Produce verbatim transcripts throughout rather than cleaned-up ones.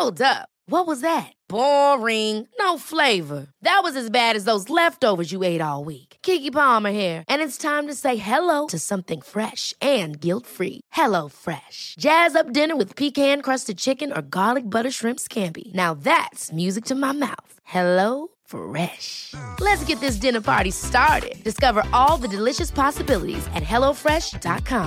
Hold up. What was that? Boring. No flavor. That was as bad as those leftovers you ate all week. Keke Palmer here. And it's time to say hello to something fresh and guilt-free. Hello Fresh. Jazz up dinner with pecan-crusted chicken or garlic butter shrimp scampi. Now that's music to my mouth. Hello Fresh. Let's get this dinner party started. Discover all the delicious possibilities at hello fresh dot com.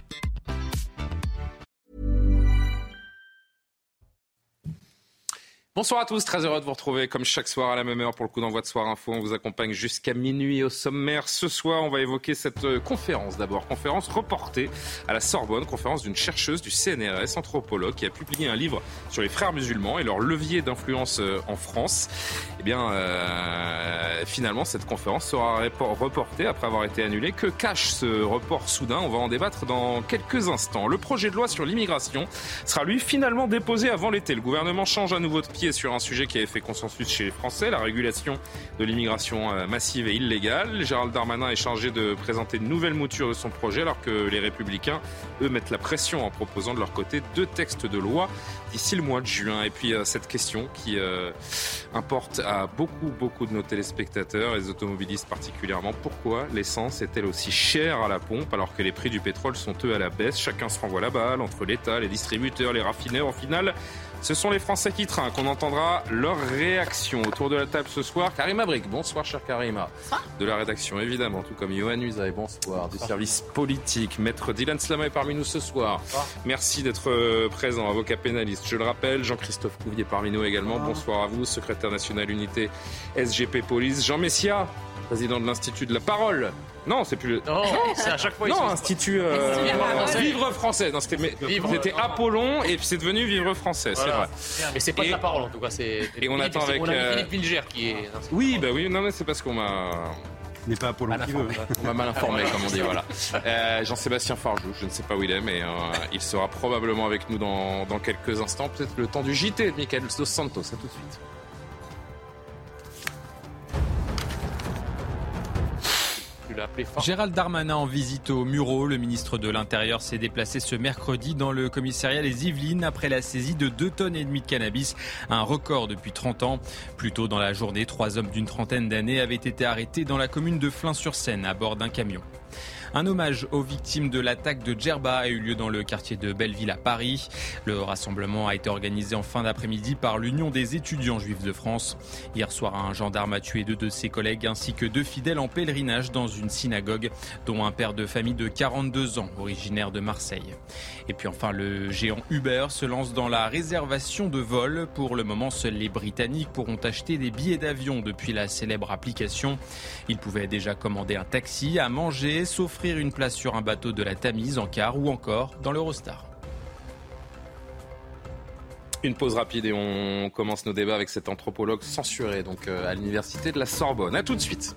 Bonsoir à tous, très heureux de vous retrouver comme chaque soir à la même heure pour le coup d'envoi de Soir Info. On vous accompagne jusqu'à minuit au sommaire. Ce soir, on va évoquer cette conférence d'abord, conférence reportée à la Sorbonne, conférence d'une chercheuse du C N R S, anthropologue, qui a publié un livre sur les frères musulmans et leur levier d'influence en France. Eh bien, euh, finalement, cette conférence sera reportée après avoir été annulée. Que cache ce report soudain ? On va en débattre dans quelques instants. Le projet de loi sur l'immigration sera lui finalement déposé avant l'été. Le gouvernement change à nouveau de pied sur un sujet qui avait fait consensus chez les Français, la régulation de l'immigration massive et illégale. Gérald Darmanin est chargé de présenter de nouvelles moutures de son projet, alors que les Républicains, eux, mettent la pression en proposant de leur côté deux textes de loi d'ici le mois de juin. Et puis euh, cette question qui euh, importe à beaucoup, beaucoup de nos téléspectateurs et des automobilistes particulièrement. Pourquoi l'essence est-elle aussi chère à la pompe alors que les prix du pétrole sont eux à la baisse ? Chacun se renvoie la balle entre l'État, les distributeurs, les raffineurs. Au final, ce sont les Français qui trinquent. On entendra leur réaction autour de la table ce soir. Karima Brick, bonsoir chère Karima. Bonsoir. De la rédaction évidemment, tout comme Yohann Usaï, bonsoir. Du service politique, maître Dylan Slama est parmi nous ce soir. Bonsoir. Merci d'être présent, avocat pénaliste. Je le rappelle, Jean-Christophe Couvier parmi nous également. Bonsoir. Bonsoir à vous, secrétaire national unité S G P Police. Jean Messia, président de l'Institut de la Parole. Non, c'est plus le... Non, c'est à chaque fois... Non, Institut... Euh... Vivre français. Non, c'était, mais... c'était Apollon et puis c'est devenu Vivre français, voilà. C'est vrai. Mais c'est pas et... de la parole en tout cas. C'est... Et Philippe, on attend avec... On a Philippe Bilger qui est... Oui, bah oui, non mais c'est parce qu'on m'a... n'est pas Apollon qui veut. On m'a mal informé, comme on dit, voilà. Euh, Jean-Sébastien Farjou, je ne sais pas où il est, mais euh, il sera probablement avec nous dans, dans quelques instants. Peut-être le temps du J T de Michael Dos Santos. À tout de suite. Gérald Darmanin en visite au Mureaux. Le ministre de l'Intérieur s'est déplacé ce mercredi dans le commissariat Les Yvelines après la saisie de deux tonnes et demie de cannabis, un record depuis trente ans. Plus tôt dans la journée, trois hommes d'une trentaine d'années avaient été arrêtés dans la commune de Flins-sur-Seine à bord d'un camion. Un hommage aux victimes de l'attaque de Djerba a eu lieu dans le quartier de Belleville à Paris. Le rassemblement a été organisé en fin d'après-midi par l'Union des étudiants juifs de France. Hier soir, un gendarme a tué deux de ses collègues ainsi que deux fidèles en pèlerinage dans une synagogue, dont un père de famille de quarante-deux ans, originaire de Marseille. Et puis enfin, le géant Uber se lance dans la réservation de vols. Pour le moment, seuls les Britanniques pourront acheter des billets d'avion depuis la célèbre application. Ils pouvaient déjà commander un taxi, à manger, s'offrir une place sur un bateau de la Tamise en car ou encore dans l'Eurostar. Une pause rapide et on commence nos débats avec cet anthropologue censuré donc à l'université de la Sorbonne. À tout de suite.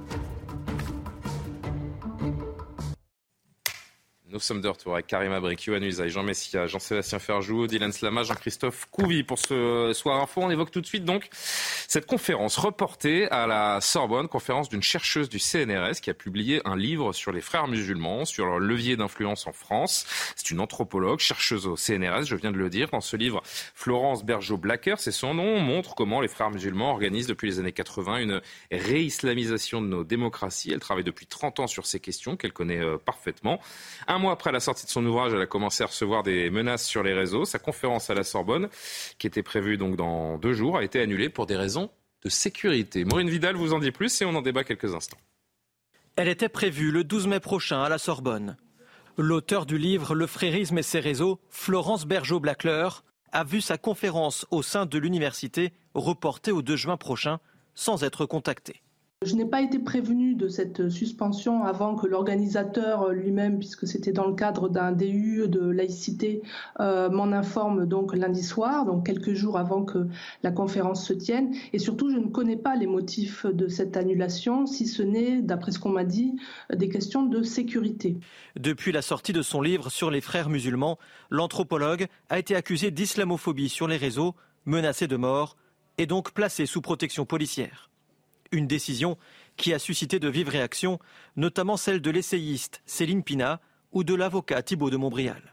Nous sommes de retour avec Karima Brick, Yohann Usaï, Jean Messia, Jean-Sébastien Ferjou, Dylan Slama, Jean-Christophe Couvi. Pour ce Soir Info, on évoque tout de suite donc cette conférence reportée à la Sorbonne, conférence d'une chercheuse du C N R S qui a publié un livre sur les frères musulmans, sur leur levier d'influence en France. C'est une anthropologue, chercheuse au C N R S, je viens de le dire. Dans ce livre, Florence Bergeaud-Blacker, c'est son nom, montre comment les frères musulmans organisent depuis les années quatre-vingts une réislamisation de nos démocraties. Elle travaille depuis trente ans sur ces questions qu'elle connaît euh, parfaitement. Un mois après la sortie de son ouvrage, elle a commencé à recevoir des menaces sur les réseaux. Sa conférence à la Sorbonne, qui était prévue donc dans deux jours, a été annulée pour des raisons de sécurité. Maureen Vidal vous en dit plus et on en débat quelques instants. Elle était prévue le douze mai prochain à la Sorbonne. L'auteur du livre « Le frérisme et ses réseaux », Florence Bergeaud-Blacker, a vu sa conférence au sein de l'université reportée au deux juin prochain sans être contactée. Je n'ai pas été prévenue de cette suspension avant que l'organisateur lui-même, puisque c'était dans le cadre d'un D U de laïcité, euh, m'en informe donc lundi soir, donc quelques jours avant que la conférence se tienne. Et surtout, je ne connais pas les motifs de cette annulation, si ce n'est, d'après ce qu'on m'a dit, des questions de sécurité. Depuis la sortie de son livre sur les frères musulmans, l'anthropologue a été accusée d'islamophobie sur les réseaux, menacée de mort et donc placée sous protection policière. Une décision qui a suscité de vives réactions, notamment celle de l'essayiste Céline Pina ou de l'avocat Thibault de Montbrial.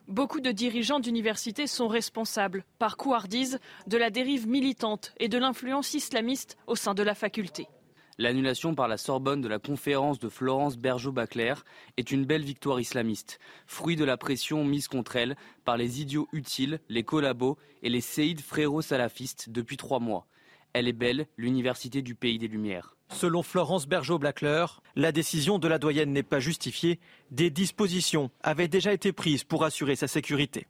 Beaucoup de dirigeants d'universités sont responsables, par couardise, de la dérive militante et de l'influence islamiste au sein de la faculté. L'annulation par la Sorbonne de la conférence de Florence Bergeau-Baclair est une belle victoire islamiste, fruit de la pression mise contre elle par les idiots utiles, les collabos et les séides fréro-salafistes depuis trois mois. Elle est belle, l'université du pays des Lumières. Selon Florence Bergeau-Baclair, la décision de la doyenne n'est pas justifiée. Des dispositions avaient déjà été prises pour assurer sa sécurité.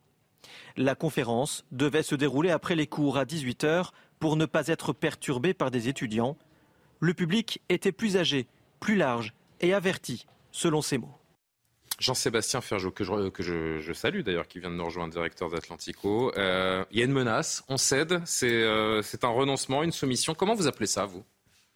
La conférence devait se dérouler après les cours à dix-huit heures pour ne pas être perturbée par des étudiants. Le public était plus âgé, plus large et averti, selon ses mots. Jean-Sébastien Ferjot, que, je, que je, je salue d'ailleurs, qui vient de nous rejoindre, directeur d'Atlantico. Euh, il y a une menace, on cède, c'est, euh, c'est un renoncement, une soumission. Comment vous appelez ça, vous ?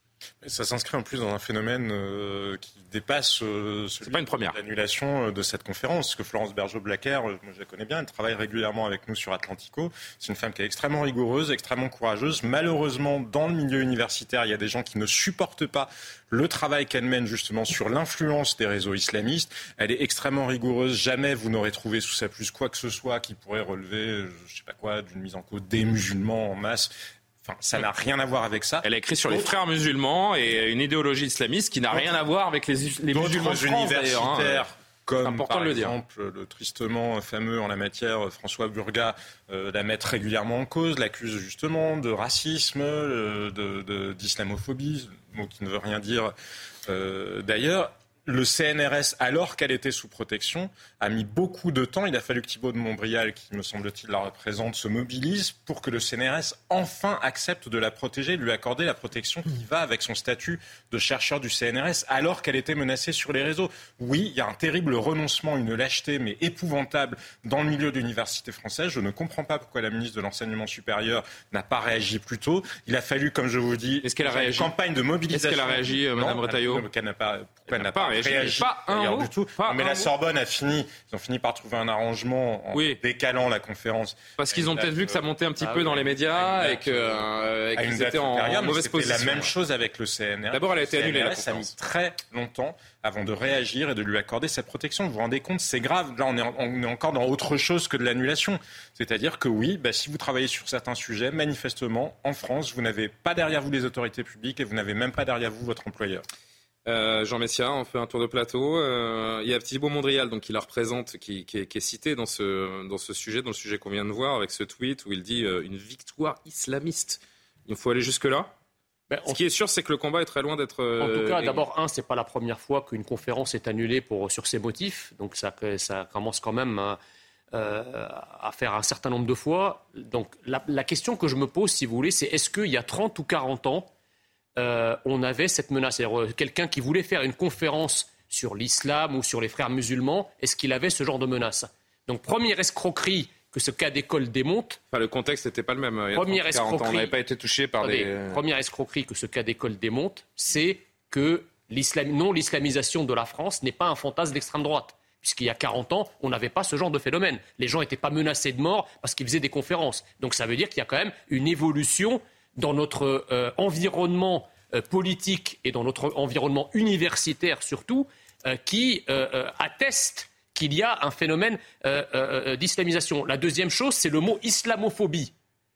Ça s'inscrit en plus dans un phénomène euh, qui dépasse euh, celui pas une première. de l'annulation de cette conférence. Parce que Florence Bergeau-Baclair, euh, moi je la connais bien, elle travaille régulièrement avec nous sur Atlantico. C'est une femme qui est extrêmement rigoureuse, extrêmement courageuse. Malheureusement, dans le milieu universitaire, il y a des gens qui ne supportent pas le travail qu'elle mène justement sur l'influence des réseaux islamistes. Elle est extrêmement rigoureuse. Jamais vous n'aurez trouvé sous sa plume quoi que ce soit qui pourrait relever, je sais pas quoi, d'une mise en cause des musulmans en masse. Enfin, ça n'a rien à voir avec ça. Elle a écrit sur les frères musulmans et une idéologie islamiste qui n'a rien à voir avec les, les musulmans de France, universitaires. Hein. Comme par le exemple le, le tristement fameux en la matière François Burga euh, la mettent régulièrement en cause, l'accuse justement de racisme, euh, de, de, d'islamophobie, mot qui ne veut rien dire euh, d'ailleurs. Le C N R S, alors qu'elle était sous protection, a mis beaucoup de temps. Il a fallu que Thibault de Montbrial, qui me semble-t-il la représente, se mobilise pour que le C N R S enfin accepte de la protéger, de lui accorder la protection qui va avec son statut de chercheur du C N R S, alors qu'elle était menacée sur les réseaux. Oui, il y a un terrible renoncement, une lâcheté, mais épouvantable dans le milieu de l'université française. Je ne comprends pas pourquoi la ministre de l'Enseignement supérieur n'a pas réagi plus tôt. Il a fallu, comme je vous dis, Est-ce qu'elle a réagi une campagne de mobilisation. Est-ce qu'elle a réagi, euh, Mme Retailleau ? Qu'elle n'a pas, pourquoi elle n'a pas réagi, réagi pas un mot, du tout. pas mais un la mot. Sorbonne a fini, ils ont fini par trouver un arrangement en oui. décalant la conférence. Parce qu'ils ont peut-être vu que ça montait un petit ah, peu oui. dans les médias et, que, euh, et qu'ils étaient en, en mauvaise position. C'était la même chose avec le C N R S. D'abord, elle a été annulée. La ça a mis très longtemps avant de réagir et de lui accorder cette protection. Vous vous rendez compte, c'est grave. Là, on est, on est encore dans autre chose que de l'annulation. C'est-à-dire que oui, bah, si vous travaillez sur certains sujets, manifestement, en France, vous n'avez pas derrière vous les autorités publiques et vous n'avez même pas derrière vous votre employeur. Euh, Jean Messia, on fait un tour de plateau. Euh, il y a Thibault Montbrial, donc qui la représente, qui, qui, est, qui est cité dans ce, dans ce sujet, dans le sujet qu'on vient de voir, avec ce tweet où il dit euh, une victoire islamiste. Il faut aller jusque-là. Ben, Ce qui est sûr, c'est que le combat est très loin d'être. Euh, en tout cas, d'abord, un, c'est pas la première fois qu'une conférence est annulée pour, sur ces motifs. Donc ça, ça commence quand même à, euh, à faire un certain nombre de fois. Donc la, la question que je me pose, si vous voulez, c'est est-ce qu'il y a trente ou quarante ans, Euh, on avait cette menace. C'est-à-dire, quelqu'un qui voulait faire une conférence sur l'islam ou sur les frères musulmans, est-ce qu'il avait ce genre de menace ? Donc, première escroquerie que ce cas d'école démonte. Enfin, le contexte n'était pas le même. Il y a première trente, quarante ans, on n'avait pas été touché par attendez, des... Première escroquerie que ce cas d'école démonte, c'est que l'islam, non, l'islamisation de la France n'est pas un fantasme d'extrême droite. Puisqu'il y a quarante ans, on n'avait pas ce genre de phénomène. Les gens n'étaient pas menacés de mort parce qu'ils faisaient des conférences. Donc, ça veut dire qu'il y a quand même une évolution dans notre euh, environnement euh, politique et dans notre environnement universitaire surtout, euh, qui euh, euh, atteste qu'il y a un phénomène euh, euh, d'islamisation. La deuxième chose, c'est le mot islamophobie.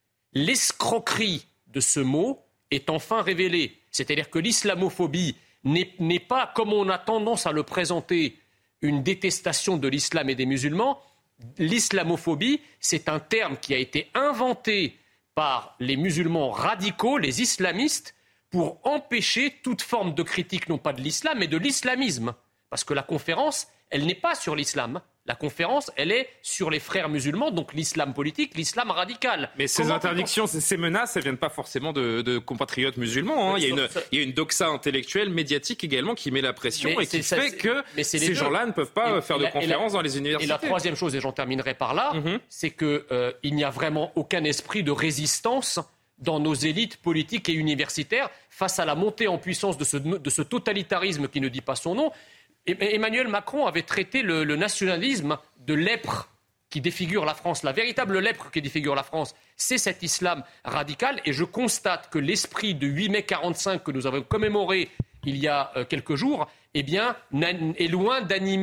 L'escroquerie de ce mot est enfin révélée. C'est-à-dire que l'islamophobie n'est, n'est pas, comme on a tendance à le présenter, une détestation de l'islam et des musulmans. L'islamophobie, c'est un terme qui a été inventé par les musulmans radicaux, les islamistes, pour empêcher toute forme de critique, non pas de l'islam, mais de l'islamisme. Parce que la conférence, elle n'est pas sur l'islam. La conférence, elle est sur les frères musulmans, donc l'islam politique, l'islam radical. Mais ces Comment interdictions, ces, ces menaces, elles ne viennent pas forcément de, de compatriotes musulmans. Hein. Il, y a une, il y a une doxa intellectuelle, médiatique également, qui met la pression mais et qui ça, fait que ces gens-là ne peuvent pas et, faire et de la, conférences la, dans les universités. Et la troisième chose, et j'en terminerai par là, mm-hmm. c'est qu'il euh, n'y a vraiment aucun esprit de résistance dans nos élites politiques et universitaires face à la montée en puissance de ce, de ce totalitarisme qui ne dit pas son nom. Emmanuel Macron avait traité le, le nationalisme de lèpre qui défigure la France. La véritable lèpre qui défigure la France, c'est cet islam radical. Et je constate que l'esprit de huit mai quarante-cinq que nous avons commémoré il y a euh, quelques jours, eh bien, est loin d'animer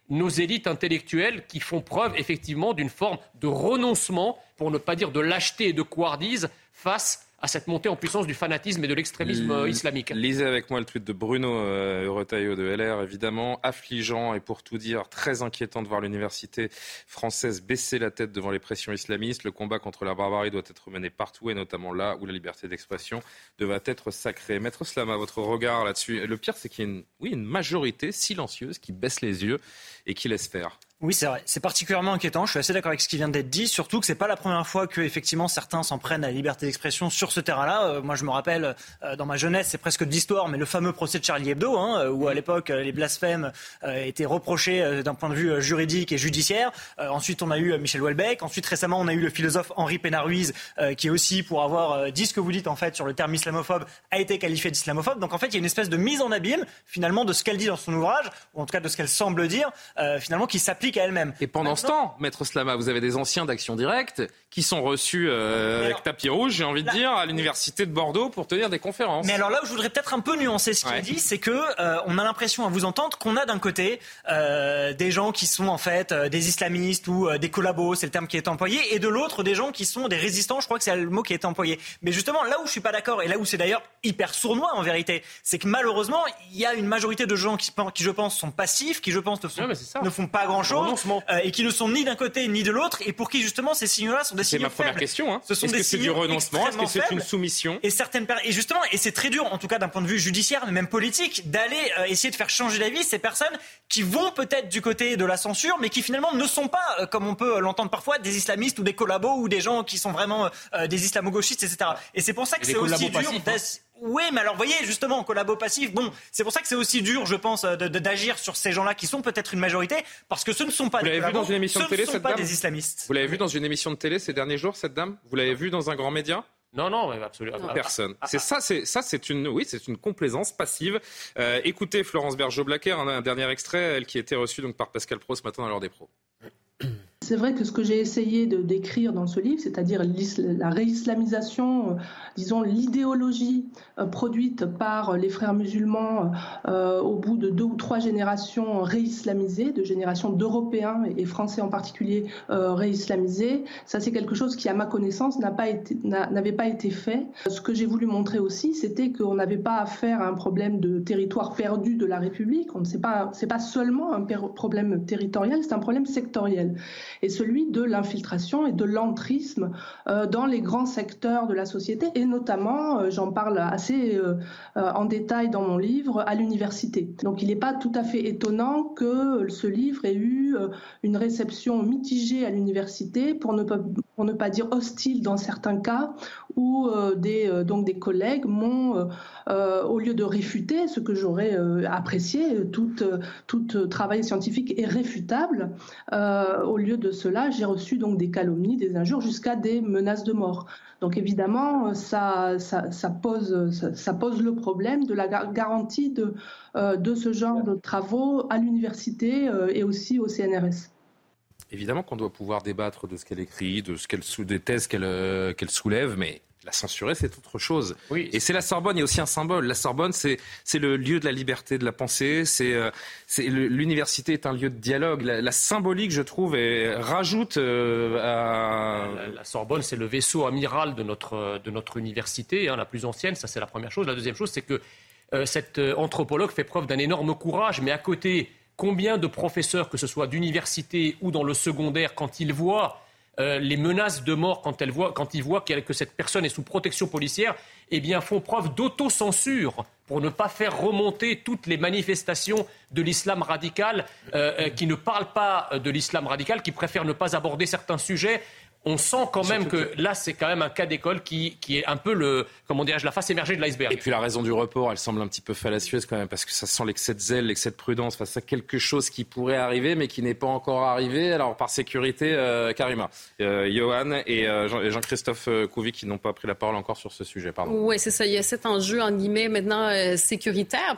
nos élites intellectuelles qui font preuve effectivement d'une forme de renoncement, pour ne pas dire de lâcheté et de couardise, face à cette montée en puissance du fanatisme et de l'extrémisme L- islamique. Lisez avec moi le tweet de Bruno euh, Retailleau de L R, évidemment, affligeant et pour tout dire très inquiétant de voir l'université française baisser la tête devant les pressions islamistes. Le combat contre la barbarie doit être mené partout et notamment là où la liberté d'expression devra être sacrée. Maître Slama, votre regard là-dessus. Le pire, c'est qu'il y a une, oui, une majorité silencieuse qui baisse les yeux et qui laisse faire. Oui, c'est vrai. C'est particulièrement inquiétant. Je suis assez d'accord avec ce qui vient d'être dit. Surtout que c'est pas la première fois que, effectivement, certains s'en prennent à la liberté d'expression sur ce terrain-là. Euh, moi, je me rappelle, euh, dans ma jeunesse, c'est presque de l'histoire, mais le fameux procès de Charlie Hebdo, hein, où à l'époque, euh, les blasphèmes euh, étaient reprochés euh, d'un point de vue euh, juridique et judiciaire. Euh, ensuite, on a eu euh, Michel Houellebecq. Ensuite, récemment, on a eu le philosophe Henri Pénard-Ruiz, euh, qui est aussi, pour avoir euh, dit ce que vous dites, en fait, sur le terme islamophobe, a été qualifié d'islamophobe. Donc, en fait, il y a une espèce de mise en abîme, finalement, de ce qu'elle dit dans son ouvrage, ou en tout cas de ce qu'elle semble dire, euh, finalement, qui s'applique à elle-même. Et pendant Pendant ce temps, Maître Slama, vous avez des anciens d'Action Directe qui sont reçus euh, alors, avec tapis rouge, j'ai envie de là, dire, à l'université de Bordeaux pour tenir des conférences. Mais alors là où je voudrais peut-être un peu nuancer ce qu'il ouais. dit, c'est que euh, on a l'impression à vous entendre qu'on a d'un côté euh, des gens qui sont en fait euh, des islamistes ou euh, des collabos, c'est le terme qui est employé, et de l'autre des gens qui sont des résistants, je crois que c'est le mot qui est employé. Mais justement, là où je suis pas d'accord, et là où c'est d'ailleurs hyper sournois en vérité, c'est que malheureusement, il y a une majorité de gens qui, qui je pense, sont passifs, qui je pense ne, sont, ouais, ne font pas grand-chose, euh, et qui ne sont ni d'un côté ni de l'autre, et pour qui justement ces signaux-là sont des c'est signaux ma première faibles. Question. Hein. Ce sont Est-ce des que c'est du renoncement? Est-ce que c'est une soumission? Et certaines et justement, et c'est très dur, en tout cas d'un point de vue judiciaire, mais même politique, d'aller euh, essayer de faire changer d'avis ces personnes qui vont peut-être du côté de la censure, mais qui finalement ne sont pas, euh, comme on peut l'entendre parfois, des islamistes ou des collabos ou des gens qui sont vraiment euh, des islamo-gauchistes, et cetera. Et c'est pour ça que et c'est aussi dur. Passifs, hein. Oui, mais alors, vous voyez, justement, collabo passif, bon, c'est pour ça que c'est aussi dur, je pense, de, de, d'agir sur ces gens-là qui sont peut-être une majorité, parce que ce ne sont pas vous des collabos, vu dans une émission de télé, ce ne sont cette pas dame des islamistes. Vous l'avez vu dans une émission de télé ces derniers jours, cette dame? Vous l'avez vu dans un grand média? Non, non, absolument. Personne. C'est ça, c'est ça, c'est une, oui, c'est une complaisance passive. Euh, écoutez, Florence Bergeau-Blaquer, un, un dernier extrait, elle qui était reçue donc par Pascal Praud ce matin dans l'heure des pros. C'est vrai que ce que j'ai essayé de décrire dans ce livre, c'est-à-dire la réislamisation, euh, disons l'idéologie euh, produite par les frères musulmans euh, au bout de deux ou trois générations réislamisées, de générations d'Européens et Français en particulier euh, réislamisés, ça c'est quelque chose qui, à ma connaissance, n'a pas été, n'a, n'avait pas été fait. Ce que j'ai voulu montrer aussi, c'était qu'on n'avait pas affaire à un problème de territoire perdu de la République. On ne sait pas, c'est pas seulement un per- problème territorial, c'est un problème sectoriel. Et celui de l'infiltration et de l'entrisme euh, dans les grands secteurs de la société, et notamment, euh, j'en parle assez euh, euh, en détail dans mon livre, à l'université. Donc il n'est pas tout à fait étonnant que ce livre ait eu euh, une réception mitigée à l'université, pour ne pas, pour ne pas dire hostile dans certains cas, où euh, des, euh, donc des collègues m'ont, euh, euh, au lieu de réfuter, ce que j'aurais euh, apprécié, tout, euh, tout euh, travail scientifique est réfutable, euh, au lieu de cela, j'ai reçu donc des calomnies, des injures, jusqu'à des menaces de mort. Donc évidemment, ça, ça, ça, pose, ça, ça pose le problème de la garantie de, euh, de ce genre de travaux à l'université euh, et aussi au C N R S. Évidemment qu'on doit pouvoir débattre de ce qu'elle écrit, de ce qu'elle sou- des thèses qu'elle, euh, qu'elle soulève, mais la censurer, c'est autre chose. Oui. Et c'est la Sorbonne, il y a aussi un symbole. La Sorbonne, c'est, c'est le lieu de la liberté de la pensée. C'est, euh, c'est le, l'université est un lieu de dialogue. La, la symbolique, je trouve, et rajoute euh, à... La, la Sorbonne, c'est le vaisseau amiral de notre, de notre université, hein, la plus ancienne. Ça, c'est la première chose. La deuxième chose, c'est que euh, cet euh, anthropologue fait preuve d'un énorme courage, mais à côté, combien de professeurs, que ce soit d'université ou dans le secondaire, quand ils voient Euh, les menaces de mort, quand, elle voit, quand ils voient que cette personne est sous protection policière, eh bien, font preuve d'autocensure pour ne pas faire remonter toutes les manifestations de l'islam radical, euh, qui ne parlent pas de l'islam radical, qui préfèrent ne pas aborder certains sujets. On sent quand même que là, c'est quand même un cas d'école qui, qui est un peu le, comment dirais-je, la face émergée de l'iceberg. Et puis la raison du report, elle semble un petit peu fallacieuse quand même, parce que ça sent l'excès de zèle, l'excès de prudence face à quelque chose qui pourrait arriver, mais qui n'est pas encore arrivé. Alors par sécurité, euh, Karima, euh, Johan et euh, Jean, Jean-Christophe Couvi qui n'ont pas pris la parole encore sur ce sujet. Pardon. Oui, c'est ça. Il y a cet enjeu, en guillemets, maintenant euh, sécuritaire. Mais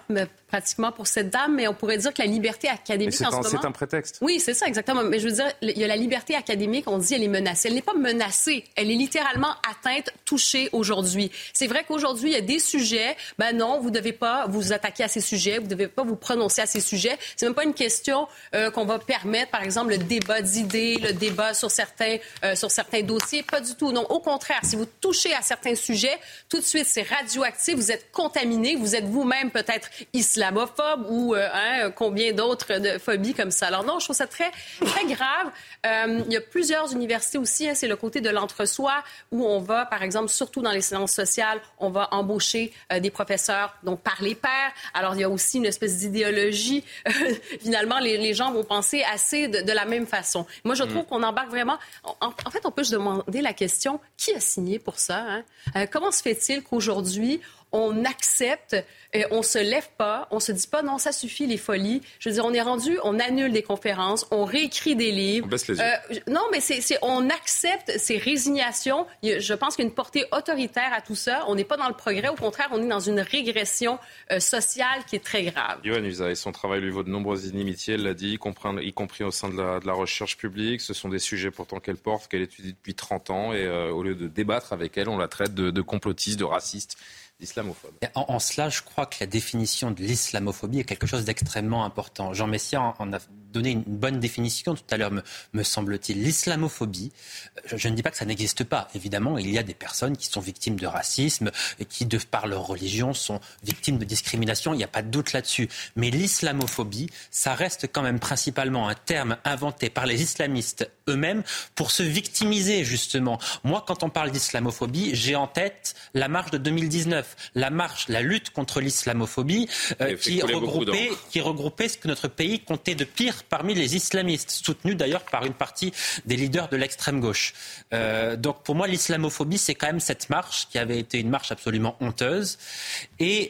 pratiquement pour cette dame, mais on pourrait dire que la liberté académique c'est en un, ce moment... C'est un prétexte. Oui, c'est ça, exactement. Mais je veux dire, il y a la liberté académique, on dit elle est menacée. Elle n'est pas menacée, elle est littéralement atteinte, touchée aujourd'hui. C'est vrai qu'aujourd'hui, il y a des sujets, ben non, vous ne devez pas vous attaquer à ces sujets, vous ne devez pas vous prononcer à ces sujets. C'est même pas une question euh, qu'on va permettre, par exemple, le débat d'idées, le débat sur certains, euh, sur certains dossiers. Pas du tout. Non, au contraire, si vous touchez à certains sujets, tout de suite, c'est radioactif, vous êtes contaminé, vous êtes vous-même peut-être islamophobe ou euh, hein, combien d'autres de phobies comme ça. Alors non, je trouve ça très, très grave. Euh, il y a plusieurs universités aussi, hein, c'est le côté de l'entre-soi où on va, par exemple, surtout dans les sciences sociales, on va embaucher euh, des professeurs donc par les pairs. Alors il y a aussi une espèce d'idéologie. Euh, finalement, les, les gens vont penser assez de, de la même façon. Moi, je trouve mmh. qu'on embarque vraiment... En, en fait, on peut se demander la question, qui a signé pour ça? Hein? Euh, comment se fait-il qu'aujourd'hui, on accepte, euh, on se lève pas, on se dit pas non, ça suffit les folies. Je veux dire, on est rendu, on annule des conférences, on réécrit des livres. On baisse les yeux. Euh, non, mais c'est, c'est, on accepte ces résignations. Je pense qu'il y a une portée autoritaire à tout ça. On n'est pas dans le progrès, au contraire, on est dans une régression euh, sociale qui est très grave. Yohann Usaï, son travail lui vaut de nombreuses inimitiés, elle l'a dit, y compris, y compris au sein de la, de la recherche publique. Ce sont des sujets pourtant qu'elle porte, qu'elle étudie depuis trente ans, et euh, au lieu de débattre avec elle, on la traite de, de complotiste, de raciste, d'islamophobe. En, en cela, je crois que la définition de l'islamophobie est quelque chose d'extrêmement important. Jean Messia en a donné une bonne définition tout à l'heure, me, me semble-t-il. L'islamophobie, je, je ne dis pas que ça n'existe pas. Évidemment, il y a des personnes qui sont victimes de racisme et qui, de par leur religion, sont victimes de discrimination. Il n'y a pas de doute là-dessus. Mais l'islamophobie, ça reste quand même principalement un terme inventé par les islamistes eux-mêmes pour se victimiser, justement. Moi, quand on parle d'islamophobie, j'ai en tête la marche de deux mille dix-neuf. La marche, la lutte contre l'islamophobie euh, qui, regroupait, qui regroupait ce que notre pays comptait de pire parmi les islamistes, soutenus d'ailleurs par une partie des leaders de l'extrême gauche. Euh, donc pour moi, l'islamophobie, c'est quand même cette marche qui avait été une marche absolument honteuse. Et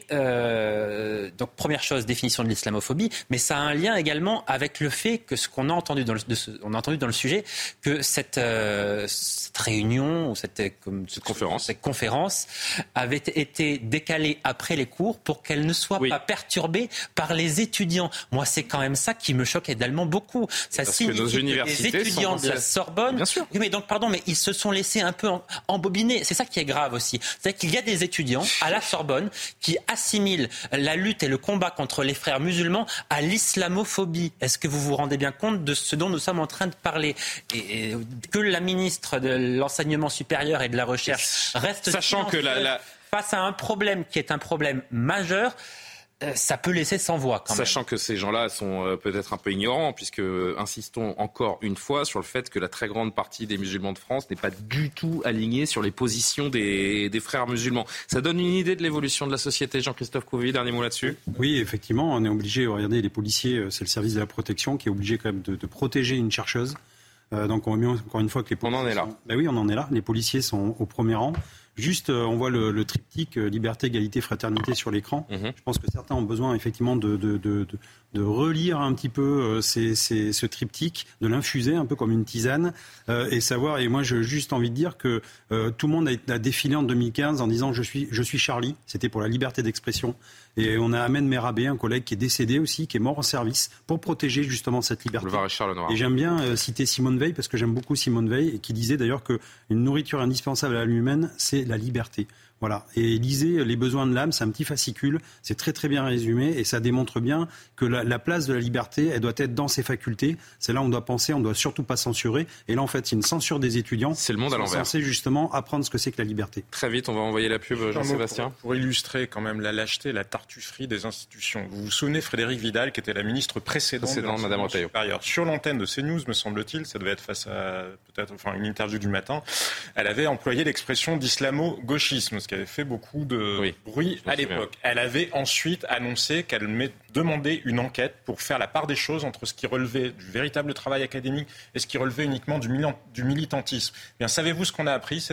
euh, donc première chose, définition de l'islamophobie, mais ça a un lien également avec le fait que ce qu'on a entendu dans le, de ce, on a entendu dans le sujet, que cette, euh, cette réunion ou cette, comme, cette conférence, cette conférence avait été décalée après les cours pour qu'elle ne soit oui. pas perturbée par les étudiants. Moi, c'est quand même ça qui me choque également beaucoup. Ça Parce signifie que nos universités que les étudiants de la Sorbonne... Bien sûr. Oui, mais donc, pardon, mais ils se sont laissés un peu embobiner. C'est ça qui est grave aussi. C'est-à-dire qu'il y a des étudiants à la Sorbonne qui assimilent la lutte et le combat contre les frères musulmans à l'islamophobie. Est-ce que vous vous rendez bien compte de ce dont nous sommes en train de parler ? Et, et que la ministre de l'Enseignement supérieur et de la Recherche reste... Sachant que la... la... face à un problème qui est un problème majeur, euh, ça peut laisser sans voix quand même. Sachant que ces gens-là sont euh, peut-être un peu ignorants, puisque euh, insistons encore une fois sur le fait que la très grande partie des musulmans de France n'est pas du tout alignée sur les positions des, des frères musulmans. Ça donne une idée de l'évolution de la société. Jean-Christophe Couvi, dernier mot là-dessus. Oui, effectivement, on est obligé, regardez, les policiers, c'est le service de la protection qui est obligé quand même de, de protéger une chercheuse. Euh, donc on voit bien encore une fois que les policiers... On en est là. Sont... Ben oui, on en est là. Les policiers sont au premier rang. Juste, euh, on voit le, le triptyque euh, liberté, égalité, fraternité sur l'écran. Mmh. Je pense que certains ont besoin effectivement de, de, de, de, de relire un petit peu euh, ces, ces, ce triptyque, de l'infuser un peu comme une tisane euh, et savoir. Et moi, j'ai juste envie de dire que euh, tout le monde a, a défilé en deux mille quinze en disant je suis, je suis Charlie. C'était pour la liberté d'expression. Et on a Ahmed Merabé, un collègue qui est décédé aussi, qui est mort en service pour protéger justement cette liberté. Le Maréchal Noir. Et j'aime bien euh, citer Simone Veil parce que j'aime beaucoup Simone Veil et qui disait d'ailleurs qu'une nourriture indispensable à l'âme humaine, c'est la liberté. Voilà. Et lisez Les besoins de l'âme, c'est un petit fascicule, c'est très très bien résumé et ça démontre bien que la, la place de la liberté, elle doit être dans ses facultés. C'est là où on doit penser, on doit surtout pas censurer. Et là, en fait, c'est une censure des étudiants. C'est le monde à l'envers. Ils sont censés justement apprendre ce que c'est que la liberté. Très vite, on va envoyer la pub, Jean-Sébastien. Pour, pour illustrer quand même la lâcheté, la tartufferie des institutions. Vous vous souvenez Frédérique Vidal, qui était la ministre précédente Précédent, de Madame Retailleau. Sur l'antenne de CNews, me semble-t-il, ça devait être face à peut-être, enfin, une interview du matin, elle avait employé l'expression d'islamo-gauchisme, ce qui avait fait beaucoup de oui, bruit à l'époque. Elle avait ensuite annoncé qu'elle demandait une enquête pour faire la part des choses entre ce qui relevait du véritable travail académique et ce qui relevait uniquement du, mili- du militantisme. Eh bien, savez-vous ce qu'on a appris cette année ?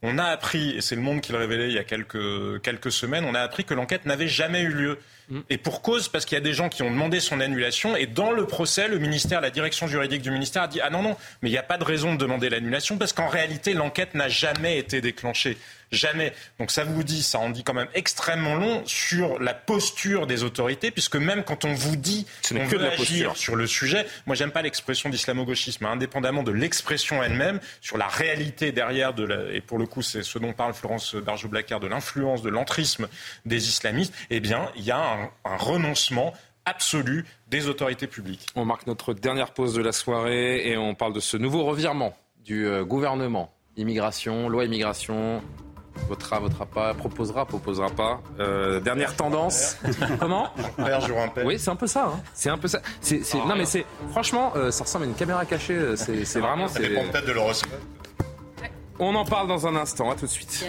On a appris, et c'est Le Monde qui le révélait il y a quelques, quelques semaines, on a appris que l'enquête n'avait jamais eu lieu. Et pour cause, parce qu'il y a des gens qui ont demandé son annulation, et dans le procès, le ministère, la direction juridique du ministère a dit « Ah non, non, mais il n'y a pas de raison de demander l'annulation, parce qu'en réalité, l'enquête n'a jamais été déclenchée. » Jamais. Donc ça vous dit, ça en dit quand même extrêmement long sur la posture des autorités, puisque même quand on vous dit qu'on veut agir sur le sujet, moi j'aime pas l'expression d'islamo-gauchisme, hein, indépendamment de l'expression elle-même, sur la réalité derrière, de la, et pour le coup c'est ce dont parle Florence Bergeau-Blacquer, de l'influence, de l'entrisme des islamistes, eh bien il y a un, un renoncement absolu des autorités publiques. On marque notre dernière pause de la soirée et on parle de ce nouveau revirement du euh, gouvernement. Immigration, loi immigration... Votera, votera pas, proposera, proposera pas. Euh, dernière tendance. Comment ? Oui, c'est un peu ça. Hein. C'est un peu ça. C'est, c'est... Non, mais c'est franchement, euh, ça ressemble à une caméra cachée. C'est, c'est vraiment. Ça dépend peut-être de l'horoscope. On en parle dans un instant. À tout de suite.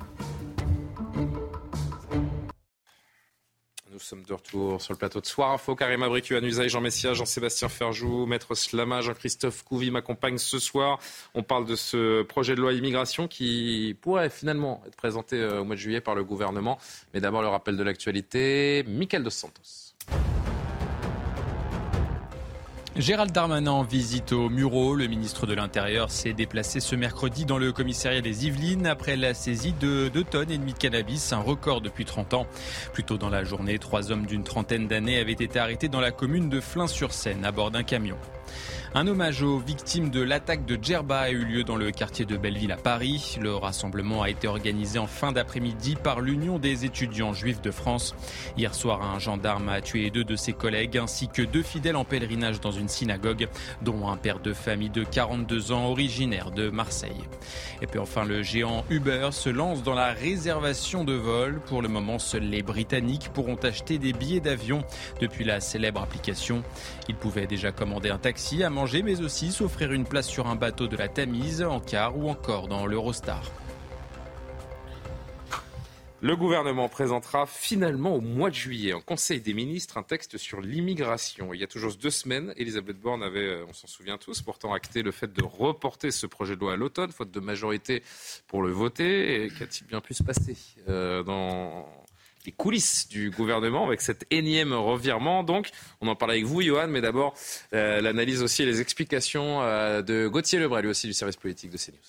Nous sommes de retour sur le plateau de Soir Info. Karim Abricu, Yohann Usaï, Jean Messia, Jean-Sébastien Ferjou, Maître Slama, Jean-Christophe Couvi m'accompagnent ce soir. On parle de ce projet de loi immigration qui pourrait finalement être présenté au mois de juillet par le gouvernement. Mais d'abord le rappel de l'actualité. Mickaël Dos Santos. Gérald Darmanin en visite au Mureaux. Le ministre de l'Intérieur s'est déplacé ce mercredi dans le commissariat des Yvelines après la saisie de deux tonnes et demie de cannabis, un record depuis trente ans. Plus tôt dans la journée, trois hommes d'une trentaine d'années avaient été arrêtés dans la commune de Flins-sur-Seine à bord d'un camion. Un hommage aux victimes de l'attaque de Djerba a eu lieu dans le quartier de Belleville à Paris. Le rassemblement a été organisé en fin d'après-midi par l'Union des étudiants juifs de France. Hier soir, un gendarme a tué deux de ses collègues ainsi que deux fidèles en pèlerinage dans une synagogue, dont un père de famille de quarante-deux ans originaire de Marseille. Et puis enfin, le géant Uber se lance dans la réservation de vols. Pour le moment, seuls les Britanniques pourront acheter des billets d'avion depuis la célèbre application. Ils pouvaient déjà commander un taxi à manger, mais aussi s'offrir une place sur un bateau de la Tamise, en car ou encore dans l'Eurostar. Le gouvernement présentera finalement au mois de juillet en Conseil des ministres un texte sur l'immigration. Il y a toujours deux semaines, Elisabeth Borne avait, on s'en souvient tous, pourtant acté le fait de reporter ce projet de loi à l'automne, faute de majorité pour le voter. Et qu'a-t-il bien pu se passer euh, dans les coulisses du gouvernement avec cet énième revirement? Donc, on en parle avec vous, Yohann, mais d'abord euh, l'analyse aussi et les explications euh, de Gauthier Lebray, lui aussi du service politique de CNews.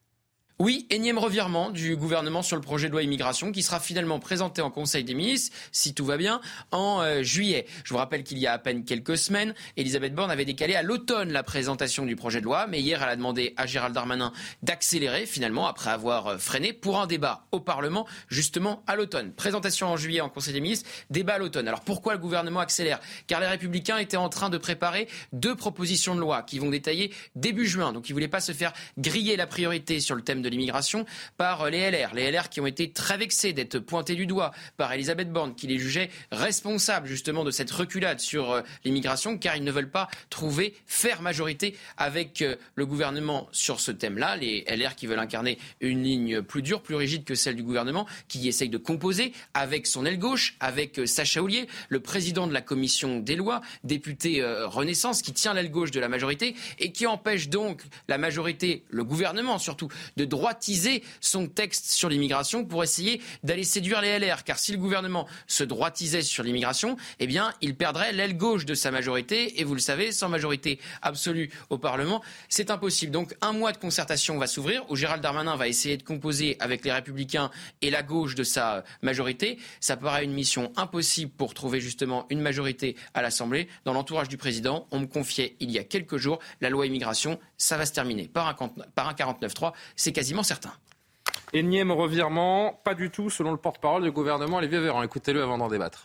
Oui, énième revirement du gouvernement sur le projet de loi immigration qui sera finalement présenté en Conseil des ministres, si tout va bien, en euh, juillet. Je vous rappelle qu'il y a à peine quelques semaines, Elisabeth Borne avait décalé à l'automne la présentation du projet de loi, mais hier elle a demandé à Gérald Darmanin d'accélérer finalement après avoir euh, freiné pour un débat au Parlement justement à l'automne. Présentation en juillet en Conseil des ministres, débat à l'automne. Alors pourquoi le gouvernement accélère ? Car les Républicains étaient en train de préparer deux propositions de loi qui vont détailler début juin. Donc ils ne voulaient pas se faire griller la priorité sur le thème de l'immigration par les L R. Les L R qui ont été très vexés d'être pointés du doigt par Elisabeth Borne, qui les jugeait responsables justement de cette reculade sur l'immigration, car ils ne veulent pas trouver faire majorité avec le gouvernement sur ce thème-là. Les L R qui veulent incarner une ligne plus dure, plus rigide que celle du gouvernement, qui essaye de composer avec son aile gauche, avec Sacha Houlié, le président de la commission des lois, député euh, Renaissance, qui tient l'aile gauche de la majorité et qui empêche donc la majorité, le gouvernement surtout, de droitiser son texte sur l'immigration pour essayer d'aller séduire les L R. Car si le gouvernement se droitisait sur l'immigration, eh bien, il perdrait l'aile gauche de sa majorité. Et vous le savez, sans majorité absolue au Parlement, c'est impossible. Donc, un mois de concertation va s'ouvrir où Gérald Darmanin va essayer de composer avec les Républicains et la gauche de sa majorité. Ça paraît une mission impossible pour trouver justement une majorité à l'Assemblée. Dans l'entourage du président, on me confiait il y a quelques jours, la loi immigration, ça va se terminer par un, par un quarante-neuf trois. C'est quasiment certain. Énième revirement, pas du tout, selon le porte-parole du gouvernement, Olivier Véran. Écoutez-le avant d'en débattre.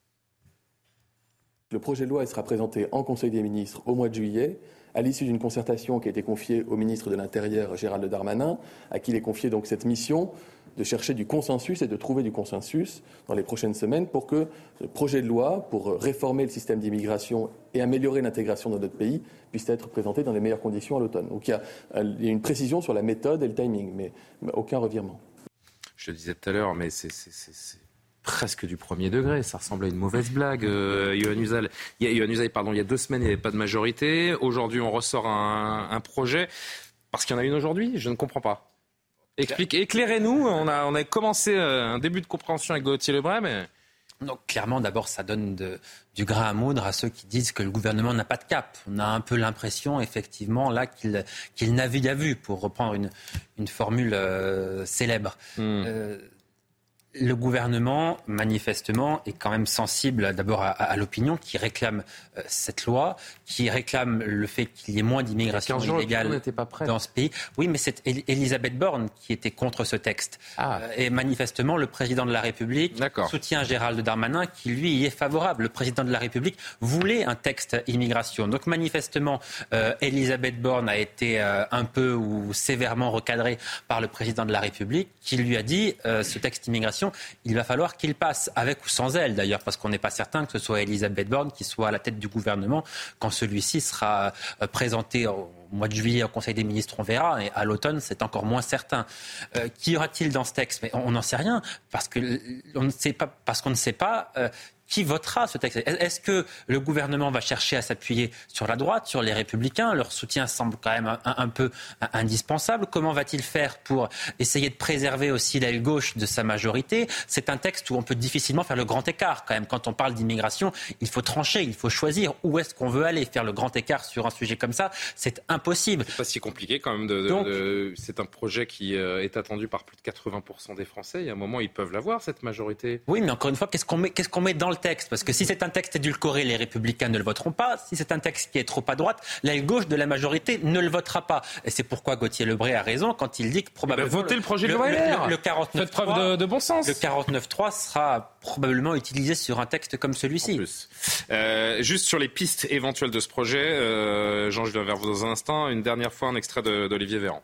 Le projet de loi il sera présenté en Conseil des ministres au mois de juillet, à l'issue d'une concertation qui a été confiée au ministre de l'Intérieur, Gérald Darmanin, à qui il est confié donc cette mission de chercher du consensus et de trouver du consensus dans les prochaines semaines pour que ce projet de loi, pour réformer le système d'immigration et améliorer l'intégration dans notre pays, puisse être présenté dans les meilleures conditions à l'automne. Donc il y a, il y a une précision sur la méthode et le timing, mais, mais aucun revirement. Je le disais tout à l'heure, mais c'est, c'est, c'est, c'est presque du premier degré. Ça ressemble à une mauvaise blague. Euh, Yohann Usaï, il y a, Yohann Usaï, pardon, il y a deux semaines, il n'y avait pas de majorité. Aujourd'hui, on ressort un, un projet parce qu'il y en a une aujourd'hui. Je ne comprends pas. Explique, éclairez-nous. On a, on a commencé un début de compréhension avec Gauthier Lebret, mais... Donc clairement, d'abord, ça donne de, du grain à moudre à ceux qui disent que le gouvernement n'a pas de cap. On a un peu l'impression, effectivement, là, qu'il, qu'il navigue à vue, pour reprendre une, une formule euh, célèbre. Mmh. Euh, le gouvernement, manifestement, est quand même sensible d'abord à, à l'opinion qui réclame euh, cette loi, qui réclame le fait qu'il y ait moins d'immigration illégale dans ce pays. Oui, mais c'est Elisabeth Borne qui était contre ce texte. Ah. Euh, et manifestement, le président de la République D'accord. soutient Gérald Darmanin qui, lui, y est favorable. Le président de la République voulait un texte immigration. Donc, manifestement, euh, Elisabeth Borne a été euh, un peu ou sévèrement recadrée par le président de la République qui lui a dit euh, ce texte immigration, il va falloir qu'il passe, avec ou sans elle d'ailleurs, parce qu'on n'est pas certain que ce soit Elisabeth Borne qui soit à la tête du gouvernement quand celui-ci sera présenté au mois de juillet au Conseil des ministres, on verra, et à l'automne, c'est encore moins certain. Euh, qu'y aura-t-il dans ce texte ? Mais on n'en sait rien, parce, que, on ne sait pas, parce qu'on ne sait pas... Euh, Qui votera ce texte ? Est-ce que le gouvernement va chercher à s'appuyer sur la droite, sur les Républicains ? Leur soutien semble quand même un, un peu indispensable. Comment va-t-il faire pour essayer de préserver aussi l'aile gauche de sa majorité ? C'est un texte où on peut difficilement faire le grand écart quand même. Quand on parle d'immigration, il faut trancher, il faut choisir où est-ce qu'on veut aller. Faire le grand écart sur un sujet comme ça, c'est impossible. C'est pas si compliqué quand même. De, de, Donc, de, c'est un projet qui est attendu par plus de quatre-vingts pour cent des Français. Il y a un moment, ils peuvent l'avoir, cette majorité. Oui, mais encore une fois, qu'est-ce qu'on met, qu'est-ce qu'on met dans le texte, parce que si c'est un texte édulcoré, les Républicains ne le voteront pas. Si c'est un texte qui est trop à droite, l'aile gauche de la majorité ne le votera pas. Et c'est pourquoi Gauthier Lebret a raison quand il dit que probablement... Votez le projet de loi le, le, le quarante-neuf Faites preuve de, de bon sens. Le quarante-neuf trois sera probablement utilisé sur un texte comme celui-ci. Euh, juste sur les pistes éventuelles de ce projet, euh, Jean, je viens vers vous dans un instant. Une dernière fois, un extrait de, d'Olivier Véran.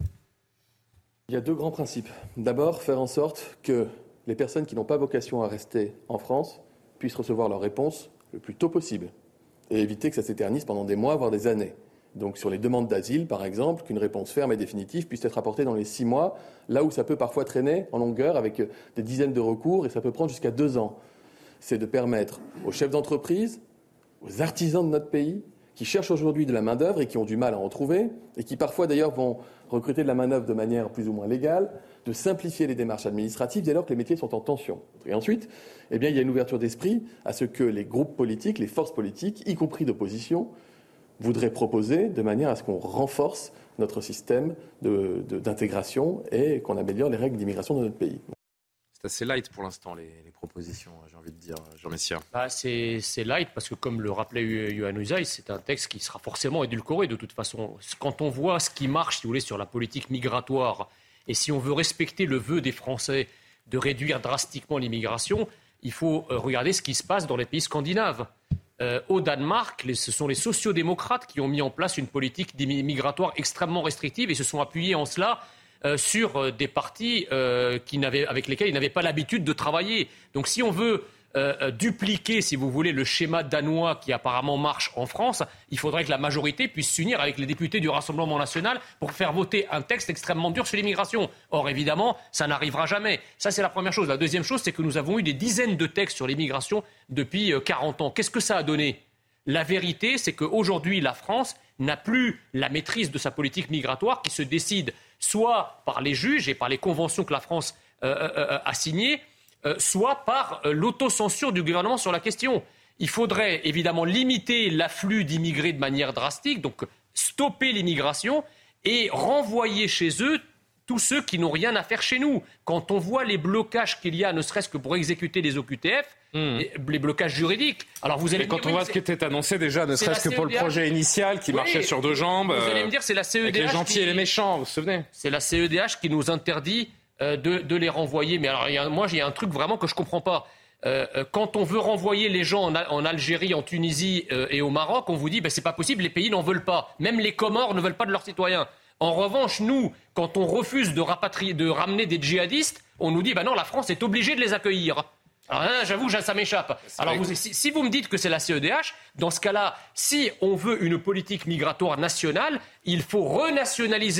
Il y a deux grands principes. D'abord, faire en sorte que les personnes qui n'ont pas vocation à rester en France puissent recevoir leur réponse le plus tôt possible et éviter que ça s'éternise pendant des mois, voire des années. Donc sur les demandes d'asile, par exemple, qu'une réponse ferme et définitive puisse être apportée dans les six mois, là où ça peut parfois traîner en longueur avec des dizaines de recours et ça peut prendre jusqu'à deux ans. C'est de permettre aux chefs d'entreprise, aux artisans de notre pays, qui cherchent aujourd'hui de la main-d'œuvre et qui ont du mal à en trouver, et qui parfois d'ailleurs vont recruter de la main-d'œuvre de manière plus ou moins légale, de simplifier les démarches administratives dès lors que les métiers sont en tension. Et ensuite, eh bien, il y a une ouverture d'esprit à ce que les groupes politiques, les forces politiques, y compris d'opposition, voudraient proposer de manière à ce qu'on renforce notre système de, de, d'intégration et qu'on améliore les règles d'immigration dans notre pays. C'est assez light pour l'instant, les, les propositions, j'ai envie de dire, Jean Messia. Bah, c'est, c'est light parce que, comme le rappelait Yohann Usaï, c'est un texte qui sera forcément édulcoré de toute façon. Quand on voit ce qui marche, si vous voulez, sur la politique migratoire, et si on veut respecter le vœu des Français de réduire drastiquement l'immigration, il faut regarder ce qui se passe dans les pays scandinaves. Euh, au Danemark, les, ce sont les sociodémocrates qui ont mis en place une politique migratoire extrêmement restrictive et se sont appuyés en cela Euh, sur euh, des partis euh, qui n'avaient, avec lesquels ils n'avaient pas l'habitude de travailler. Donc si on veut euh, euh, dupliquer, si vous voulez, le schéma danois qui apparemment marche en France, il faudrait que la majorité puisse s'unir avec les députés du Rassemblement national pour faire voter un texte extrêmement dur sur l'immigration. Or, évidemment, ça n'arrivera jamais. Ça, c'est la première chose. La deuxième chose, c'est que nous avons eu des dizaines de textes sur l'immigration depuis euh, quarante ans. Qu'est-ce que ça a donné ? La vérité, c'est qu'aujourd'hui, la France n'a plus la maîtrise de sa politique migratoire qui se décide soit par les juges et par les conventions que la France euh, euh, a signées, euh, soit par euh, l'autocensure du gouvernement sur la question. Il faudrait évidemment limiter l'afflux d'immigrés de manière drastique, donc stopper l'immigration et renvoyer chez eux tous ceux qui n'ont rien à faire chez nous. Quand on voit les blocages qu'il y a, ne serait-ce que pour exécuter les O Q T F, Mmh. les blocages juridiques. Alors vous allez Mais quand dire, on oui, voit ce qui était annoncé déjà, ne serait-ce que pour le projet initial qui oui, marchait sur deux jambes, vous allez me dire, c'est la C E D H avec les gentils qui... et les méchants, vous vous souvenez ? C'est la C E D H qui nous interdit euh, de, de les renvoyer. Mais alors, il y a, moi, il y a un truc vraiment que je comprends pas. Euh, quand on veut renvoyer les gens en, en Algérie, en Tunisie euh, et au Maroc, on vous dit, ben, c'est pas possible, les pays n'en veulent pas. Même les Comores ne veulent pas de leurs citoyens. En revanche, nous, quand on refuse de, rapatrier, de ramener des djihadistes, on nous dit, ben non, la France est obligée de les accueillir. Alors là, j'avoue, ça m'échappe. Alors vous, si, si vous me dites que c'est la C E D H, dans ce cas-là, si on veut une politique migratoire nationale, il faut renationaliser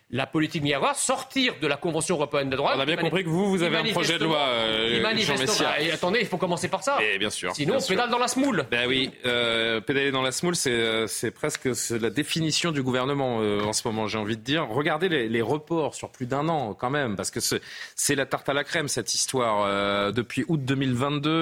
la politique migratoire, sortir de la Convention européenne des droits. On a bien mani- compris que vous, vous avez un projet de loi, euh, Jean Messia. Et attendez, il faut commencer par ça. Et bien sûr. Sinon, bien on sûr. pédale dans la semoule. Ben oui, euh, pédaler dans la semoule, c'est, c'est presque c'est la définition du gouvernement euh, en ce moment, j'ai envie de dire. Regardez les, les reports sur plus d'un an quand même, parce que c'est, c'est la tarte à la crème cette histoire. Euh, depuis août deux mille vingt-deux,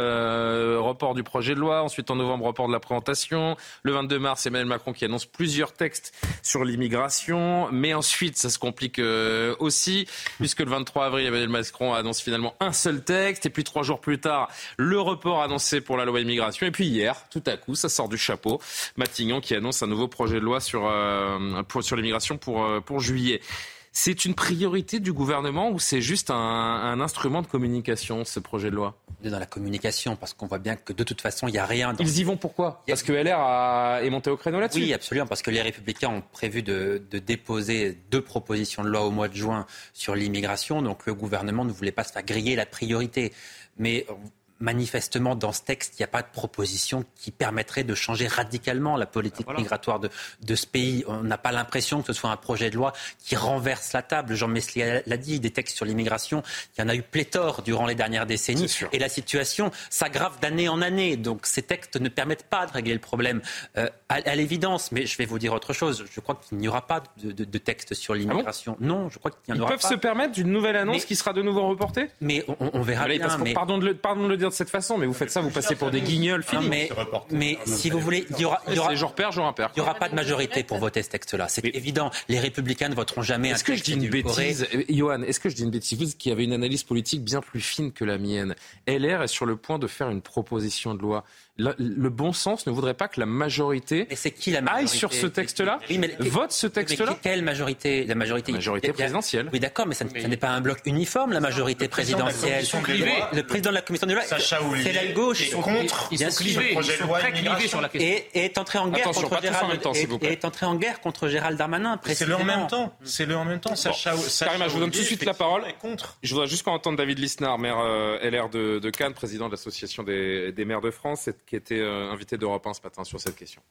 euh, report du projet de loi, ensuite en novembre, report de la présentation. Le vingt-deux mars, Emmanuel Macron qui annonce plusieurs textes sur l'immigration, mais ensuite ça se complique euh, aussi, puisque le vingt-trois avril, Emmanuel Macron annonce finalement un seul texte, et puis trois jours plus tard, le report annoncé pour la loi immigration, et puis hier, tout à coup, ça sort du chapeau, Matignon qui annonce un nouveau projet de loi sur, euh, pour, sur l'immigration pour, euh, pour juillet. C'est une priorité du gouvernement ou c'est juste un, un instrument de communication, ce projet de loi ? Dans la communication, parce qu'on voit bien que de toute façon, il n'y a rien. Dans... Ils y vont pourquoi ? Parce que L R a... est monté au créneau là-dessus ? Oui, absolument, parce que les Républicains ont prévu de, de déposer deux propositions de loi au mois de juin sur l'immigration, donc le gouvernement ne voulait pas se faire griller la priorité. Mais manifestement, dans ce texte, il n'y a pas de proposition qui permettrait de changer radicalement la politique voilà. migratoire de, de ce pays. On n'a pas l'impression que ce soit un projet de loi qui renverse la table. Jean Messia l'a dit, des textes sur l'immigration, il y en a eu pléthore durant les dernières décennies. Et la situation s'aggrave d'année en année. Donc ces textes ne permettent pas de régler le problème euh, à, à l'évidence. Mais je vais vous dire autre chose. Je crois qu'il n'y aura pas de, de, de texte sur l'immigration. Ah bon non, je crois qu'il n'y en Ils aura pas. Ils peuvent se permettre d'une nouvelle annonce mais, qui sera de nouveau reportée ? Mais on, on verra Allez, bien. Parce mais... Pardon de le, pardon de le dire de cette façon, mais vous faites ça, vous passez pour des guignols finis. Mais, mais si vous voulez, il y aura, il y aura, jour père, jour impair. Il n'y aura pas de majorité pour voter ce texte-là. C'est mais, évident. Les Républicains ne voteront jamais est-ce un texte. Est-ce que je dis une bêtise, Johan, est-ce que je dis une bêtise ? Vous qui avez une analyse politique bien plus fine que la mienne, L R est sur le point de faire une proposition de loi. Le, le bon sens ne voudrait pas que la majorité, mais c'est qui la majorité aille sur ce texte-là, oui, mais, vote ce texte-là. Mais quelle majorité ? La majorité, la majorité présidentielle. Oui, d'accord, mais ça, mais... ça n'est pas un bloc uniforme, la majorité présidentielle. Le président de la commission de loi, c'est la gauche. Contre, ils sont clivés, ils sont très clivés sur la question. Et, et est entré en guerre Attention, contre Gérald, temps, et, et est entré en guerre contre Gérald Darmanin. C'est le en même temps. C'est le en même temps. Sacha, bon. Sacha Karima, je vous donne tout de suite la parole. Contre. Je voudrais juste qu'on entende David Lisnard, maire euh, L R de, de Cannes, président de l'association des, des maires de France, qui était euh, invité d'Europe un ce matin sur cette question.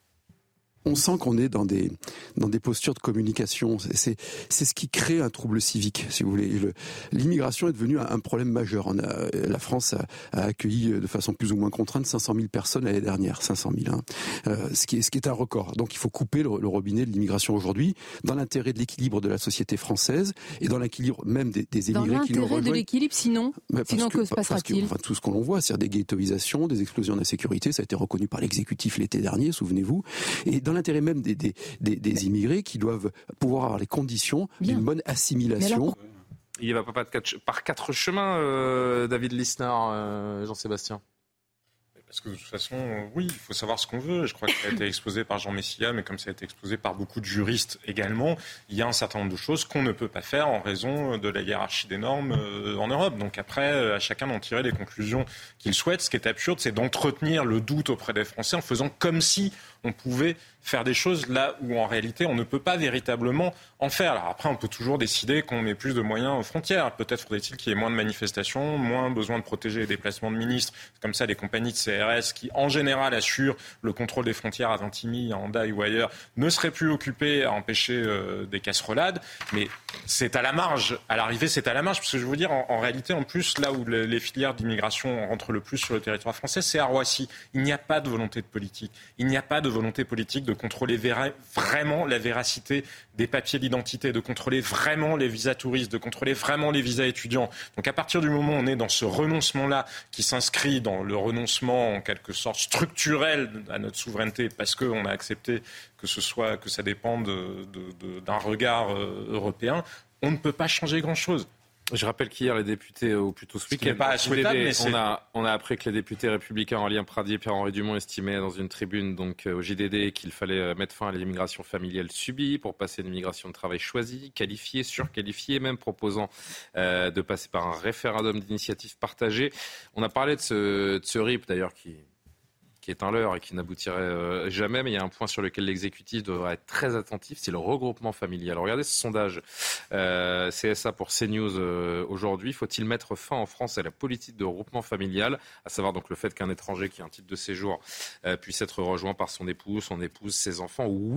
On sent qu'on est dans des, dans des postures de communication. C'est, c'est ce qui crée un trouble civique, si vous voulez. Le, l'immigration est devenue un, un problème majeur. On a, la France a, a accueilli de façon plus ou moins contrainte cinq cent mille personnes l'année dernière, cinq cent mille, hein, euh, ce, qui est, ce qui est un record. Donc il faut couper le, le robinet de l'immigration aujourd'hui, dans l'intérêt de l'équilibre de la société française et dans l'équilibre même des, des émigrés qui nous rejoignent. Dans l'intérêt de l'équilibre, sinon, sinon que, que se passera-t-il ? que, enfin, tout ce qu'on voit, c'est-à-dire des ghettoisations, des explosions d'insécurité, ça a été reconnu par l'exécutif l'été dernier, souvenez-vous. Et dans l'intérêt même des, des, des, des immigrés qui doivent pouvoir avoir les conditions Bien. d'une bonne assimilation. Il va pas par quatre chemins, euh, David Lisnard, euh, Jean-Sébastien. Parce que de toute façon, oui, il faut savoir ce qu'on veut. Je crois que ça a été exposé par Jean Messia, mais comme ça a été exposé par beaucoup de juristes également, il y a un certain nombre de choses qu'on ne peut pas faire en raison de la hiérarchie des normes en Europe. Donc après, à chacun d'en tirer les conclusions qu'il souhaite. Ce qui est absurde, c'est d'entretenir le doute auprès des Français en faisant comme si on pouvait faire des choses là où en réalité on ne peut pas véritablement en faire. Alors après, on peut toujours décider qu'on met plus de moyens aux frontières. Peut-être faudrait-il qu'il y ait moins de manifestations, moins besoin de protéger les déplacements de ministres. C'est comme ça, les compagnies de C R S qui, en général, assurent le contrôle des frontières à Vintimille, à Hendaye ou ailleurs, ne seraient plus occupées à empêcher euh, des casserolades. Mais c'est à la marge. À l'arrivée, c'est à la marge. Parce que je veux dire, en, en réalité, en plus, là où les, les filières d'immigration rentrent le plus sur le territoire français, c'est à Roissy. Il n'y a pas de volonté de politique. Il n'y a pas de volonté politique de contrôler véra- vraiment la véracité des papiers d'identité, de contrôler vraiment les visas touristes, de contrôler vraiment les visas étudiants. Donc à partir du moment où on est dans ce renoncement-là, qui s'inscrit dans le renoncement en quelque sorte structurel à notre souveraineté, parce qu'on a accepté que ce soit, que ça dépende de, de, de, d'un regard euh, européen, on ne peut pas changer grand-chose. Je rappelle qu'hier, les députés, ou plutôt ce week-end, pas souhaitable, mais on, a, on a appris que les députés républicains Aurélien Pradier et Pierre-Henri Dumont estimaient dans une tribune donc, au J D D qu'il fallait mettre fin à l'immigration familiale subie pour passer à une immigration de travail choisie, qualifiée, surqualifiée, même proposant euh, de passer par un référendum d'initiative partagée. On a parlé de ce, de ce R I P d'ailleurs qui... qui est un leurre et qui n'aboutirait euh, jamais, mais il y a un point sur lequel l'exécutif devrait être très attentif, c'est le regroupement familial. Alors, regardez ce sondage euh, C S A pour CNews euh, aujourd'hui. Faut-il mettre fin en France à la politique de regroupement familial, à savoir donc le fait qu'un étranger qui a un titre de séjour euh, puisse être rejoint par son épouse, son épouse, ses enfants? Oui,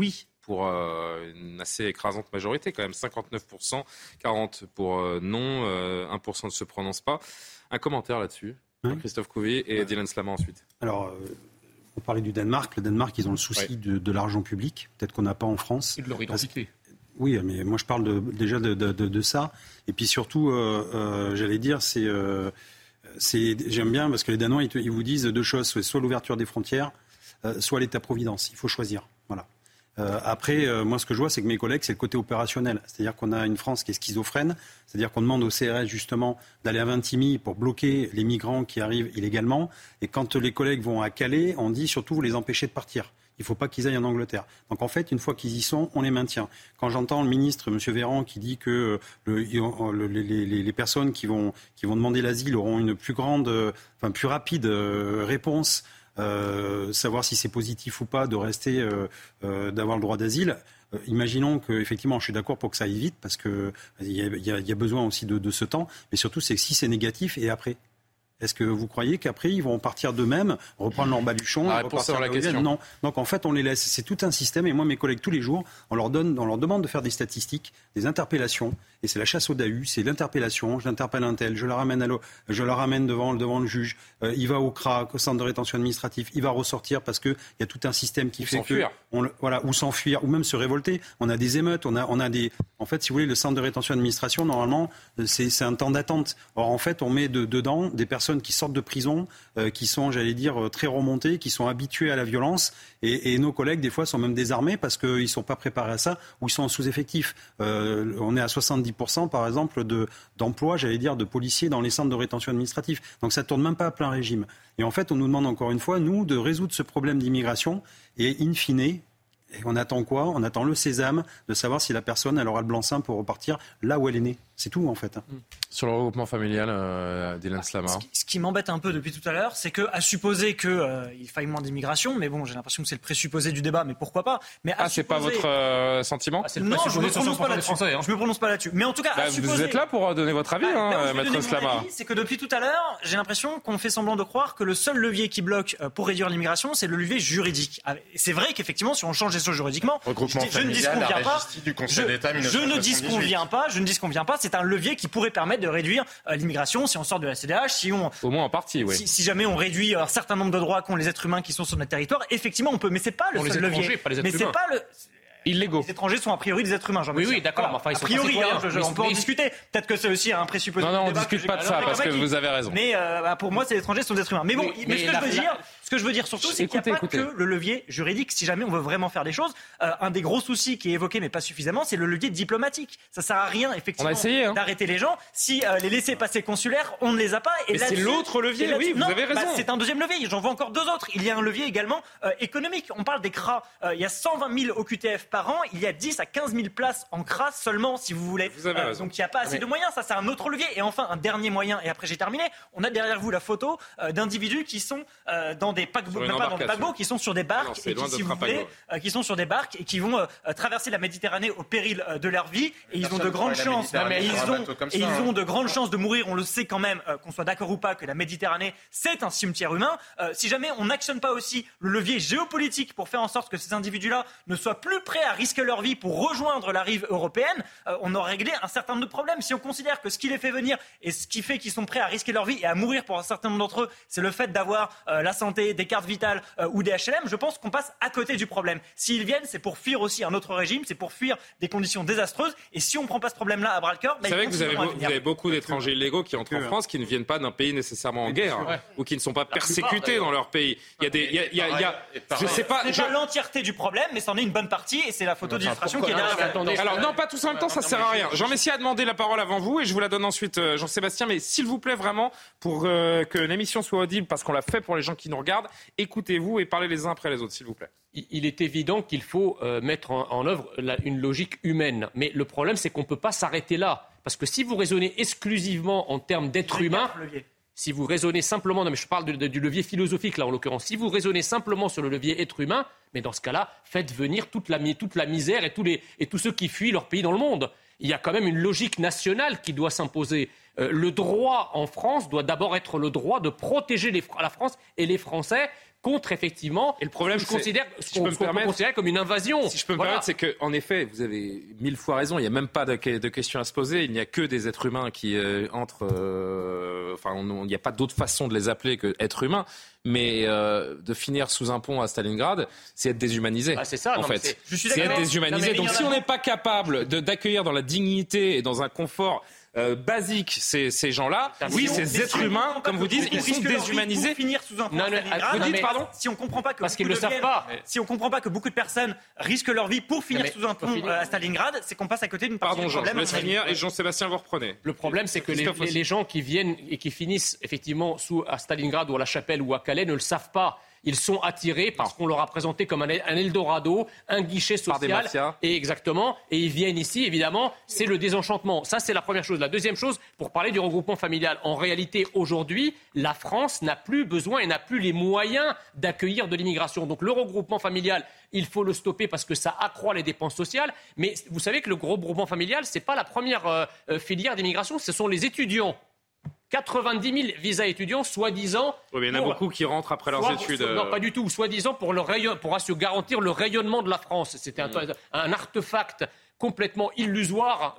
pour euh, une assez écrasante majorité, quand même cinquante-neuf pour cent, quarante pour cent pour euh, non, euh, un pour cent ne se prononce pas. Un commentaire là-dessus, oui. Christophe Couvi et Dylan Slama ensuite. Alors, euh, on parlait du Danemark. Le Danemark, ils ont le souci oui. de, de l'argent public, peut-être qu'on n'a pas en France. Et de leur identité. Oui, mais moi je parle de, déjà de, de, de, de ça. Et puis surtout, euh, euh, j'allais dire, c'est, euh, c'est, j'aime bien parce que les Danois, ils, te, ils vous disent deux choses, soit l'ouverture des frontières, euh, soit l'État-providence. Il faut choisir. Voilà. Euh, après, euh, moi ce que je vois, c'est que mes collègues, c'est le côté opérationnel. C'est-à-dire qu'on a une France qui est schizophrène. C'est-à-dire qu'on demande au C R S justement d'aller à Vintimille pour bloquer les migrants qui arrivent illégalement. Et quand les collègues vont à Calais, on dit surtout vous les empêchez de partir. Il ne faut pas qu'ils aillent en Angleterre. Donc en fait, une fois qu'ils y sont, on les maintient. Quand j'entends le ministre, M. Véran, qui dit que le, le, les, les, les personnes qui vont, qui vont demander l'asile auront une plus grande, enfin plus rapide réponse, euh, savoir si c'est positif ou pas de rester, euh, euh, d'avoir le droit d'asile. Euh, imaginons que, effectivement, je suis d'accord pour que ça aille vite, parce qu'il y, y, y a besoin aussi de, de ce temps. Mais surtout, c'est que si c'est négatif, et après ? Est-ce que vous croyez qu'après, ils vont partir d'eux-mêmes, reprendre leur baluchon ah, repartir la question. Non. Donc en fait, on les laisse. C'est tout un système. Et moi, mes collègues, tous les jours, on leur, donne, on leur demande de faire des statistiques, des interpellations. Et c'est la chasse au Dahu, c'est l'interpellation. Je l'interpelle un tel, je le ramène, à l'eau, je le ramène devant, devant le juge. Euh, il va au C R A, au centre de rétention administrative. Il va ressortir parce qu'il y a tout un système qui ou fait s'enfuir. que... On, voilà, ou s'enfuir, ou même se révolter. On a des émeutes, on a, on a des... En fait, si vous voulez, le centre de rétention administration, normalement, c'est, c'est un temps d'attente. Or, en fait, on met de, dedans des personnes qui sortent de prison, euh, qui sont, j'allais dire, très remontées, qui sont habituées à la violence. Et, et nos collègues, des fois, sont même désarmés parce qu'ils ne sont pas préparés à ça, ou ils sont en sous-effectif. Euh, on est à soixante-dix pour cent, par exemple, de, d'emploi, j'allais dire, de policiers dans les centres de rétention administrative. Donc ça ne tourne même pas à plein régime. Et en fait, on nous demande encore une fois, nous, de résoudre ce problème d'immigration. Et in fine, et on attend quoi ? On attend le sésame de savoir si la personne elle aura le blanc-seing pour repartir là où elle est née. C'est tout, en fait. Sur le regroupement familial, euh, Dylan Slama. Ce qui, ce qui m'embête un peu depuis tout à l'heure, c'est qu'à supposer qu'il euh, faille moins d'immigration, mais bon, j'ai l'impression que c'est le présupposé du débat, mais pourquoi pas. Mais ah, c'est supposer... pas votre euh, sentiment ? ah, c'est le Non, je ne me prononce pas là-dessus. Français, hein. Je me prononce pas là-dessus. Mais en tout cas, bah, à supposer... vous êtes là pour donner votre avis, ah, hein, Maître Slama. C'est que depuis tout à l'heure, j'ai l'impression qu'on fait semblant de croire que le seul levier qui bloque pour réduire l'immigration, c'est le levier juridique. C'est vrai qu'effectivement, si on change les choses juridiquement, je, je ne disconviens pas. Du Conseil d'État je, je ne disconviens pas. Je ne disconviens pas. C'est un levier qui pourrait permettre de réduire euh, l'immigration si on sort de la C D H, si on au moins en partie, oui. Si, si jamais on réduit un certain nombre de droits qu'ont les êtres humains qui sont sur notre territoire, effectivement on peut. Mais c'est pas le pour seul les levier. Pas les êtres mais humains. c'est pas le illégaux. Les étrangers sont a priori des êtres humains. Oui, oui, d'accord. Voilà. Mais enfin, ils a sont priori, pas hein, je, je, on peut en mais... discuter. Peut-être que c'est aussi un présupposé. Non, non, on ne discute pas de ça parce que vous avez raison. Mais euh, bah, pour moi, c'est les étrangers sont des êtres humains. Mais bon, mais, mais, mais ce, que la, je veux la... dire, ce que je veux dire surtout, c'est qu'il n'y a pas écoutez. que le levier juridique. Si jamais on veut vraiment faire des choses, euh, un des gros soucis qui est évoqué, mais pas suffisamment, c'est le levier diplomatique. Ça sert à rien, effectivement, essayé, hein. d'arrêter les gens. Si euh, les laissez-passer consulaires, on ne les a pas. Et mais c'est l'autre levier. Oui, vous non, avez raison. Bah, c'est un deuxième levier. J'en vois encore deux autres. Il y a un levier également euh, économique. On parle des C R A. Euh, il y a cent vingt mille O Q T F par an. Il y a dix à quinze mille places en C R A seulement, si vous voulez. Vous avez euh, raison. Donc il n'y a pas assez mais... de moyens. Ça, c'est un autre levier. Et enfin, un dernier moyen. Et après, j'ai terminé. On a derrière vous la photo euh, d'individus qui sont euh, dans des paquebots, même pas dans des paquebots, qui sont sur des barques non, et qui, si vous voulez, euh, qui sont sur des barques et qui vont euh, traverser la Méditerranée au péril euh, de leur vie. Et ils ont de grandes chances. Et ils ont, et ils ont de grandes chances de mourir. On le sait quand même, euh, qu'on soit d'accord ou pas, que la Méditerranée c'est un cimetière humain. Euh, si jamais on n'actionne pas aussi le levier géopolitique pour faire en sorte que ces individus-là ne soient plus prêts à risquer leur vie pour rejoindre la rive européenne, euh, on aura réglé un certain nombre de problèmes. Si on considère que ce qui les fait venir et ce qui fait qu'ils sont prêts à risquer leur vie et à mourir pour un certain nombre d'entre eux, c'est le fait d'avoir euh, la santé, des cartes vitales euh, ou des H L M, je pense qu'on passe à côté du problème. S'ils viennent, c'est pour fuir aussi un autre régime, c'est pour fuir des conditions désastreuses. Et si on ne prend pas ce problème-là à bras-le-corps, bah, vous savez que vous avez, beau, vous avez beaucoup d'étrangers illégaux qui entrent en France, qui ne viennent pas d'un pays nécessairement en guerre, hein, ou qui ne sont pas persécutés dans leur pays. Il y a des, il y a, il y a, il y a je sais pas, c'est je... pas l'entièreté du problème, mais c'en est une bonne partie, et c'est la photo d'illustration qui est derrière. Alors non, pas tous en même temps, ça sert à rien. Jean Messia a demandé la parole avant vous, et je vous la donne ensuite, euh, Jean-Sébastien. Mais s'il vous plaît, vraiment, pour euh, que l'émission soit audible, parce qu'on l'a fait pour les gens qui nous regardent, écoutez-vous et parlez les uns après les autres, s'il vous plaît. Il est évident qu'il faut euh, mettre en, en œuvre la, une logique humaine. Mais le problème, c'est qu'on ne peut pas s'arrêter là. Parce que si vous raisonnez exclusivement en termes d'être humain, si vous raisonnez simplement, non mais je parle de, de, du levier philosophique là en l'occurrence, si vous raisonnez simplement sur le levier être humain, mais dans ce cas-là, faites venir toute la, toute la misère et tous, les, et tous ceux qui fuient leur pays dans le monde. Il y a quand même une logique nationale qui doit s'imposer. Euh, le droit en France doit d'abord être le droit de protéger les, la France et les Français contre effectivement. Et le problème, je considère si ce qu'on, je peux me permettre, considérer comme une invasion. Si je peux me voilà. permettre, c'est qu'en effet, vous avez mille fois raison. Il n'y a même pas de, de questions à se poser. Il n'y a que des êtres humains qui euh, entrent. Euh, enfin, il n'y a pas d'autre façon de les appeler que êtres humains. Mais euh, de finir sous un pont à Stalingrad, c'est être déshumanisé. Ah, c'est ça. En non, fait, c'est, je suis c'est être déshumanisé. Non, Donc, si on n'est pas capable de, d'accueillir dans la dignité et dans un confort Euh, basique, ces, ces gens-là, oui, si ces êtres humains, comme vous dites, ils sont déshumanisés. Pour finir sous un pont non, à Stalingrad, vous dites, pardon, si on comprend pas que parce qu'ils le savent pas. Si on comprend pas que beaucoup de personnes risquent leur vie pour finir sous un pont à Stalingrad, c'est qu'on passe à côté d'une partie Pardon, du problème. Pardon, Jean, je laisse finir et Jean-Sébastien, vous reprenez. Le problème, c'est que les, les, les gens qui viennent et qui finissent effectivement sous à Stalingrad ou à La Chapelle ou à Calais ne le savent pas. Ils sont attirés parce qu'on leur a présenté comme un, un Eldorado, un guichet social. Par des mafias. Et exactement. Et ils viennent ici, évidemment, c'est le désenchantement. Ça, c'est la première chose. La deuxième chose, pour parler du regroupement familial. En réalité, aujourd'hui, la France n'a plus besoin et n'a plus les moyens d'accueillir de l'immigration. Donc le regroupement familial, il faut le stopper parce que ça accroît les dépenses sociales. Mais vous savez que le regroupement familial, c'est pas la première euh, filière d'immigration, ce sont les étudiants. quatre-vingt-dix mille visas étudiants, soi-disant. Oui, mais il y en a pour, beaucoup qui rentrent après leurs soit, études. Soit, non, pas du tout. Soi-disant pour, le rayon, pour se garantir le rayonnement de la France. C'était un, mmh. un artefact complètement illusoire.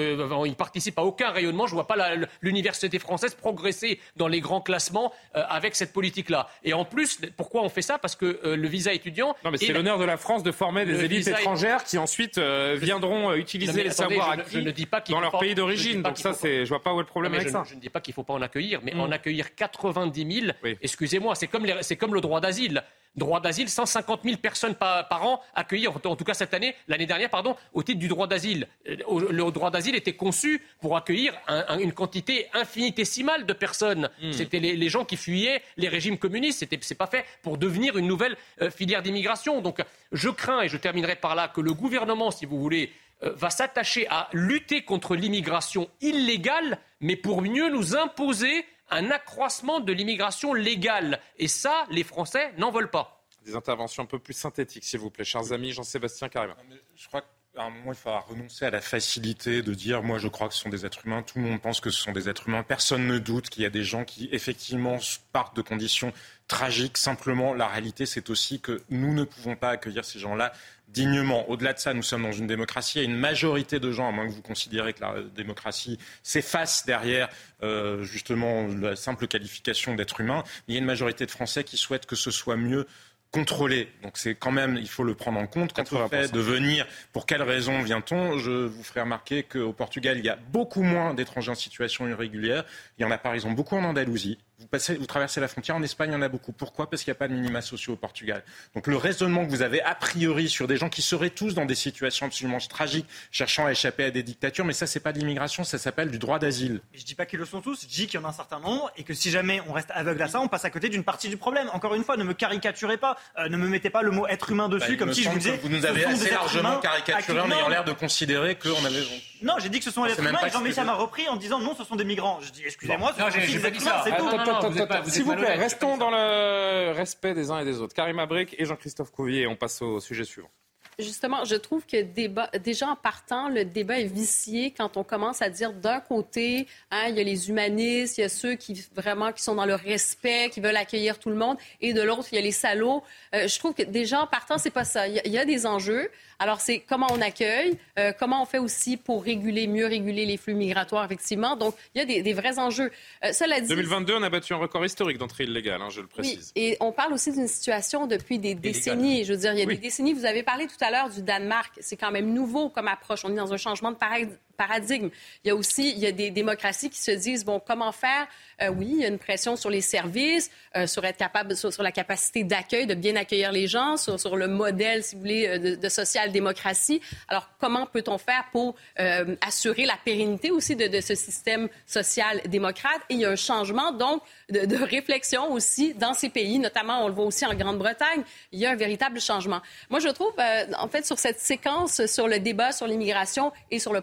Il participe à aucun rayonnement. Je ne vois pas la, l'université française progresser dans les grands classements euh, avec cette politique-là. Et en plus, pourquoi on fait ça ? Parce que euh, le visa étudiant... Non, mais c'est l'honneur de la France de former des élites étrangères qui ensuite euh, viendront utiliser non, les attendez, savoirs je, acquis je ne dis pas dans leur pas, pays d'origine. Donc ça, c'est, je vois pas où est le problème non, avec je, ça. Je ne dis pas qu'il ne faut pas en accueillir, mais mmh. en accueillir quatre-vingt-dix mille, oui. excusez-moi, c'est comme, les, c'est comme le droit d'asile. Droit d'asile, cent cinquante mille personnes par, par an accueillies, en tout cas cette année, l'année dernière, pardon, au titre du droit d'asile. Le droit d'asile était conçu pour accueillir un, un, une quantité infinitésimale de personnes. Mmh. C'était les, les gens qui fuyaient les régimes communistes. C'était, c'est pas fait pour devenir une nouvelle euh, filière d'immigration. Donc, je crains, et je terminerai par là, que le gouvernement, si vous voulez, euh, va s'attacher à lutter contre l'immigration illégale, mais pour mieux nous imposer un accroissement de l'immigration légale. Et ça, les Français n'en veulent pas. Des interventions un peu plus synthétiques, s'il vous plaît, chers amis. Jean-Sébastien Carima. Je crois qu'à un moment, il faudra renoncer à la facilité de dire « moi, je crois que ce sont des êtres humains ». Tout le monde pense que ce sont des êtres humains. Personne ne doute qu'il y a des gens qui, effectivement, partent de conditions tragiques. Simplement, la réalité, c'est aussi que nous ne pouvons pas accueillir ces gens-là dignement. Au-delà de ça, nous sommes dans une démocratie. Il y a une majorité de gens, à moins que vous considérez que la démocratie s'efface derrière euh, justement la simple qualification d'être humain, il y a une majorité de Français qui souhaitent que ce soit mieux contrôlé. Donc c'est quand même, il faut le prendre en compte. Quand on fait de venir, pour quelles raisons vient-on ? Je vous ferai remarquer qu'au Portugal, il y a beaucoup moins d'étrangers en situation irrégulière. Il y en a par exemple beaucoup en Andalousie. Vous, passez, vous traversez la frontière, en Espagne, il y en a beaucoup. Pourquoi ? Parce qu'il n'y a pas de minima sociaux au Portugal. Donc le raisonnement que vous avez a priori sur des gens qui seraient tous dans des situations absolument tragiques, cherchant à échapper à des dictatures, mais ça, c'est pas de l'immigration, ça s'appelle du droit d'asile. Je dis pas qu'ils le sont tous, je dis qu'il y en a un certain nombre, et que si jamais on reste aveugle à ça, on passe à côté d'une partie du problème. Encore une fois, ne me caricaturez pas, euh, ne me mettez pas le mot être humain dessus, bah, comme si je vous disais... Vous nous avez assez largement caricaturé en ayant l'air de considérer qu'on avait... Non, j'ai dit que ce sont les êtres humains, et Jean Messia m'a repris en disant non, ce sont des migrants. Je dis excusez-moi, ce sont des êtres humains, c'est tout. S'il vous plaît, restons dans le respect des uns et des autres. Karima Brick et Jean-Christophe Couvier, on passe au sujet suivant. Justement, je trouve que débat, déjà en partant, le débat est vicié quand on commence à dire d'un côté, hein, il y a les humanistes, il y a ceux qui vraiment qui sont dans le respect, qui veulent accueillir tout le monde, et de l'autre, il y a les salauds. Euh, je trouve que déjà en partant, c'est pas ça. Il y a, il y a des enjeux. Alors, c'est comment on accueille, euh, comment on fait aussi pour réguler, mieux réguler les flux migratoires, effectivement. Donc, il y a des, des vrais enjeux. Euh, cela dit... deux mille vingt-deux, on a battu un record historique d'entrée illégale, hein, je le précise. Oui, et on parle aussi d'une situation depuis des décennies. Je veux dire, il y a oui. des décennies. Vous avez parlé tout à l'heure du Danemark. C'est quand même nouveau comme approche. On est dans un changement de paradigme. Il y a aussi il y a des démocraties qui se disent, bon, comment faire? Euh, oui, il y a une pression sur les services, euh, sur être capable, sur, sur la capacité d'accueil, de bien accueillir les gens, sur, sur le modèle, si vous voulez, de, de social-démocratie. Alors, comment peut-on faire pour euh, assurer la pérennité aussi de, de ce système social-démocrate? Et il y a un changement, donc, de, de réflexion aussi dans ces pays, notamment, on le voit aussi en Grande-Bretagne, il y a un véritable changement. Moi, je trouve, euh, en fait, sur cette séquence, sur le débat sur l'immigration et sur le projet de loi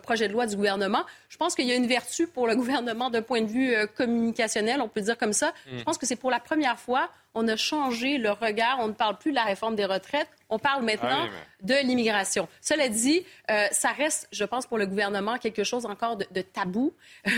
fois du gouvernement. Je pense qu'il y a une vertu pour le gouvernement d'un point de vue euh, communicationnel, on peut dire comme ça. Mm. Je pense que c'est pour la première fois, on a changé le regard. On ne parle plus de la réforme des retraites. On parle maintenant ah oui, mais... de l'immigration. Cela dit, euh, ça reste, je pense, pour le gouvernement, quelque chose encore de, de tabou,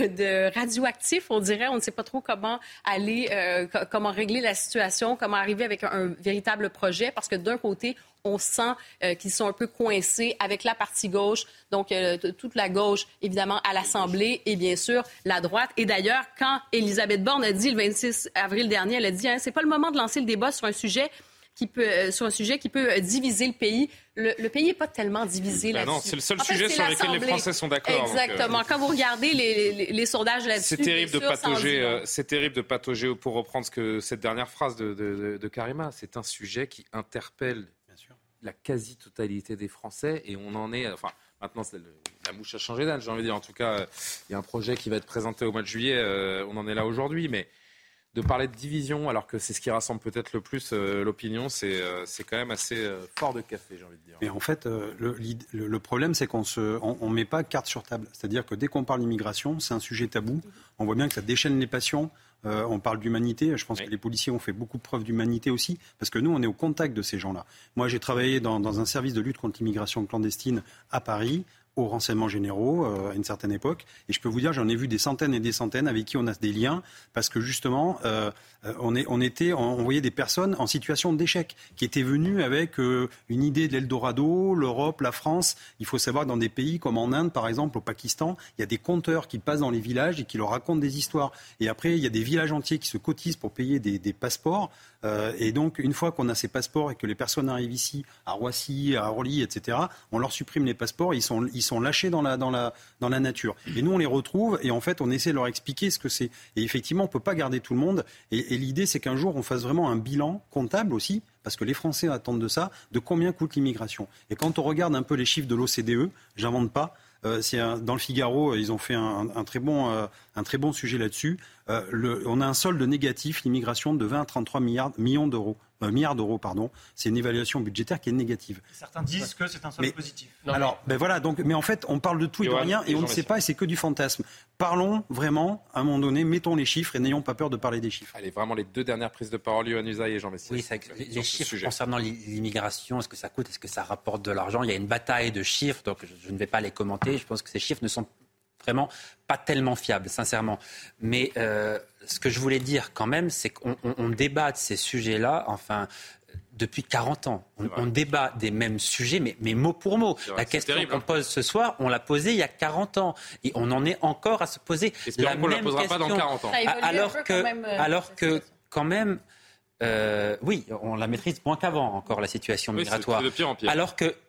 de radioactif, on dirait. On ne sait pas trop comment aller, euh, comment régler la situation, comment arriver avec un, un véritable projet, parce que d'un côté, on sent euh, qu'ils sont un peu coincés avec la partie gauche, donc euh, toute la gauche, évidemment, à l'Assemblée, et bien sûr, la droite. Et d'ailleurs, quand Élisabeth Borne a dit le vingt-six avril dernier, elle a dit hein, « c'est pas le moment de lancer le débat sur un sujet qui peut, euh, sur un sujet qui peut euh, diviser le pays ». Le, le pays n'est pas tellement divisé ben là-dessus. Non, c'est le seul en sujet fait, sur lequel les Français sont d'accord. Exactement. Donc, euh... Quand vous regardez les, les, les sondages là-dessus, c'est terrible, de sûr, patauger, euh, c'est terrible de patauger, pour reprendre ce que, cette dernière phrase de, de, de, de Karima. C'est un sujet qui interpelle la quasi-totalité des Français et on en est... Enfin, maintenant, c'est le, la mouche a changé d'âne, j'ai envie de dire. En tout cas, il y a un projet qui va être présenté au mois de juillet. Euh, on en est là aujourd'hui, mais de parler de division, alors que c'est ce qui rassemble peut-être le plus euh, l'opinion, c'est, euh, c'est quand même assez euh, fort de café, j'ai envie de dire. Mais en fait, euh, le, le, le problème, c'est qu'on ne on, on met pas carte sur table. C'est-à-dire que dès qu'on parle d'immigration, c'est un sujet tabou. On voit bien que ça déchaîne les passions. Euh, on parle d'humanité, je pense oui. que les policiers ont fait beaucoup de preuves d'humanité aussi, parce que nous, on est au contact de ces gens-là. Moi, j'ai travaillé dans, dans un service de lutte contre l'immigration clandestine à Paris, aux renseignements généraux euh, à une certaine époque, et je peux vous dire, j'en ai vu des centaines et des centaines avec qui on a des liens, parce que justement, euh, on, est, on, était, on, on voyait des personnes en situation d'échec, qui étaient venues avec euh, une idée de l'Eldorado, l'Europe, la France. Il faut savoir que dans des pays comme en Inde, par exemple, au Pakistan, il y a des conteurs qui passent dans les villages et qui leur racontent des histoires. Et après, il y a des villages entiers qui se cotisent pour payer des, des passeports. Euh, et donc, une fois qu'on a ces passeports et que les personnes arrivent ici, à Roissy, à Orly, et cetera, on leur supprime les passeports, ils sont, ils sont lâchés dans la, dans, la, dans la nature. Et nous, on les retrouve et en fait, on essaie de leur expliquer ce que c'est. Et effectivement, on ne peut pas garder tout le monde. Et, et l'idée, c'est qu'un jour, on fasse vraiment un bilan comptable aussi, parce que les Français attendent de ça, de combien coûte l'immigration. Et quand on regarde un peu les chiffres de l'O C D E, j'invente pas, euh, c'est un, dans le Figaro, ils ont fait un, un, très, bon, euh, un très bon sujet là-dessus. Euh, le, on a un solde négatif, l'immigration, de vingt à trente-trois milliards, millions d'euros. Euh, milliards d'euros, pardon. C'est une évaluation budgétaire qui est négative. Certains disent que c'est un solde mais, positif. Non, alors, mais... ben voilà. Donc, mais en fait, on parle de tout et de rien, et on ne sait pas, et c'est que du fantasme. Parlons vraiment, à un moment donné, mettons les chiffres et n'ayons pas peur de parler des chiffres. Allez, vraiment les deux dernières prises de parole, Yohann Usaï et Jean Messia. Oui, ça, les, les chiffres sujet. Concernant l'immigration, est-ce que ça coûte, est-ce que ça rapporte de l'argent? Il y a une bataille de chiffres, donc je, je ne vais pas les commenter. Je pense que ces chiffres ne sont vraiment pas tellement fiables, sincèrement. Mais euh, ce que je voulais dire quand même, c'est qu'on on, on débat de ces sujets-là, enfin, depuis quarante ans. On, on débat des mêmes sujets, mais, mais mot pour mot. La question terrible, qu'on hein. pose ce soir, on l'a posée il y a quarante ans. Et on en est encore à se poser Espérons la qu'on même la posera question. Pas dans quarante ans. Alors que, même, euh, alors que quand même, euh, oui, on la maîtrise moins qu'avant encore, la situation oui, migratoire. C'est de pire en pire. Alors que...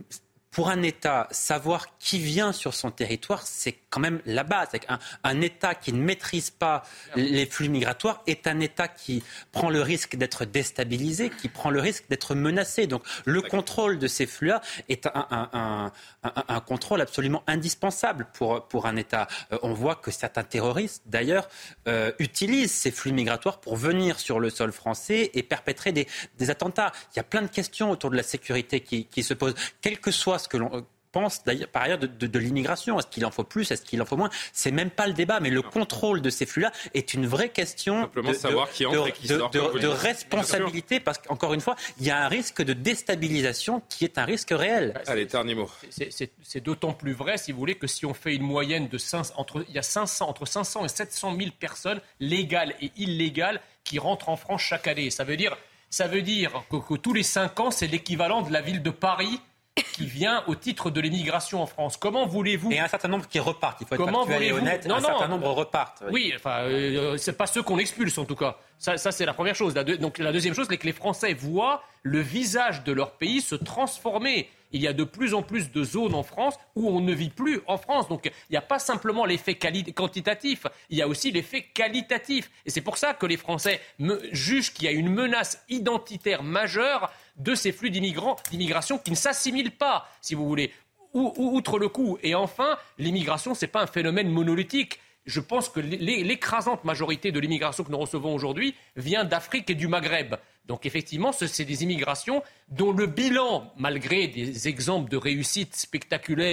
Pour un État, savoir qui vient sur son territoire, c'est quand même la base. Un, un État qui ne maîtrise pas les flux migratoires est un État qui prend le risque d'être déstabilisé, qui prend le risque d'être menacé. Donc le contrôle de ces flux-là est un, un, un, un, un contrôle absolument indispensable pour, pour un État. Euh, on voit que certains terroristes, d'ailleurs, euh, utilisent ces flux migratoires pour venir sur le sol français et perpétrer des, des attentats. Il y a plein de questions autour de la sécurité qui, qui se posent. Quel que soit ce que l'on pense d'ailleurs, par ailleurs de, de, de l'immigration. Est-ce qu'il en faut plus? Est-ce qu'il en faut moins? C'est même pas le débat, mais le contrôle de ces flux-là est une vraie question Simplement de, savoir qui entre et qui sort. De, de, de responsabilité, parce qu'encore une fois, il y a un risque de déstabilisation qui est un risque réel. Allez, dernier mot. C'est, c'est, c'est d'autant plus vrai, si vous voulez, que si on fait une moyenne de cinq cents, entre, il y a cinq cents, entre cinq cents et sept cent mille personnes légales et illégales qui rentrent en France chaque année. Ça veut dire, ça veut dire que, que tous les cinq ans, c'est l'équivalent de la ville de Paris qui vient au titre de l'émigration en France. Comment voulez-vous... Et un certain nombre qui repartent. Il faut être Comment factuel et honnête. Non, un non, certain nombre repartent. Oui, oui enfin, euh, c'est pas ceux qu'on expulse en tout cas. Ça, ça c'est la première chose. La deux, donc la deuxième chose, c'est que les Français voient le visage de leur pays se transformer. Il y a de plus en plus de zones en France où on ne vit plus en France. Donc il n'y a pas simplement l'effet quali- quantitatif, il y a aussi l'effet qualitatif. Et c'est pour ça que les Français me jugent qu'il y a une menace identitaire majeure de ces flux d'immigrants, d'immigration qui ne s'assimilent pas, si vous voulez, ou, ou, outre le coup. Et enfin, l'immigration, ce n'est pas un phénomène monolithique. Je pense que l'écrasante majorité de l'immigration que nous recevons aujourd'hui vient d'Afrique et du Maghreb. Donc effectivement, c'est des immigrations dont le bilan, malgré des exemples de réussite spectaculaire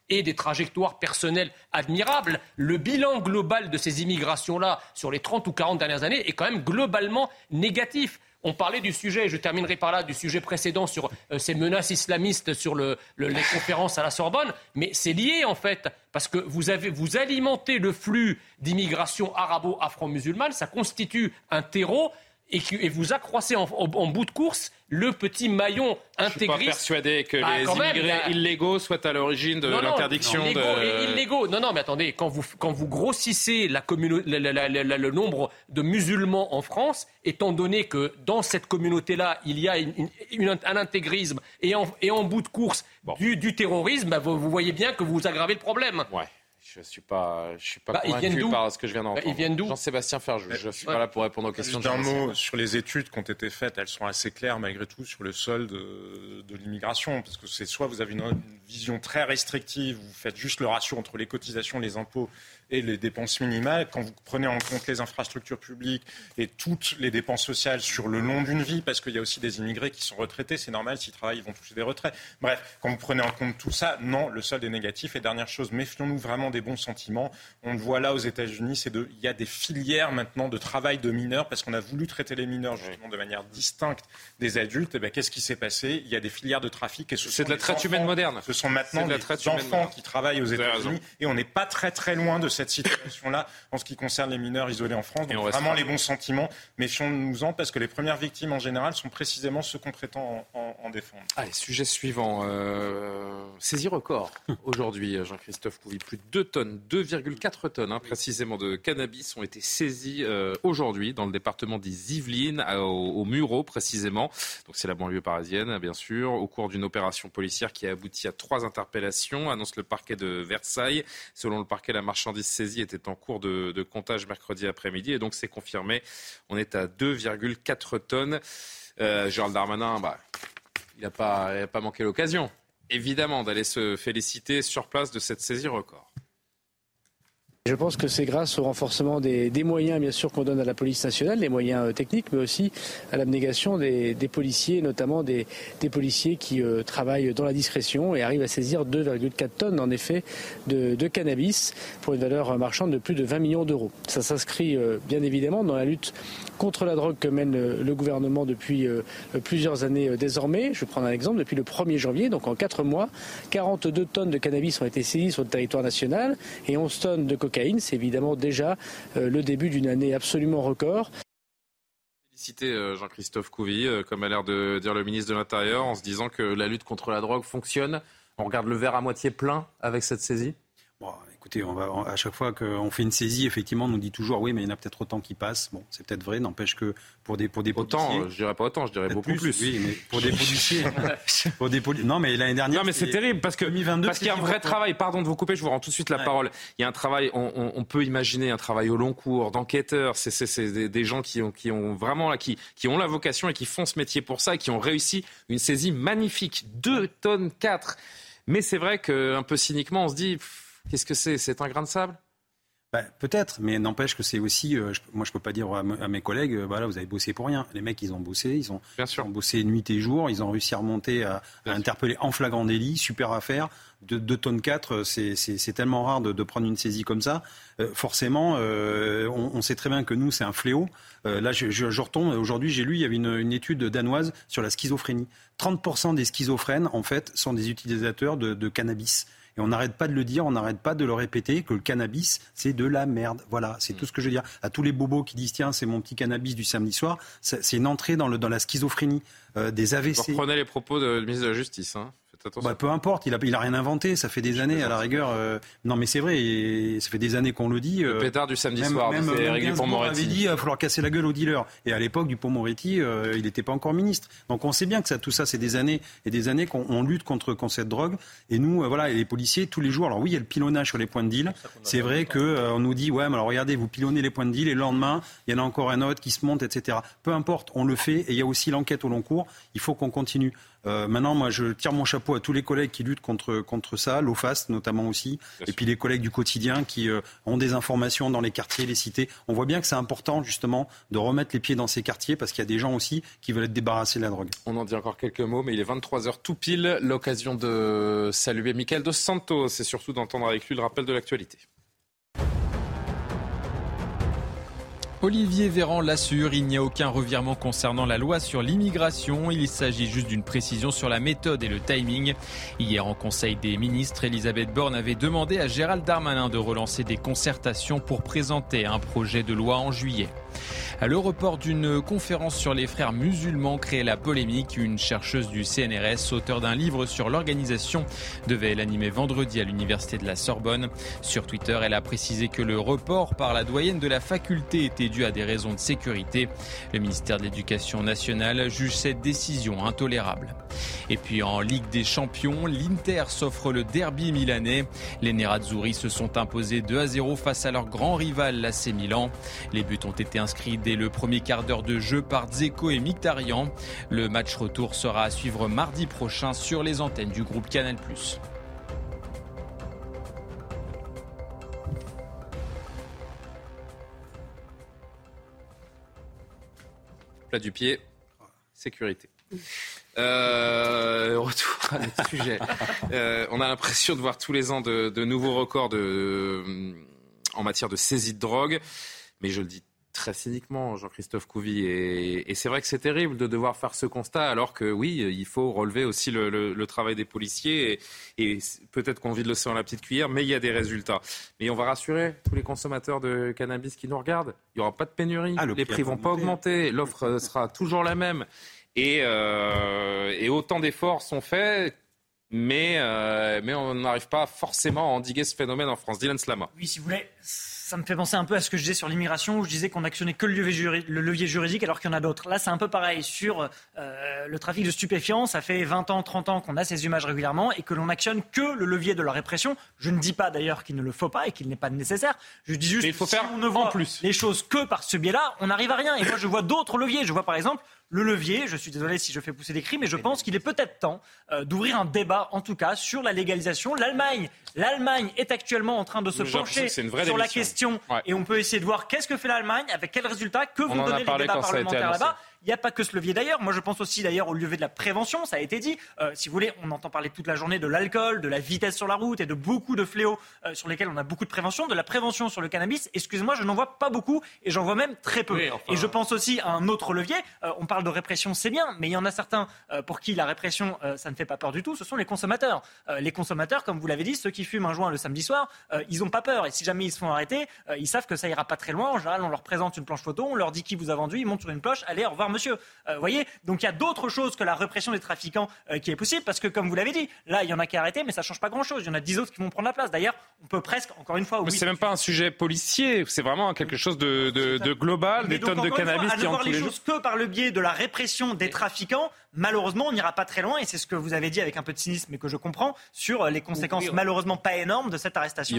et des trajectoires personnelles admirables, le bilan global de ces immigrations-là sur les trente ou quarante dernières années est quand même globalement négatif. On parlait du sujet, je terminerai par là, du sujet précédent sur euh, ces menaces islamistes sur le, le, les conférences à la Sorbonne, mais c'est lié en fait, parce que vous, avez, vous alimentez le flux d'immigration arabo-afro-musulmane, ça constitue un terreau, et, et vous accroissez en, en, en bout de course le petit maillon intégriste. Je ne suis pas persuadé que bah, les immigrés même, a... illégaux soient à l'origine de non, l'interdiction non, de... Et illégaux. Non, non, mais attendez, quand vous, quand vous grossissez la communo... la, la, la, la, le nombre de musulmans en France, étant donné que dans cette communauté-là, il y a une, une, une, un intégrisme et en, et en bout de course bon. du, du terrorisme, bah, vous, vous voyez bien que vous aggravez le problème. Ouais. Je ne suis pas, je suis pas bah, convaincu par ce que je viens d'entendre. Bah, ils viennent d'où ? Jean-Sébastien Ferjou, je ne suis ouais. pas là pour répondre aux questions. Juste un mot sur les études qui ont été faites, elles sont assez claires malgré tout sur le solde de, de l'immigration. Parce que c'est soit vous avez une, une vision très restrictive, vous faites juste le ratio entre les cotisations, les impôts et les dépenses minimales. Quand vous prenez en compte les infrastructures publiques et toutes les dépenses sociales sur le long d'une vie, parce qu'il y a aussi des immigrés qui sont retraités, c'est normal, s'ils travaillent, ils vont toucher des retraits. Bref, quand vous prenez en compte tout ça, non, le solde est négatif. Et dernière chose, méfions-nous vraiment des bons sentiments. On le voit là aux États-Unis, c'est de, il y a des filières maintenant de travail de mineurs, parce qu'on a voulu traiter les mineurs justement de manière distincte des adultes. Et bien, qu'est-ce qui s'est passé ? Il y a des filières de trafic. Et ce c'est de la traite humaine moderne. Ce sont maintenant des enfants qui travaillent aux États-Unis. Et on n'est pas très très loin de cette situation-là en ce qui concerne les mineurs isolés en France. Donc vraiment les bons sentiments, méfions-nous-en, parce que les premières victimes en général sont précisément ceux qu'on prétend en, en, en défendre. Allez, sujet suivant. Euh, saisie record aujourd'hui, Jean-Christophe Couvi. Plus de deux tonnes, deux virgule quatre tonnes hein, précisément de cannabis ont été saisies euh, aujourd'hui dans le département des Yvelines, à, au, au Mureau précisément. Donc c'est la banlieue parisienne, bien sûr, au cours d'une opération policière qui a abouti à trois interpellations, annonce le parquet de Versailles. Selon le parquet, la marchandise saisie était en cours de, de comptage mercredi après-midi et donc c'est confirmé. On est à deux virgule quatre tonnes. Euh, Gérald Darmanin, bah, il n'a pas, il a pas manqué l'occasion, évidemment, d'aller se féliciter sur place de cette saisie record. Je pense que c'est grâce au renforcement des, des moyens, bien sûr, qu'on donne à la police nationale, les moyens euh, techniques, mais aussi à l'abnégation des, des policiers, notamment des, des policiers qui euh, travaillent dans la discrétion et arrivent à saisir deux virgule quatre tonnes, en effet, de, de cannabis pour une valeur marchande de plus de vingt millions d'euros. Ça s'inscrit euh, bien évidemment dans la lutte contre la drogue que mène euh, le gouvernement depuis euh, plusieurs années euh, désormais. Je vais prendre un exemple. Depuis le premier janvier, donc en quatre mois, quarante-deux tonnes de cannabis ont été saisies sur le territoire national et onze tonnes de cocaïne. C'est évidemment déjà euh, le début d'une année absolument record. Féliciter euh, Jean-Christophe Couvi, euh, comme a l'air de dire le ministre de l'Intérieur, en se disant que la lutte contre la drogue fonctionne. On regarde le verre à moitié plein avec cette saisie. Bon, écoutez, on va, à chaque fois qu'on fait une saisie, effectivement, on nous dit toujours oui, mais il y en a peut-être autant qui passent. Bon, c'est peut-être vrai, n'empêche que pour des pour des autant, policiers, je dirais pas autant, je dirais beaucoup plus. plus. Oui, mais pour des policiers, pour des poli... non, mais l'année dernière, non, mais c'est, c'est terrible parce que deux mille vingt-deux, parce qu'il y a un vrai travail. Pardon de vous couper, je vous rends tout de suite la ouais. parole. Il y a un travail, on, on, on peut imaginer un travail au long cours d'enquêteurs. C'est, c'est, c'est des, des gens qui ont qui ont vraiment là, qui qui ont la vocation et qui font ce métier pour ça et qui ont réussi une saisie magnifique, deux tonnes quatre. Mais c'est vrai qu'un peu cyniquement, on se dit. Pff, qu'est-ce que c'est ? C'est un grain de sable ? Bah, peut-être, mais n'empêche que c'est aussi... Euh, je, moi, je ne peux pas dire à, m- à mes collègues, euh, voilà, vous avez bossé pour rien. Les mecs, ils ont bossé, ils ont, ils ont bossé nuit et jour, ils ont réussi à remonter, à, à interpeller en flagrant délit, super affaire. De deux tonnes quatre, c'est, c'est, c'est tellement rare de, de prendre une saisie comme ça. Euh, forcément, euh, on, on sait très bien que nous, c'est un fléau. Euh, là, je, je, je retombe. Aujourd'hui, j'ai lu, il y avait une, une étude danoise sur la schizophrénie. trente pour cent des schizophrènes, en fait, sont des utilisateurs de, de cannabis. Et on n'arrête pas de le dire, on n'arrête pas de le répéter, que le cannabis, c'est de la merde. Voilà, c'est mmh. tout ce que je veux dire. À tous les bobos qui disent, tiens, c'est mon petit cannabis du samedi soir, c'est, c'est une entrée dans, le, dans la schizophrénie, euh, des A V C. Vous reprenez les propos de, du ministre de la Justice, hein. Bah, peu importe, il a, il a rien inventé, ça fait des années à la rigueur. Euh, non mais c'est vrai, et ça fait des années qu'on le dit. Le euh, pétard du samedi même, soir, même, c'est Éric Dupond-Moretti. avait dit il va falloir casser la gueule aux dealers. Et à l'époque, Dupond-Moretti, euh, il n'était pas encore ministre. Donc on sait bien que ça, tout ça, c'est des années et des années qu'on on lutte contre, contre cette drogue. Et nous, euh, voilà, et les policiers, tous les jours, alors oui, il y a le pilonnage sur les points de deal. C'est vrai qu'on euh, nous dit, ouais, mais alors regardez, vous pilonnez les points de deal et le lendemain, il y en a encore un autre qui se monte, et cetera. Peu importe, on le fait et il y a aussi l'enquête au long cours. Il faut qu'on continue. Euh, maintenant, moi, je tire mon chapeau à tous les collègues qui luttent contre, contre ça, l'OFAST notamment aussi, bien et sûr. Puis les collègues du quotidien qui euh, ont des informations dans les quartiers, les cités. On voit bien que c'est important, justement, de remettre les pieds dans ces quartiers parce qu'il y a des gens aussi qui veulent être débarrassés de la drogue. On en dit encore quelques mots, mais il est vingt-trois heures tout pile. L'occasion de saluer Michael Dos Santos et surtout d'entendre avec lui le rappel de l'actualité. Olivier Véran l'assure, il n'y a aucun revirement concernant la loi sur l'immigration. Il s'agit juste d'une précision sur la méthode et le timing. Hier, en Conseil des ministres, Elisabeth Borne avait demandé à Gérald Darmanin de relancer des concertations pour présenter un projet de loi en juillet. Le report d'une conférence sur les frères musulmans crée la polémique. Une chercheuse du C N R S, auteure d'un livre sur l'organisation, devait l'animer vendredi à l'université de la Sorbonne. Sur Twitter, elle a précisé que le report par la doyenne de la faculté était dû à des raisons de sécurité. Le ministère de l'Éducation nationale juge cette décision intolérable. Et puis en Ligue des Champions, l'Inter s'offre le derby milanais. Les Nerazzurri se sont imposés deux à zéro face à leur grand rival, l'A C Milan. Les buts ont été inscrits dès le premier quart d'heure de jeu par Dzeko et Mkhitaryan. Le match retour sera à suivre mardi prochain sur les antennes du groupe Canal plus. Plat du pied, sécurité. Euh, retour à notre sujet. Euh, on a l'impression de voir tous les ans de, de nouveaux records de, de, en matière de saisie de drogue. Mais je le dis très cyniquement, Jean-Christophe Couvi, et, et c'est vrai que c'est terrible de devoir faire ce constat, alors que oui, il faut relever aussi le, le, le travail des policiers, et, et peut-être qu'on vide l'océan à la petite cuillère, mais il y a des résultats. Mais on va rassurer tous les consommateurs de cannabis qui nous regardent, il n'y aura pas de pénurie, ah, les prix ne vont pas augmenter, l'offre sera toujours la même, et, euh, et autant d'efforts sont faits, mais, euh, mais on n'arrive pas forcément à endiguer ce phénomène en France. Dylan Slama. Oui, si vous voulez... Ça me fait penser un peu à ce que je disais sur l'immigration, où je disais qu'on n'actionnait que le levier, juridique, le levier juridique alors qu'il y en a d'autres. Là, c'est un peu pareil. Sur euh, le trafic de stupéfiants, ça fait vingt ans, trente ans qu'on a ces images régulièrement et que l'on n'actionne que le levier de la répression. Je ne dis pas d'ailleurs qu'il ne le faut pas et qu'il n'est pas nécessaire. Je dis juste que si on ne voit plus les choses que par ce biais-là, on n'arrive à rien. Et moi, je vois d'autres leviers. Je vois par exemple le levier, je suis désolé si je fais pousser des cris, mais je pense qu'il est peut-être temps euh, d'ouvrir un débat, en tout cas, sur la légalisation. L'Allemagne, l'Allemagne est actuellement en train de se J'ai pencher sur démission. la question, ouais. Et on peut essayer de voir qu'est-ce que fait l'Allemagne, avec quels résultats, que vont donner les débats parlementaires là-bas. Il n'y a pas que ce levier d'ailleurs. Moi, je pense aussi d'ailleurs au levier de la prévention. Ça a été dit. Euh, si vous voulez, on entend parler toute la journée de l'alcool, de la vitesse sur la route et de beaucoup de fléaux euh, sur lesquels on a beaucoup de prévention. De la prévention sur le cannabis, excusez-moi, je n'en vois pas beaucoup et j'en vois même très peu. Oui, enfin... Et je pense aussi à un autre levier. Euh, on parle de répression, c'est bien, mais il y en a certains euh, pour qui la répression, euh, ça ne fait pas peur du tout. Ce sont les consommateurs. Euh, les consommateurs, comme vous l'avez dit, ceux qui fument un joint le samedi soir, euh, ils n'ont pas peur. Et si jamais ils se font arrêter, euh, ils savent que ça ira pas très loin. En général, on leur présente une planche photo, on leur dit qui vous a vendu, ils montent sur une cloche. Allez, au revoir, monsieur. Euh, voyez, donc il y a d'autres choses que la répression des trafiquants euh, qui est possible, parce que comme vous l'avez dit, là il y en a qui arrêtés, mais ça change pas grand-chose. Il y en a dix autres qui vont prendre la place. D'ailleurs, on peut presque, encore une fois, oui, mais c'est même pas un sujet policier, c'est vraiment quelque chose de, de, de global, mais des donc, tonnes de cannabis fois, qui entrent tous les jours. À ne voir les choses que par le biais de la répression des trafiquants, malheureusement, on n'ira pas très loin, et c'est ce que vous avez dit avec un peu de cynisme, mais que je comprends, sur les conséquences oui, oui, malheureusement pas énormes de cette arrestation.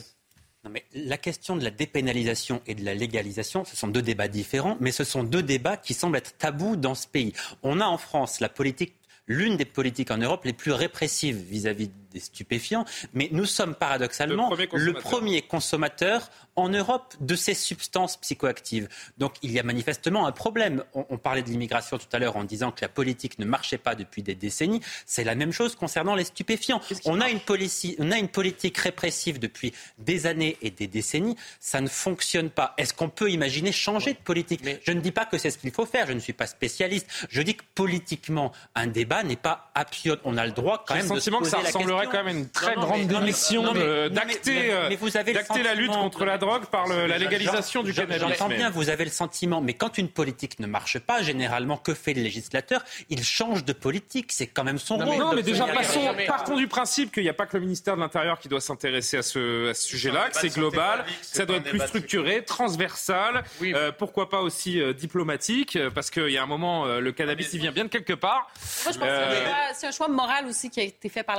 Non, mais la question de la dépénalisation et de la légalisation, ce sont deux débats différents, mais ce sont deux débats qui semblent être tabous dans ce pays. On a en France la politique, l'une des politiques en Europe les plus répressives vis-à-vis des stupéfiants, mais nous sommes paradoxalement le premier, le premier consommateur en Europe de ces substances psychoactives. Donc il y a manifestement un problème. On, on parlait de l'immigration tout à l'heure en disant que la politique ne marchait pas depuis des décennies. C'est la même chose concernant les stupéfiants. On a, une polici- on a une politique répressive depuis des années et des décennies. Ça ne fonctionne pas. Est-ce qu'on peut imaginer changer de politique ? Mais je ne dis pas que c'est ce qu'il faut faire. Je ne suis pas spécialiste. Je dis que politiquement, un débat n'est pas à piot. On a le droit quand même de se poser la question. J'ai le sentiment que ça ressemblerait quand même une très non, non, grande mais, démission non, mais, de, non, d'acter, mais, mais, mais d'acter la lutte contre la drogue par le, la légalisation du cannabis. J'entends bien, vous avez le sentiment, mais quand une politique ne marche pas, généralement, que fait le législateur ? Il change de politique, c'est quand même son non, rôle. Mais non, mais déjà, passons, partons du principe qu'il n'y a pas que le ministère de l'Intérieur qui doit s'intéresser à ce, à ce sujet-là, que c'est global, que ça doit être plus structuré, transversal, oui. euh, pourquoi pas aussi euh, diplomatique, parce qu'il y a un moment, euh, le cannabis, il vient bien de quelque part. Moi, je pense euh... que c'est un choix moral aussi qui a été fait par la France.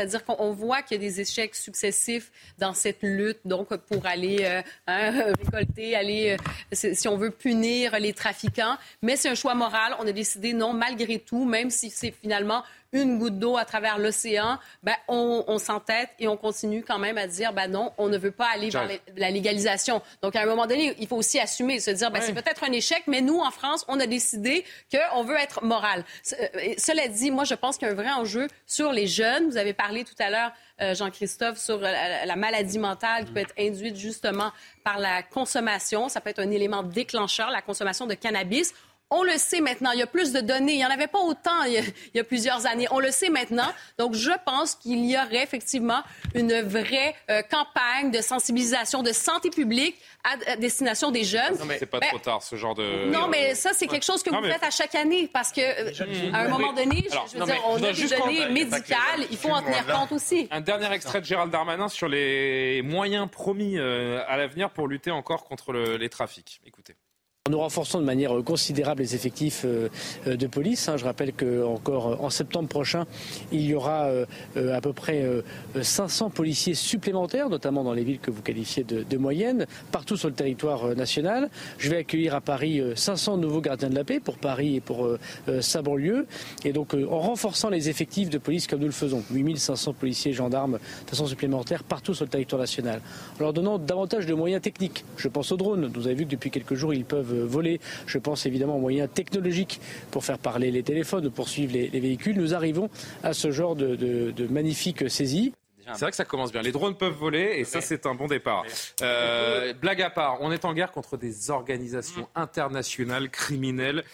C'est-à-dire qu'on voit qu'il y a des échecs successifs dans cette lutte, donc pour aller euh, hein, récolter, aller, euh, si on veut, punir les trafiquants. Mais c'est un choix moral. On a décidé non, malgré tout, même si c'est finalement une goutte d'eau à travers l'océan, ben on, on s'entête et on continue quand même à dire, ben non, on ne veut pas aller vers la légalisation. Donc, à un moment donné, il faut aussi assumer, se dire, ben ouais. c'est peut-être un échec, mais nous, en France, on a décidé qu'on veut être moral. Cela dit, moi, je pense qu'il y a un vrai enjeu sur les jeunes. Vous avez parlé tout à l'heure, euh, Jean-Christophe, sur la, la maladie mentale qui peut être induite justement par la consommation. Ça peut être un élément déclencheur, la consommation de cannabis. On le sait maintenant, il y a plus de données. Il n'y en avait pas autant il y, a, il y a plusieurs années. On le sait maintenant. Donc, je pense qu'il y aurait effectivement une vraie euh, campagne de sensibilisation de santé publique à, à destination des jeunes. Non, mais c'est pas ben, trop tard, ce genre de... Non, mais ça, c'est quelque chose que non, vous mais... faites à chaque année parce que, euh, à un moment donné, Alors, je veux non, dire, on a des données médicales. Il faut en tenir compte aussi. Un dernier extrait de Gérald Darmanin sur les moyens promis euh, à l'avenir pour lutter encore contre le, les trafics. Écoutez. Nous renforçons de manière considérable les effectifs de police. Je rappelle qu'encore en septembre prochain, il y aura à peu près cinq cents policiers supplémentaires, notamment dans les villes que vous qualifiez de, de moyennes, partout sur le territoire national. Je vais accueillir à Paris cinq cents nouveaux gardiens de la paix pour Paris et pour sa banlieue. Et donc en renforçant les effectifs de police comme nous le faisons, huit mille cinq cents policiers et gendarmes de façon supplémentaire partout sur le territoire national, en leur donnant davantage de moyens techniques. Je pense aux drones. Vous avez vu que depuis quelques jours, ils peuvent voler. Je pense évidemment aux moyens technologiques pour faire parler les téléphones, pour suivre les, les véhicules. Nous arrivons à ce genre de, de, de magnifiques saisies. C'est vrai que ça commence bien. Les drones peuvent voler et ça, c'est un bon départ. Euh, blague à part, on est en guerre contre des organisations internationales criminelles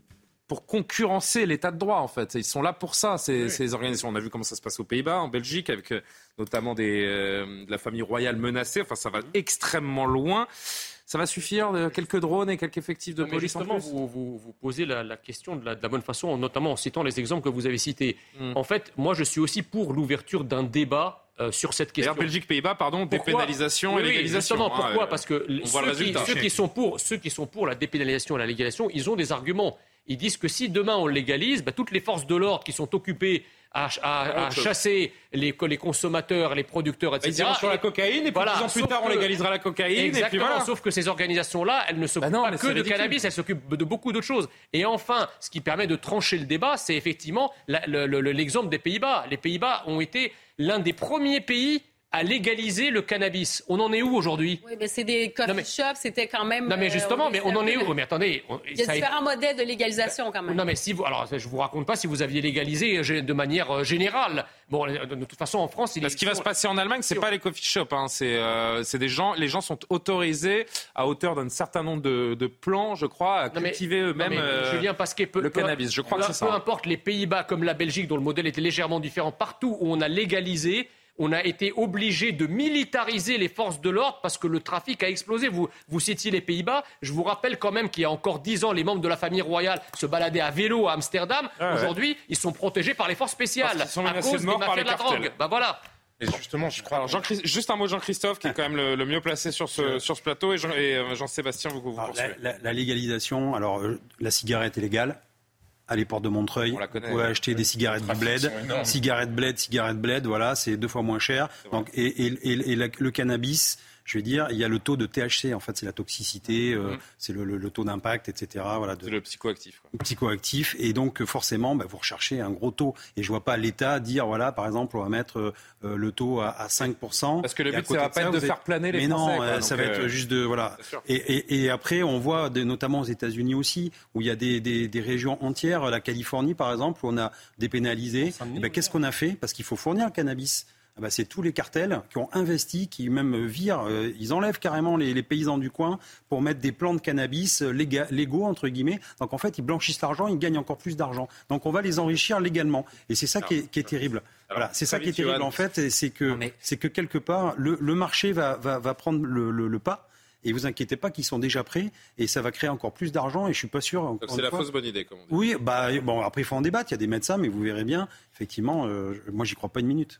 pour concurrencer l'état de droit, en fait. Ils sont là pour ça, ces, oui. ces organisations. On a vu comment ça se passe aux Pays-Bas, en Belgique, avec euh, notamment des, euh, de la famille royale menacée. Enfin, ça va extrêmement loin. Ça va suffire, de quelques drones et quelques effectifs de non, police en plus. Vous, vous, vous posez la, la question de la, de la bonne façon, notamment en citant les exemples que vous avez cités. Mm. En fait, moi, je suis aussi pour l'ouverture d'un débat euh, sur cette question. D'ailleurs, Belgique, Pays-Bas, pardon, pourquoi dépénalisation oui, et légalisation. Justement, hein, pourquoi euh, Parce que ceux qui, ceux, qui sont pour, ceux qui sont pour la dépénalisation et la légalisation, ils ont des arguments. Ils disent que si demain on légalise, bah, toutes les forces de l'ordre qui sont occupées à, à, à chasser les, les consommateurs, les producteurs, et cetera. Ils iront sur la cocaïne et puis voilà, dix ans plus tard, on légalisera la cocaïne. Exactement, et puis voilà. Sauf que ces organisations-là, elles ne s'occupent bah non, pas que de ridicule. cannabis, elles s'occupent de beaucoup d'autres choses. Et enfin, ce qui permet de trancher le débat, c'est effectivement la, le, le, l'exemple des Pays-Bas. Les Pays-Bas ont été l'un des premiers pays à légaliser le cannabis. On en est où aujourd'hui ? Oui, mais c'est des coffee mais... shops, c'était quand même... Non, mais justement, euh, mais on en est où ? Mais attendez... On... Il y a ça différents a... modèles de légalisation, quand même. Non, mais si vous... Alors, je vous raconte pas si vous aviez légalisé de manière générale. Bon, de toute façon, en France... Il est... Ce qui va se passer en Allemagne, c'est pas les coffee shops. Hein. C'est, euh, c'est des gens... Les gens sont autorisés, à hauteur d'un certain nombre de, de plans, je crois, à non, cultiver mais... eux-mêmes non, mais, euh, Julien Pasquet, peu, le peu, cannabis. Je crois peu, que c'est ça. Peu importe, les Pays-Bas comme la Belgique, dont le modèle était légèrement différent, partout où on a légalisé... On a été obligé de militariser les forces de l'ordre parce que le trafic a explosé. Vous, vous citiez les Pays-Bas. Je vous rappelle quand même qu'il y a encore dix ans, les membres de la famille royale se baladaient à vélo à Amsterdam. Ah ouais. Aujourd'hui, ils sont protégés par les forces spéciales ils sont à cause de mort des par les de la cartels. drogue. Bah voilà. Et justement, je crois. Alors, Jean, juste un mot, Jean-Christophe, qui est quand même le, le mieux placé sur ce, sur ce plateau, et, Jean, et Jean-Sébastien, vous, vous alors, la, la, la légalisation, alors euh, la cigarette est légale. À les portes de Montreuil, vous pouvez acheter des cigarettes du bled, cigarettes bled, cigarettes bled, voilà, c'est deux fois moins cher. Donc, et, et, et, et la, le cannabis, je vais dire, il y a le taux de T H C, en fait, c'est la toxicité, euh, mmh. c'est le, le, le taux d'impact, et cetera. Voilà, de, c'est le psychoactif. Quoi. Psychoactif, et donc forcément, bah, vous recherchez un gros taux. Et je vois pas l'État dire, voilà, par exemple, on va mettre euh, le taux à, à cinq pour cent. Parce que le but, ça va pas être de faire planer les mais Français. Mais non, quoi, ça donc, va euh... être juste de, voilà. Et, et, et après, on voit, de, notamment aux États-Unis aussi, où il y a des, des, des régions entières, la Californie par exemple, où on a dépénalisé. Et ben, qu'est-ce qu'on a fait ? Parce qu'il faut fournir le cannabis. Ah bah c'est tous les cartels qui ont investi, qui même virent, euh, ils enlèvent carrément les, les paysans du coin pour mettre des plants de cannabis léga, légaux, entre guillemets. Donc en fait, ils blanchissent l'argent, ils gagnent encore plus d'argent. Donc on va les enrichir légalement. Et c'est ça alors, qui, est, qui est terrible. Alors, voilà, c'est ça qui est terrible en fait, c'est que, mais... c'est que quelque part, le, le marché va, va, va prendre le, le, le pas. Et vous inquiétez pas qu'ils sont déjà prêts et ça va créer encore plus d'argent et je suis pas sûr. Donc c'est la fois, fausse bonne idée, comme on dit. Oui, bah bon après il faut en débattre. Il y a des médecins, mais vous verrez bien, effectivement, euh, moi j'y crois pas une minute.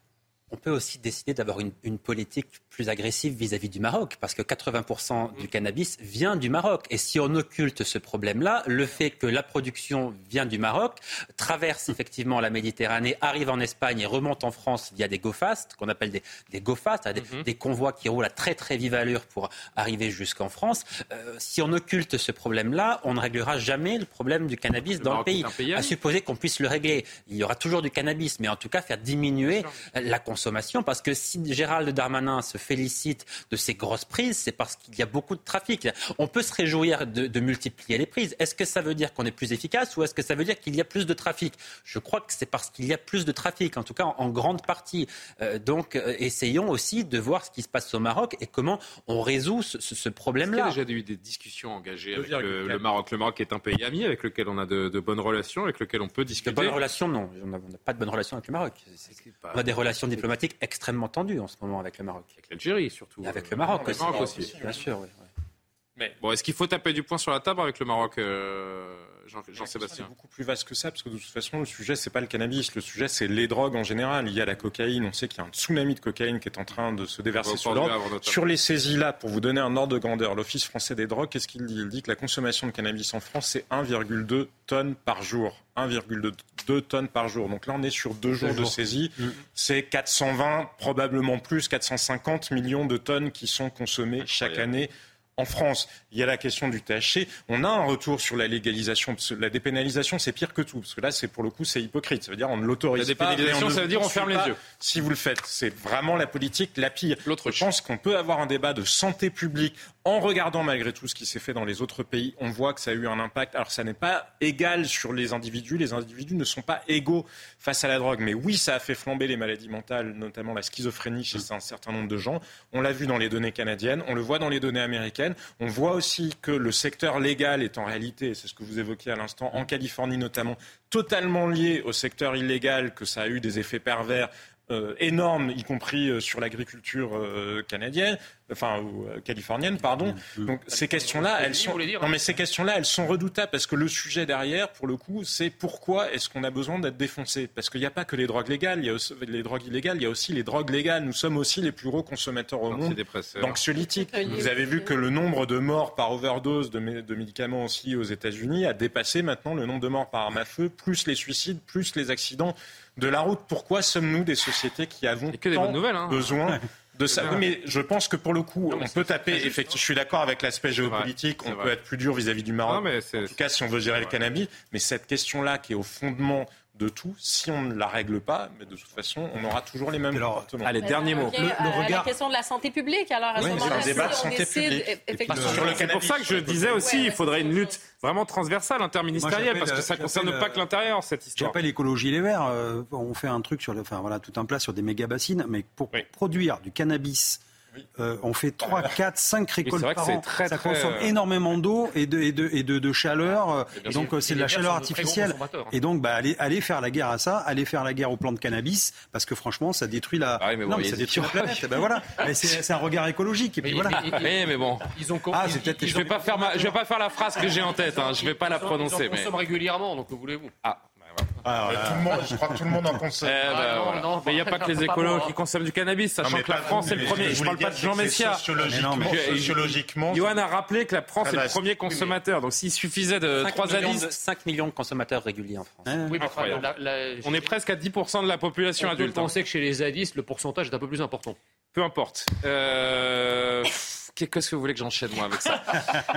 On peut aussi décider d'avoir une, une politique plus agressive vis-à-vis du Maroc, parce que quatre-vingts pour cent du cannabis vient du Maroc. Et si on occulte ce problème-là, le fait que la production vient du Maroc, traverse effectivement la Méditerranée, arrive en Espagne et remonte en France via des go-fast, qu'on appelle des, des go-fast, des, mm-hmm. des convois qui roulent à très très vive allure pour arriver jusqu'en France. Euh, si on occulte ce problème-là, on ne réglera jamais le problème du cannabis le dans Maroc le pays. À supposer qu'on puisse le régler. Il y aura toujours du cannabis, mais en tout cas faire diminuer la consommation. Consommation, parce que si Gérald Darmanin se félicite de ces grosses prises, c'est parce qu'il y a beaucoup de trafic. On peut se réjouir de, de multiplier les prises. Est-ce que ça veut dire qu'on est plus efficace ou est-ce que ça veut dire qu'il y a plus de trafic ? Je crois que c'est parce qu'il y a plus de trafic, en tout cas en, en grande partie. Euh, donc euh, essayons aussi de voir ce qui se passe au Maroc et comment on résout ce, ce, ce problème-là. Est-ce qu'il y a déjà eu des discussions engagées avec le, le Maroc ? Le Maroc est un pays ami avec lequel on a de, de bonnes relations, avec lequel on peut discuter. De bonnes relations, non. On n'a pas de bonnes relations avec le Maroc. C'est, c'est, on a des relations diplomatiques extrêmement tendu en ce moment avec le Maroc. Avec l'Algérie surtout. Et avec le Maroc, non, aussi. Maroc aussi. aussi. Bien sûr, oui. oui. Mais bon, est-ce qu'il faut taper du poing sur la table avec le Maroc, euh, Jean, Jean-Sébastien ? C'est beaucoup plus vaste que ça, parce que de toute façon, le sujet, c'est pas le cannabis. Le sujet, c'est les drogues en général. Il y a la cocaïne. On sait qu'il y a un tsunami de cocaïne qui est en train de se déverser sur l'ordre. Sur les saisies là, pour vous donner un ordre de grandeur, l'Office français des drogues, qu'est-ce qu'il dit ? Il dit que la consommation de cannabis en France, c'est un virgule deux tonnes par jour. un virgule deux tonnes par jour. Donc là, on est sur deux jours de saisie. Mmh. C'est quatre cent vingt, probablement plus, quatre cent cinquante millions de tonnes qui sont consommées chaque année en France. Il y a la question du T H C. On a un retour sur la légalisation. La dépénalisation, c'est pire que tout. Parce que là, c'est pour le coup, c'est hypocrite. Ça veut dire on ne l'autorise pas. La dépénalisation, ça veut dire on ferme les yeux. Si vous le faites, c'est vraiment la politique la pire. L'autre, je pense qu'on peut avoir un débat de santé publique en regardant malgré tout ce qui s'est fait dans les autres pays. On voit que ça a eu un impact. Alors, ça n'est pas égal sur les individus. Les individus ne sont pas égaux face à la drogue. Mais oui, ça a fait flamber les maladies mentales, notamment la schizophrénie chez un certain nombre de gens. On l'a vu dans les données canadiennes. On le voit dans les données américaines. On voit aussi que le secteur légal est en réalité, c'est ce que vous évoquiez à l'instant, en Californie notamment, totalement lié au secteur illégal, que ça a eu des effets pervers euh, énormes, y compris euh, sur l'agriculture euh, canadienne, enfin euh, californienne, pardon. Donc ces questions-là, elles sont non mais ces questions-là, elles sont redoutables parce que le sujet derrière, pour le coup, c'est pourquoi est-ce qu'on a besoin d'être défoncé ? Parce qu'il n'y a pas que les drogues légales, il y a aussi les drogues illégales, il y a aussi les drogues légales. Nous sommes aussi les plus gros consommateurs au monde d'anxiolytiques. Vous avez vu que le nombre de morts par overdose de, mé- de médicaments aussi aux États-Unis a dépassé maintenant le nombre de morts par arme à feu, plus les suicides, plus les accidents de la route. Pourquoi sommes-nous des sociétés qui avons que tant des hein. besoin de ça? Oui, mais je pense que pour le coup, non, on peut taper. Effectivement, je suis d'accord avec l'aspect géopolitique. On peut vrai. être plus dur vis-à-vis du Maroc. Non, mais c'est, en tout cas, si on veut gérer le cannabis. Mais cette question-là, qui est au fondement de tout, si on ne la règle pas, mais de toute façon, on aura toujours les mêmes alors, comportements. Allez, dernier mot. Le, le regard... La question de la santé publique, alors à oui, ce moment-là, c'est un débat de santé publique. Sur le c'est pour ça que je disais aussi, il faudrait une lutte vraiment transversale, interministérielle, parce que ça ne concerne pas que l'intérieur, cette histoire. J'appelle Écologie Les Verts, euh, on fait un truc sur, le, enfin voilà, tout un plat sur des méga bassines, mais pour oui. produire du cannabis. Euh, on fait trois, quatre, cinq récoltes oui, par an. Très, ça très... consomme énormément d'eau et de, et de, et de, de chaleur. Et donc c'est de la chaleur artificielle. Et donc bah, allez, allez faire la guerre à ça, allez faire la guerre aux plantes de cannabis, parce que franchement ça détruit la, ah oui, mais bon, non, mais ça détruit la planète. Ben voilà. Mais c'est, c'est un regard écologique. Et puis mais, voilà. Mais, mais, mais bon. Ils ont ah, c'est peut-être. Je vais pas faire ma, je vais pas faire la phrase que j'ai en tête. Hein. Je vais pas la prononcer. Ils en consomment régulièrement, donc que voulez-vous? Ah. Ah, voilà. Tout le monde, je crois que tout le monde en consomme. Eh ben, ah, voilà. non, non, mais il n'y a pas que les écolos qui consomment du cannabis, sachant non, que la France est le premier. Je ne parle pas de Jean Messia. Sociologiquement, mais sociologiquement Johan a rappelé que la France est le premier consommateur. Donc s'il suffisait de trois indices. cinq millions de consommateurs réguliers en France. Oui, incroyable. La, la, On est presque à dix pour cent de la population on adulte. On pensait que chez les zadistes, le pourcentage est un peu plus important. Peu importe. Euh... Qu'est-ce que vous voulez que j'enchaîne, moi, avec ça?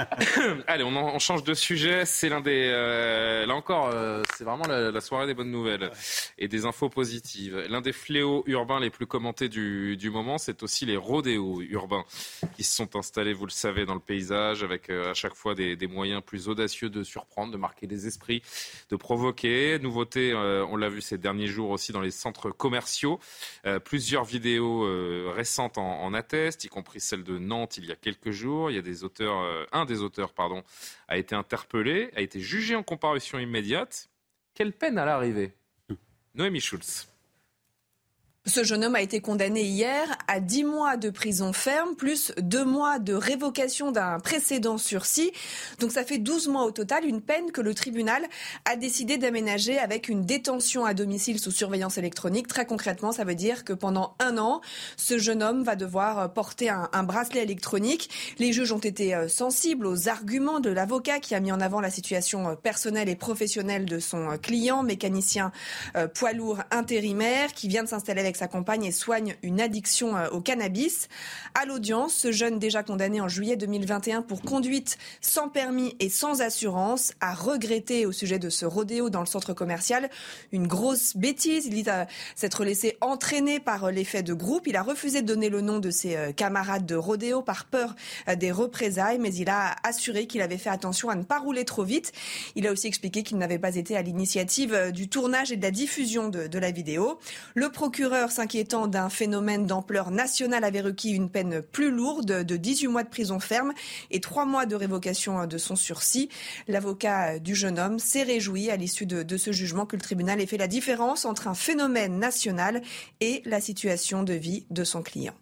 Allez, on, en, on change de sujet. C'est l'un des... Euh, là encore, euh, c'est vraiment la, la soirée des bonnes nouvelles et des infos positives. L'un des fléaux urbains les plus commentés du, du moment, c'est aussi les rodéos urbains qui se sont installés, vous le savez, dans le paysage, avec euh, à chaque fois des, des moyens plus audacieux de surprendre, de marquer des esprits, de provoquer. Nouveauté, euh, on l'a vu ces derniers jours aussi dans les centres commerciaux. Euh, plusieurs vidéos euh, récentes en, en attestent, y compris celle de Nantes il y a quelques jours. Il y a des auteurs, euh, un des auteurs pardon, a été interpellé, a été jugé en comparution immédiate. Quelle peine à l'arrivée? Noémie Schulz. Ce jeune homme a été condamné hier à dix mois de prison ferme, plus deux mois de révocation d'un précédent sursis. Donc ça fait douze mois au total, une peine que le tribunal a décidé d'aménager avec une détention à domicile sous surveillance électronique. Très concrètement, ça veut dire que pendant un an, ce jeune homme va devoir porter un, un bracelet électronique. Les juges ont été sensibles aux arguments de l'avocat qui a mis en avant la situation personnelle et professionnelle de son client, mécanicien euh, poids lourd intérimaire, qui vient de s'installer avec sa compagne et soigne une addiction au cannabis. À l'audience, ce jeune déjà condamné en juillet deux mille vingt et un pour conduite sans permis et sans assurance a regretté au sujet de ce rodéo dans le centre commercial une grosse bêtise. Il dit s'être laissé entraîner par l'effet de groupe. Il a refusé de donner le nom de ses camarades de rodéo par peur des représailles, mais il a assuré qu'il avait fait attention à ne pas rouler trop vite. Il a aussi expliqué qu'il n'avait pas été à l'initiative du tournage et de la diffusion de, de la vidéo. Le procureur, s'inquiétant d'un phénomène d'ampleur nationale, avait requis une peine plus lourde de dix-huit mois de prison ferme et trois mois de révocation de son sursis. L'avocat du jeune homme s'est réjoui à l'issue de, de ce jugement que le tribunal ait fait la différence entre un phénomène national et la situation de vie de son client.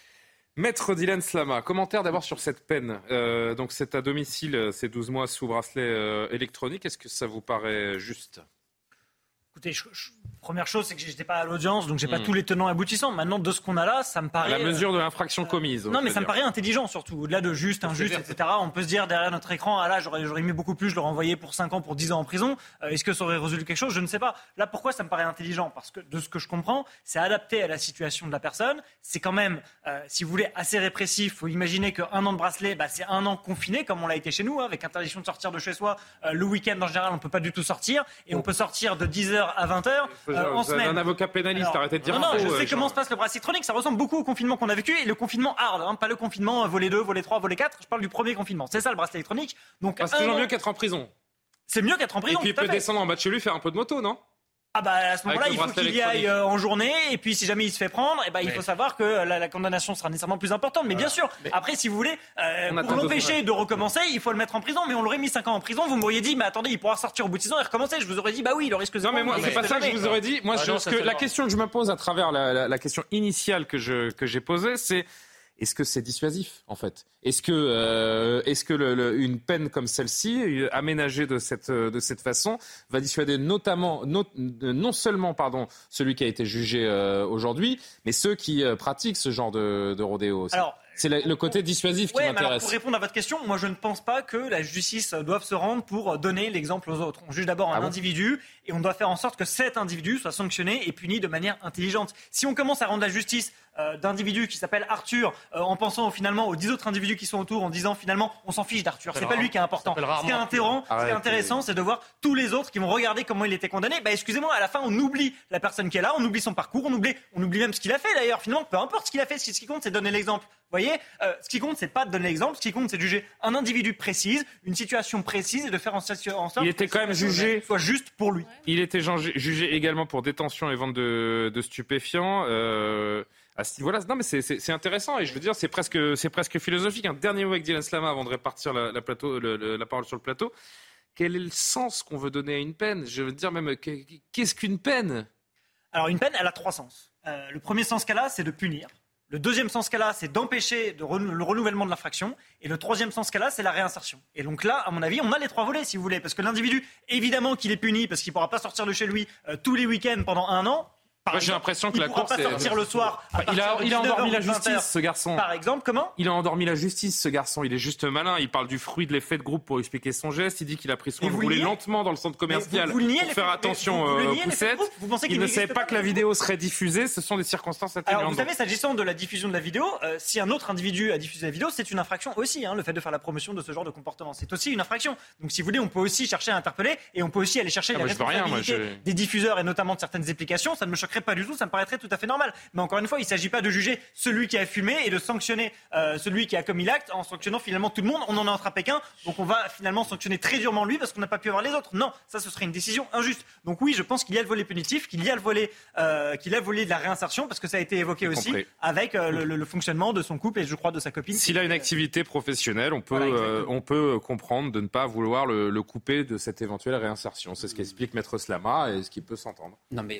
Maître Dylan Slama, commentaire d'abord sur cette peine. Euh, donc c'est à domicile, c'est douze mois sous bracelet euh, électronique. Est-ce que ça vous paraît juste ? Écoutez, je, je, première chose, c'est que j'étais pas à l'audience, donc j'ai pas mmh. tous les tenants aboutissants. Maintenant, de ce qu'on a là, ça me paraît... À la mesure de l'infraction commise. Euh, non, mais ça dire. me paraît intelligent, surtout. Au-delà de juste, injuste, et cetera. On peut se dire, derrière notre écran, ah là, j'aurais, j'aurais mis beaucoup plus, je l'aurais envoyé pour cinq ans, pour dix ans en prison. Euh, est-ce que ça aurait résolu quelque chose ? Je ne sais pas. Là, pourquoi ça me paraît intelligent ? Parce que, de ce que je comprends, c'est adapté à la situation de la personne. C'est quand même, euh, si vous voulez, assez répressif. Il faut imaginer qu'un an de bracelet, bah, c'est un an confiné, comme on l'a été chez nous, hein, avec interdiction de sortir de chez soi. Euh, le week-end, en général, on peut pas du tout sortir. Et on peut sortir de dix heures à vingt heures. Euh, en semaine. Un avocat pénaliste, Alors, arrêtez de dire non, non, faux, je sais euh, comment genre. se passe le bracelet électronique, ça ressemble beaucoup au confinement qu'on a vécu, et le confinement hard, hein, pas le confinement euh, volet deux, volet trois, volet quatre, je parle du premier confinement, c'est ça le bracelet électronique. Donc, ah, c'est toujours an... mieux qu'être en prison. C'est mieux qu'être en prison. Et puis il peut descendre en bas de chez lui, faire un peu de moto, non ? Ah bah à ce moment-là, il faut qu'il y aille euh, en journée, et puis si jamais il se fait prendre, et bah, il faut savoir que la, la condamnation sera nécessairement plus importante. Mais voilà. Bien sûr, mais après, si vous voulez, euh, pour l'empêcher de recommencer, il faut le mettre en prison. Mais on l'aurait mis cinq ans en prison, vous m'auriez dit, mais attendez, il pourra sortir au bout de six ans et recommencer. Je vous aurais dit, bah oui, il risque de... Non mais moi, c'est pas ça que je vous aurais dit. Moi, ah, je, non, que, la question que je me pose à travers la, la, la question initiale que, je, que j'ai posée, c'est... Est-ce que c'est dissuasif, en fait ? Est-ce que, euh, est-ce que le, le, une peine comme celle-ci, aménagée de cette, de cette façon, va dissuader notamment, non, non seulement pardon, celui qui a été jugé euh, aujourd'hui, mais ceux qui euh, pratiquent ce genre de, de rodéo aussi. Alors, c'est le, le côté dissuasif ouais, qui m'intéresse. Alors pour répondre à votre question, moi je ne pense pas que la justice doive se rendre pour donner l'exemple aux autres. On juge d'abord un ah bon individu et on doit faire en sorte que cet individu soit sanctionné et puni de manière intelligente. Si on commence à rendre la justice euh, d'individus qui s'appelle Arthur euh, en pensant finalement aux dix autres individus qui sont autour, en disant finalement on s'en fiche d'Arthur, c'est pas lui qui est important. Ce qui est, interrompt, ce qui est intéressant, c'est de voir tous les autres qui vont regarder comment il était condamné. Bah excusez-moi, à la fin on oublie la personne qui est là, on oublie son parcours, on oublie, on oublie même ce qu'il a fait d'ailleurs. Finalement, peu importe ce qu'il a fait, ce qui compte c'est de donner l'exemple. Vous voyez, euh, ce qui compte, c'est pas de donner l'exemple, ce qui compte, c'est de juger un individu précis, une situation précise et de faire en sorte il était quand même jugé, soit juste pour lui. Il était jugé également pour détention et vente de, de stupéfiants. Euh, à ce niveau-là, non mais c'est, c'est, c'est intéressant et je veux dire, c'est presque, c'est presque philosophique. Un dernier mot avec Dylan Slama avant de répartir la, la, plateau, le, le, la parole sur le plateau. Quel est le sens qu'on veut donner à une peine ? Je veux dire même, qu'est-ce qu'une peine ? Alors une peine, elle a trois sens. Euh, le premier sens qu'elle a, c'est de punir. Le deuxième sens qu'elle a, c'est d'empêcher de renou- le renouvellement de l'infraction. Et le troisième sens qu'elle a, c'est la réinsertion. Et donc là, à mon avis, on a les trois volets, si vous voulez. Parce que l'individu, évidemment qu'il est puni, parce qu'il ne pourra pas sortir de chez lui euh, tous les week-ends pendant un an. Moi, exemple, j'ai l'impression que il la pourra cour, pas c'est... sortir le soir. Enfin, il a, il a endormi la justice, ce garçon. Par exemple, comment ? Il a endormi la justice, ce garçon. Il est juste malin. Il parle du fruit de l'effet de groupe pour expliquer son geste. Il dit qu'il a pris soin de rouler lentement dans le centre commercial vous, vous pour faire attention aux poussettes. Il ne savait pas que la vidéo serait diffusée. Ce sont des circonstances atténuantes. Alors, vous savez, s'agissant de la diffusion de la vidéo, euh, si un autre individu a diffusé la vidéo, c'est une infraction aussi. Hein, le fait de faire la promotion de ce genre de comportement, c'est aussi une infraction. Donc, si vous voulez, on peut aussi chercher à interpeller et on peut aussi aller chercher ah, la responsabilité rien, moi, je... des diffuseurs et notamment de certaines applications. Ça ne me choquerait pas du tout. Ça me paraîtrait tout à fait normal. Mais encore une fois, il ne s'agit pas de juger celui qui a filmé et de sanctionner euh, celui qui a commis l'acte en sanctionnant finalement tout le monde. On en a attrapé qu'un, donc on va finalement sanctionner très durement lui parce qu'on n'a pas pu avoir les autres. Non, ça ce serait une décision injuste. Donc oui, je pense qu'il y a le volet punitif, qu'il y a le volet, euh, qu'il y a le volet de la réinsertion parce que ça a été évoqué aussi compris. avec euh, le, le, le fonctionnement de son couple et je crois de sa copine. S'il a une activité professionnelle, on peut, voilà, euh, on peut comprendre de ne pas vouloir le, le couper de cette éventuelle réinsertion. C'est ce qu'explique Maître Slama et ce qui peut s'entendre. Non mais...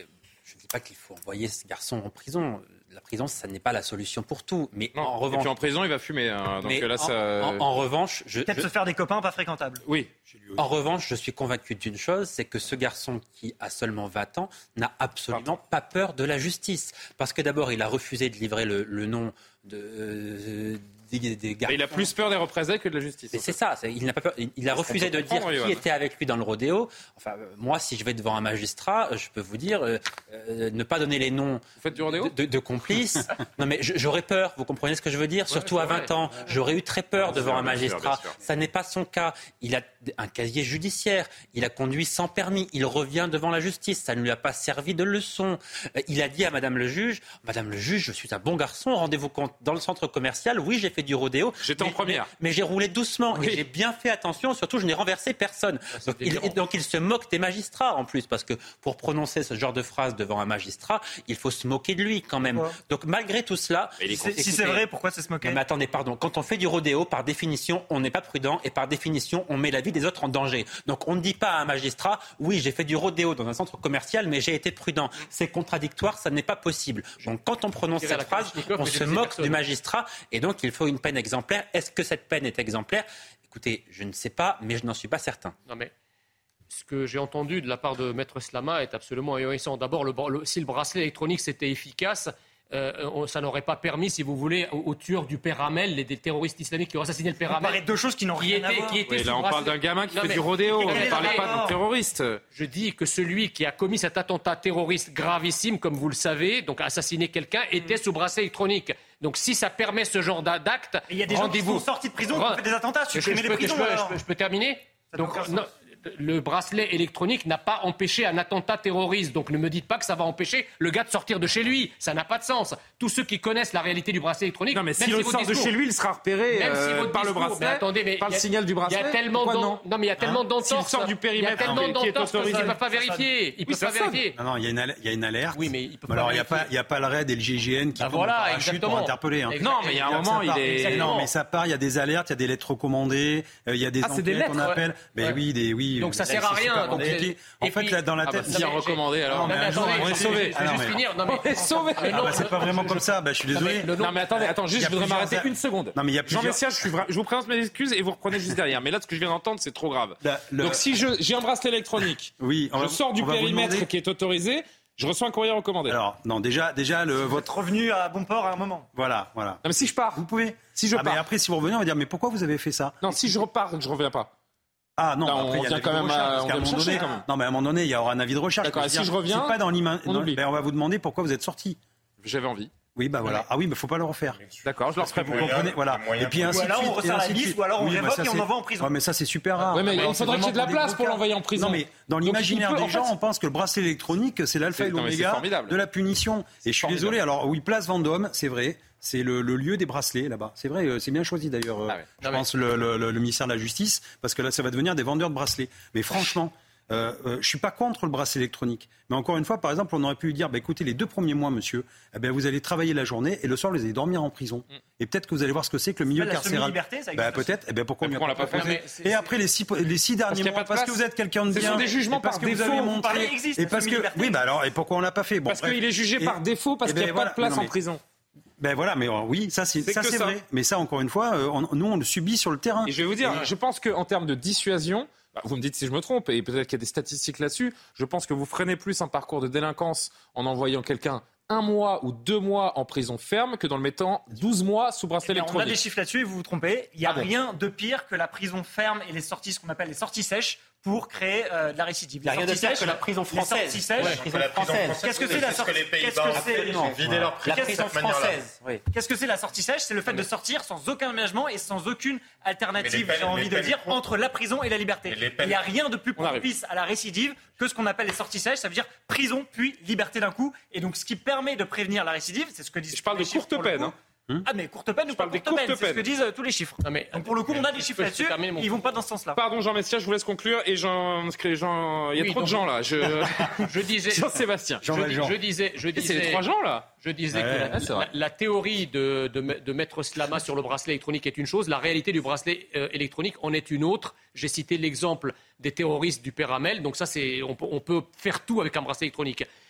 je ne dis pas qu'il faut envoyer ce garçon en prison. La prison, ça n'est pas la solution pour tout. Mais non, en revanche, et puis en prison, il va fumer. Hein, donc là, en, ça... en, en revanche, je, peut-être je... se faire des copains pas fréquentables. Oui. En revanche, je suis convaincu d'une chose, c'est que ce garçon qui a seulement vingt ans n'a absolument pas peur de la justice. Parce que d'abord, il a refusé de livrer le, le nom de, euh, des, des garçons. Il a plus peur des représailles que de la justice. Mais c'est ça, c'est, il n'a pas peur. Il, il a refusé de dire qui était avec lui dans le rodéo. Enfin, euh, moi, si je vais devant un magistrat, je peux vous dire, euh, euh, ne pas donner les noms vous faites du rodéo de, de, de complices. Non, mais j'aurais peur, vous comprenez ce que je veux dire? Ouais, surtout à vingt ans, j'aurais eu très peur devant un magistrat. Ça n'est pas son cas. Il a un casier judiciaire, il a conduit sans permis, il revient devant la justice, ça ne lui a pas servi de leçon. Il a dit à Madame le juge, Madame le juge, je suis un bon garçon, rendez-vous compte, dans le centre commercial, oui, j'ai fait du rodéo. J'étais en première. Mais, mais j'ai roulé doucement oui. et j'ai bien fait attention, surtout je n'ai renversé personne. Ah, donc, il, donc il se moque des magistrats en plus, parce que pour prononcer ce genre de phrase devant un magistrat, il faut se moquer de lui quand même. Ouais. Donc malgré tout cela... Si c'est, si c'est vrai, pourquoi c'est se moquer? Mais attendez, pardon, quand on fait du rodéo, par définition, on n'est pas prudent et par définition, on met la vie des autres en danger. Donc on ne dit pas à un magistrat, oui, j'ai fait du rodéo dans un centre commercial, mais j'ai été prudent. C'est contradictoire, ça n'est pas possible. Donc quand on prononce cette phrase, on se moque du magistrat et donc il faut une peine exemplaire. Est-ce que cette peine est exemplaire? Écoutez, je ne sais pas, mais je n'en suis pas certain. Non mais ce que j'ai entendu de la part de Maître Slama est absolument ahurissant. D'abord, le, le, si le bracelet électronique c'était efficace, Euh, ça n'aurait pas permis, si vous voulez, aux, aux tueurs du père Hamel, les des terroristes islamiques qui ont assassiné le père Hamel. On parlait de deux choses qui n'ont rien à voir. Oui, là, on parle d'un gamin qui non, fait mais, du rodéo. On ne parlait pas d'un terroriste. Je dis que celui qui a commis cet attentat terroriste gravissime, comme vous le savez, donc assassiné quelqu'un, était sous bracelet électronique. Donc si ça permet ce genre d'acte, il y a des gens qui sont sortis de prison qui ont fait des attentats, supprimer les prisons. Je peux, je peux, je peux terminer? Donc, non, le bracelet électronique n'a pas empêché un attentat terroriste. Donc ne me dites pas que ça va empêcher le gars de sortir de chez lui. Ça n'a pas de sens. Tous ceux qui connaissent la réalité du bracelet électronique... Non, mais s'il si sort discours, de chez lui, il sera repéré euh, par discours, le bracelet, mais attendez, mais par le a, signal du bracelet. Il y a tellement non, non, mais il y a tellement hein d'entorses. S'il sort du périmètre, il y a tellement d'entorses qu'ils ne peuvent pas vérifier. Ils ne peuvent pas vérifier. Non, non, il y a une, il y a une alerte. Oui, mais ils peuvent alors, il n'y a pas le R A I D et le G I G N qui ah, voilà, pour interpeller. Hein. Non, mais il y a un moment, il est... Non, mais ça part, il y a des alertes, il y a des lettres recommandées, il y a des enquêtes qu'on appelle. Mais oui, des oui. Donc ça sert à rien. Donc, en fait, là, dans la tête, bien recommandé. Alors, on est sauvé. Je vais juste finir. On est sauvé. C'est pas vraiment comme ça. Je suis désolé. Non, mais attendez, attends, juste, je voudrais m'arrêter une seconde. Non, mais il y a Jean Messia, je, vra... je vous présente mes excuses et vous reprenez juste derrière. Mais là, ce que je viens d'entendre, c'est trop grave. La, le... Donc, si je, j'ai un bracelet électronique, oui, je va, sors du périmètre demander... qui est autorisé, je reçois un courrier recommandé. Alors, non, déjà, déjà, le, votre revenu à bon port à un moment. Voilà, voilà. Non, mais si je pars, vous pouvez. Si je ah, pars. Mais après, si vous revenez, on va dire, mais pourquoi vous avez fait ça? Non, si je repars, je reviens pas. Ah non, là, après, on il y a quand même à, on un moment donné, quand même. Non, mais à un moment donné, il y aura un avis de recherche. D'accord, et si je reviens, c'est pas dans l'image. On, ben, on va vous demander pourquoi vous êtes sorti. J'avais envie. Oui, bah voilà. Ouais. Ah oui, mais faut pas le refaire. D'accord, je leur ferai. Vous comprenez, voilà. Et puis ainsi de suite. Ou alors on resserre la vis, ou alors on révoque et on envoie en prison. Ouais, mais ça c'est super rare. Ouais, mais il faudrait qu'il y ait de la place pour l'envoyer en prison. Non, mais dans l'imaginaire des gens, on pense que le bracelet électronique, c'est l'alpha et l'oméga de la punition. Et je suis désolé. Alors oui, place Vendôme, c'est vrai. C'est le, le lieu des bracelets là-bas. C'est vrai, c'est bien choisi d'ailleurs. Ah ouais. Je pense le, le, le, le ministère de la Justice, parce que là, ça va devenir des vendeurs de bracelets. Mais franchement. Euh, euh, je suis pas contre le bracelet électronique, mais encore une fois, par exemple, on aurait pu lui dire, bah, écoutez, les deux premiers mois, monsieur, eh ben, vous allez travailler la journée et le soir, vous allez dormir en prison. Mm. Et peut-être que vous allez voir ce que c'est que le milieu carcéral. Bah, peut-être. Eh ben, pourquoi on l'a pas fait? Et après les six, les six derniers mois, parce que vous êtes quelqu'un de bien, ce sont des jugements parce par que défaut. Vous avez montré, et parce que, oui, bah alors, et pourquoi on l'a pas fait? Bon, parce qu'il est jugé par défaut, parce qu'il n'y a pas de place en prison. Ben voilà, mais oui, ça c'est, ça, c'est vrai. Mais ça, encore une fois, on, nous, on le subit sur le terrain. Et je vais vous dire, je pense qu'en termes de dissuasion, vous me dites si je me trompe, et peut-être qu'il y a des statistiques là-dessus, je pense que vous freinez plus un parcours de délinquance en envoyant quelqu'un un mois ou deux mois en prison ferme que dans le mettant douze mois sous bracelet électronique. On a des chiffres là-dessus et vous vous trompez. Il n'y a ah rien bon. de pire que la prison ferme et les sorties, ce qu'on appelle les sorties sèches, pour créer euh, de la récidive. Il n'y a rien de pire que la prison française. Les sorties sèches. Ouais, prison française. Qu'est-ce que c'est la sortie Qu'est-ce que c'est non. vider leur la prison française. Oui. Qu'est-ce que c'est la sortie sèche? C'est le fait de sortir sans aucun aménagement et sans aucune alternative, j'ai envie de dire, entre la prison et la liberté. Il n'y a rien de plus propice à la récidive que ce qu'on appelle les sorties sèches. Ça veut dire prison puis liberté d'un coup. Et donc, ce qui permet de prévenir la récidive, c'est ce que disent. Je parle de courte peine. Hum ah mais courte peine ou pas courte peine, peine. C'est ce que disent euh, tous les chiffres. Non, mais, donc pour le coup on a des chiffres là-dessus, ils vont pas dans ce sens-là. Pardon Jean Messia, je vous laisse conclure et Jean, Jean... il y a oui, trop donc, de gens là. Je, je disais, Jean-Sébastien. Je, je, je disais, je disais, c'est les trois gens là. Je disais ouais, que la, la, la théorie de, de, de Maître Slama sur le bracelet électronique est une chose, la réalité du bracelet euh, électronique en est une autre. J'ai cité l'exemple des terroristes du père Hamel, donc ça c'est, on, on peut faire tout avec un bracelet électronique.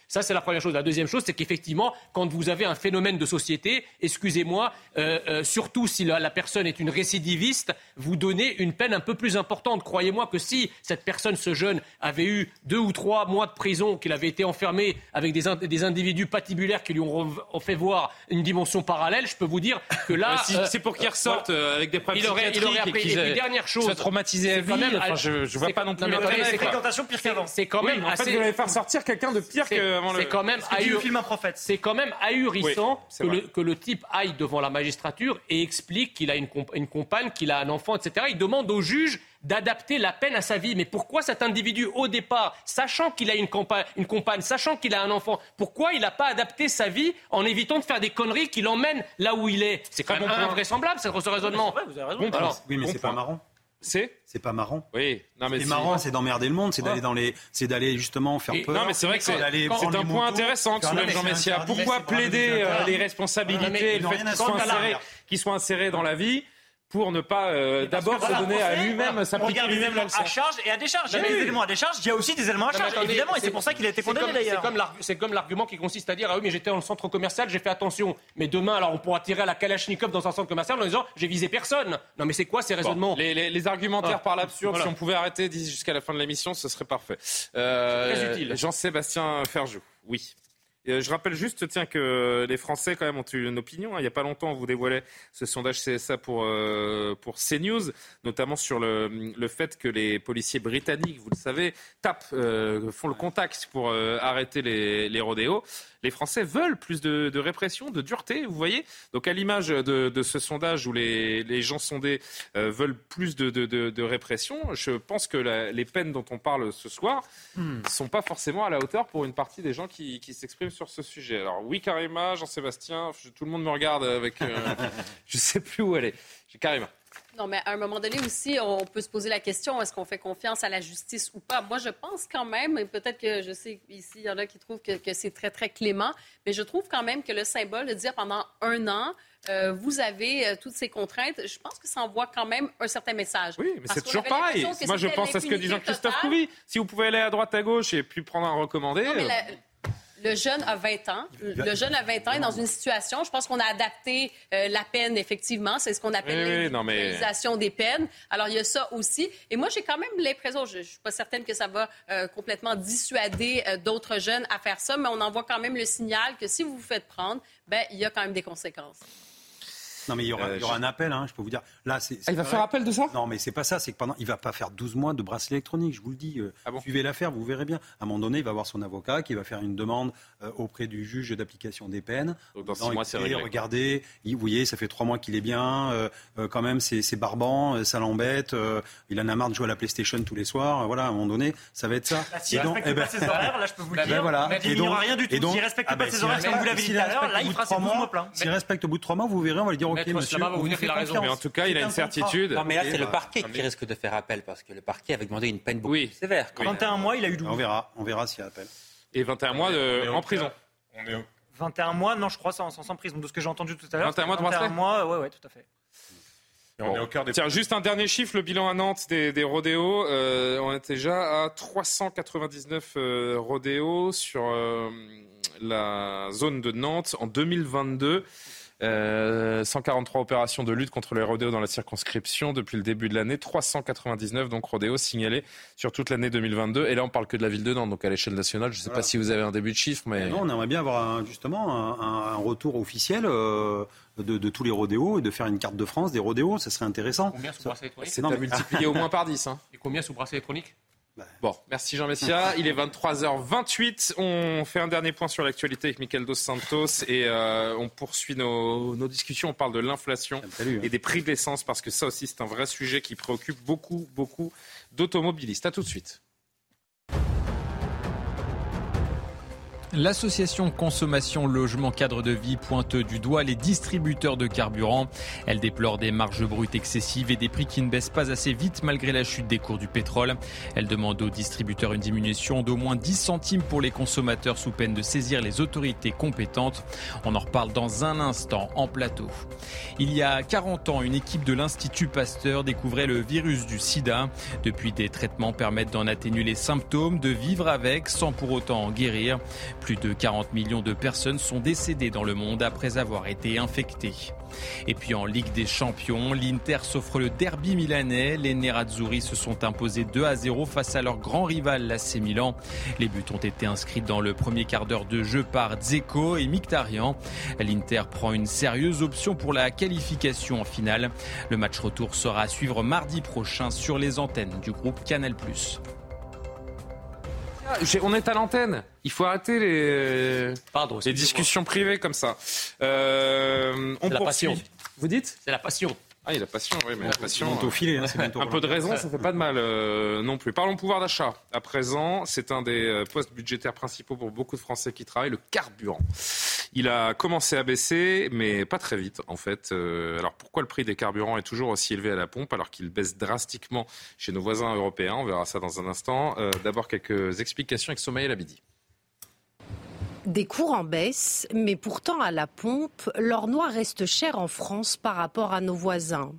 Ça, c'est la première chose. La deuxième chose, c'est qu'effectivement, quand vous avez un phénomène de société, excusez-moi, euh, euh, surtout si la, la personne est une récidiviste, vous donnez une peine un peu plus importante. Croyez-moi que si cette personne, ce jeune, avait eu deux ou trois mois de prison, qu'il avait été enfermé avec des, ind- des individus patibulaires qui lui ont, ont fait voir une dimension parallèle, je peux vous dire que là... Euh, si, euh, c'est pour qu'il ressorte euh, avec des problèmes il aurait, il aurait psychiatriques appris. et Et puis dernière chose... soit traumatisé à vie, enfin, je, je vois pas non plus non, l'intérêt. C'est fréquentation pire qu'avant. C'est quand même oui, en assez... fait, vous allez faire sortir quelqu'un de pire qu'avant le... C'est quand même ahur... film un prophète. C'est quand même ahurissant oui, que, le, que le type aille devant la magistrature et explique qu'il a une, comp- une compagne, qu'il a un enfant, et cetera. Il demande au juge d'adapter la peine à sa vie. Mais pourquoi cet individu, au départ, sachant qu'il a une, compa- une compagne, sachant qu'il a un enfant, pourquoi il n'a pas adapté sa vie en évitant de faire des conneries qui l'emmènent là où il est? C'est quand même invraisemblable, ce raisonnement. Ouais, vous avez raison. Bon, alors, oui, mais bon c'est point. pas marrant. C'est C'est pas marrant. Oui, non mais c'est si... marrant, c'est d'emmerder le monde, c'est d'aller dans les, c'est d'aller justement faire Et, peur. non mais c'est vrai que c'est, c'est un point intéressant que soulève Jean Messia. Pourquoi plaider euh, les responsabilités et le fait qu'ils soient insérés, qu'ils soient insérés dans la vie pour ne pas euh, d'abord se donner à lui-même, s'appliquer lui-même la leçon. À charge et à décharge. Il y a des éléments à décharge, il y a aussi des éléments à charge, évidemment, et c'est pour ça qu'il a été condamné d'ailleurs. C'est comme l'argument qui consiste à dire ah oui mais j'étais dans le centre commercial, j'ai fait attention. Mais demain alors on pourra tirer à la Kalachnikov dans un centre commercial en disant j'ai visé personne. Non mais c'est quoi ces raisonnements? Bon, les, les, les argumentaires ah. par l'absurde, Voilà. si on pouvait arrêter d'ici jusqu'à la fin de l'émission, ce serait parfait. Euh, Très utile. Jean-Sébastien Ferjou, oui. Et je rappelle juste, tiens, que les Français quand même ont eu une opinion. Il n'y a pas longtemps, on vous dévoilait ce sondage C S A pour euh, pour CNews, notamment sur le le fait que les policiers britanniques, vous le savez, tapent, euh, font le contact pour euh, arrêter les les rodéos. Les Français veulent plus de, de répression, de dureté, vous voyez. Donc à l'image de, de ce sondage où les, les gens sondés euh, veulent plus de, de, de, de répression, je pense que la, les peines dont on parle ce soir ne hmm. sont pas forcément à la hauteur pour une partie des gens qui, qui s'expriment sur ce sujet. Alors oui, Karima, Jean-Sébastien, tout le monde me regarde avec... Euh, je ne sais plus où aller. J'ai Karima. Non, mais à un moment donné aussi, on peut se poser la question, est-ce qu'on fait confiance à la justice ou pas? Moi, je pense quand même, et peut-être que je sais ici, il y en a qui trouvent que, que c'est très, très clément, mais je trouve quand même que le symbole de dire pendant un an, euh, vous avez euh, toutes ces contraintes, je pense que ça envoie quand même un certain message. Oui, mais c'est toujours pareil. Moi, je pense à ce que dit Jean-Christophe Couvi. Si vous pouvez aller à droite, à gauche et puis prendre un recommandé... Non, mais la... Le jeune a vingt ans. Le jeune a vingt ans est dans une situation, je pense qu'on a adapté euh, la peine, effectivement. C'est ce qu'on appelle oui, l'individualisation mais... des peines. Alors, il y a ça aussi. Et moi, j'ai quand même l'impression, je ne suis pas certaine que ça va euh, complètement dissuader euh, d'autres jeunes à faire ça, mais on envoie quand même le signal que si vous vous faites prendre, ben, il y a quand même des conséquences. Non, mais il y aura, euh, il y aura je... un appel, hein, je peux vous dire. Là, c'est, c'est ah, il va vrai. faire appel de ça? Non, mais c'est pas ça. C'est que pendant, il va pas faire douze mois de bracelet électronique, je vous le dis. Euh, ah bon? Suivez l'affaire, vous verrez bien. À un moment donné, il va avoir son avocat qui va faire une demande euh, auprès du juge d'application des peines. Donc, dans six mois, c'est réglé. Regardez, il, vous voyez, ça fait trois mois qu'il est bien. Euh, euh, quand même, c'est, c'est barbant, ça l'embête. Euh, il en a marre de jouer à la PlayStation tous les soirs. Euh, voilà, à un moment donné, ça va être ça. Bah, s'il ne respecte pas ses horaires, là, je peux vous le dire. Voilà. Il n'y aura rien du tout. S'il ne respecte pas ses horaires, comme vous l'avez dit tout à l'heure, là, il fera ses douze mois pleins. S'il respecte au bout de trois mois, vous verrez, on va lui dire OK, monsieur. Il a raison, mais en tout cas, il a une certitude. Non, mais là, c'est le parquet qui risque de faire appel, parce que le parquet avait demandé une peine beaucoup oui. plus sévère. vingt et un mois, il a eu douze. On verra, on verra s'il y a appel. Et vingt et un mois de... en prison. On est au... vingt et un mois, non, je crois, sans, sans, sans prison, de ce que j'ai entendu tout à l'heure. vingt et un mois de bracelet. vingt et un mois, ouais, ouais, tout à fait. Et on bon. est au cœur des... Tiens, juste un dernier chiffre, le bilan à Nantes des, des rodéos. Euh, on est déjà à trois cent quatre-vingt-dix-neuf euh, rodéos sur euh, la zone de Nantes en deux mille vingt-deux. Euh, cent quarante-trois opérations de lutte contre les rodéos dans la circonscription depuis le début de l'année, trois cent quatre-vingt-dix-neuf donc rodéos signalés sur toute l'année deux mille vingt-deux. Et là, on parle que de la ville de Nantes, donc à l'échelle nationale. Je ne sais voilà. pas si vous avez un début de chiffre, mais non, on aimerait bien avoir un, justement un, un retour officiel euh, de, de tous les rodéos et de faire une carte de France des rodéos. Ça serait intéressant. Combien sous bracelet électronique? C'est non, multiplié au moins par dix. Hein. Et combien sous bracelet électronique? Bon, merci Jean Messia. Il est vingt-trois heures vingt-huit. On fait un dernier point sur l'actualité avec Michael Dos Santos et euh, on poursuit nos, nos discussions. On parle de l'inflation Salut, hein. et des prix de l'essence parce que ça aussi c'est un vrai sujet qui préoccupe beaucoup, beaucoup d'automobilistes. À tout de suite. L'association Consommation Logement Cadre de Vie pointe du doigt les distributeurs de carburant. Elle déplore des marges brutes excessives et des prix qui ne baissent pas assez vite malgré la chute des cours du pétrole. Elle demande aux distributeurs une diminution d'au moins dix centimes pour les consommateurs sous peine de saisir les autorités compétentes. On en reparle dans un instant en plateau. Il y a quarante ans, une équipe de l'Institut Pasteur découvrait le virus du sida. Depuis, des traitements permettent d'en atténuer les symptômes, de vivre avec sans pour autant en guérir. Plus de quarante millions de personnes sont décédées dans le monde après avoir été infectées. Et puis en Ligue des Champions, l'Inter s'offre le derby milanais. Les Nerazzurri se sont imposés deux à zéro face à leur grand rival, l'A C Milan. Les buts ont été inscrits dans le premier quart d'heure de jeu par Dzeko et Mkhitaryan. L'Inter prend une sérieuse option pour la qualification en finale. Le match retour sera à suivre mardi prochain sur les antennes du groupe Canal plus. On est à l'antenne. Il faut arrêter les, Pardon, les discussions privées comme ça. Euh, on C'est la poursuit. passion. Vous dites ? C'est la passion. Ah, il a la passion, oui, mais la passion. bientôt filé, hein, c'est bientôt un peu de raison, ça fait pas de mal euh, non plus. Parlons pouvoir d'achat. À présent, c'est un des euh, postes budgétaires principaux pour beaucoup de Français qui travaillent, le carburant. Il a commencé à baisser, mais pas très vite, en fait. Euh, alors, pourquoi le prix des carburants est toujours aussi élevé à la pompe, alors qu'il baisse drastiquement chez nos voisins européens ? On verra ça dans un instant. Euh, d'abord, quelques explications avec Soumaïla Labidi. Des cours en baisse, mais pourtant à la pompe, l'or noir reste cher en France par rapport à nos voisins.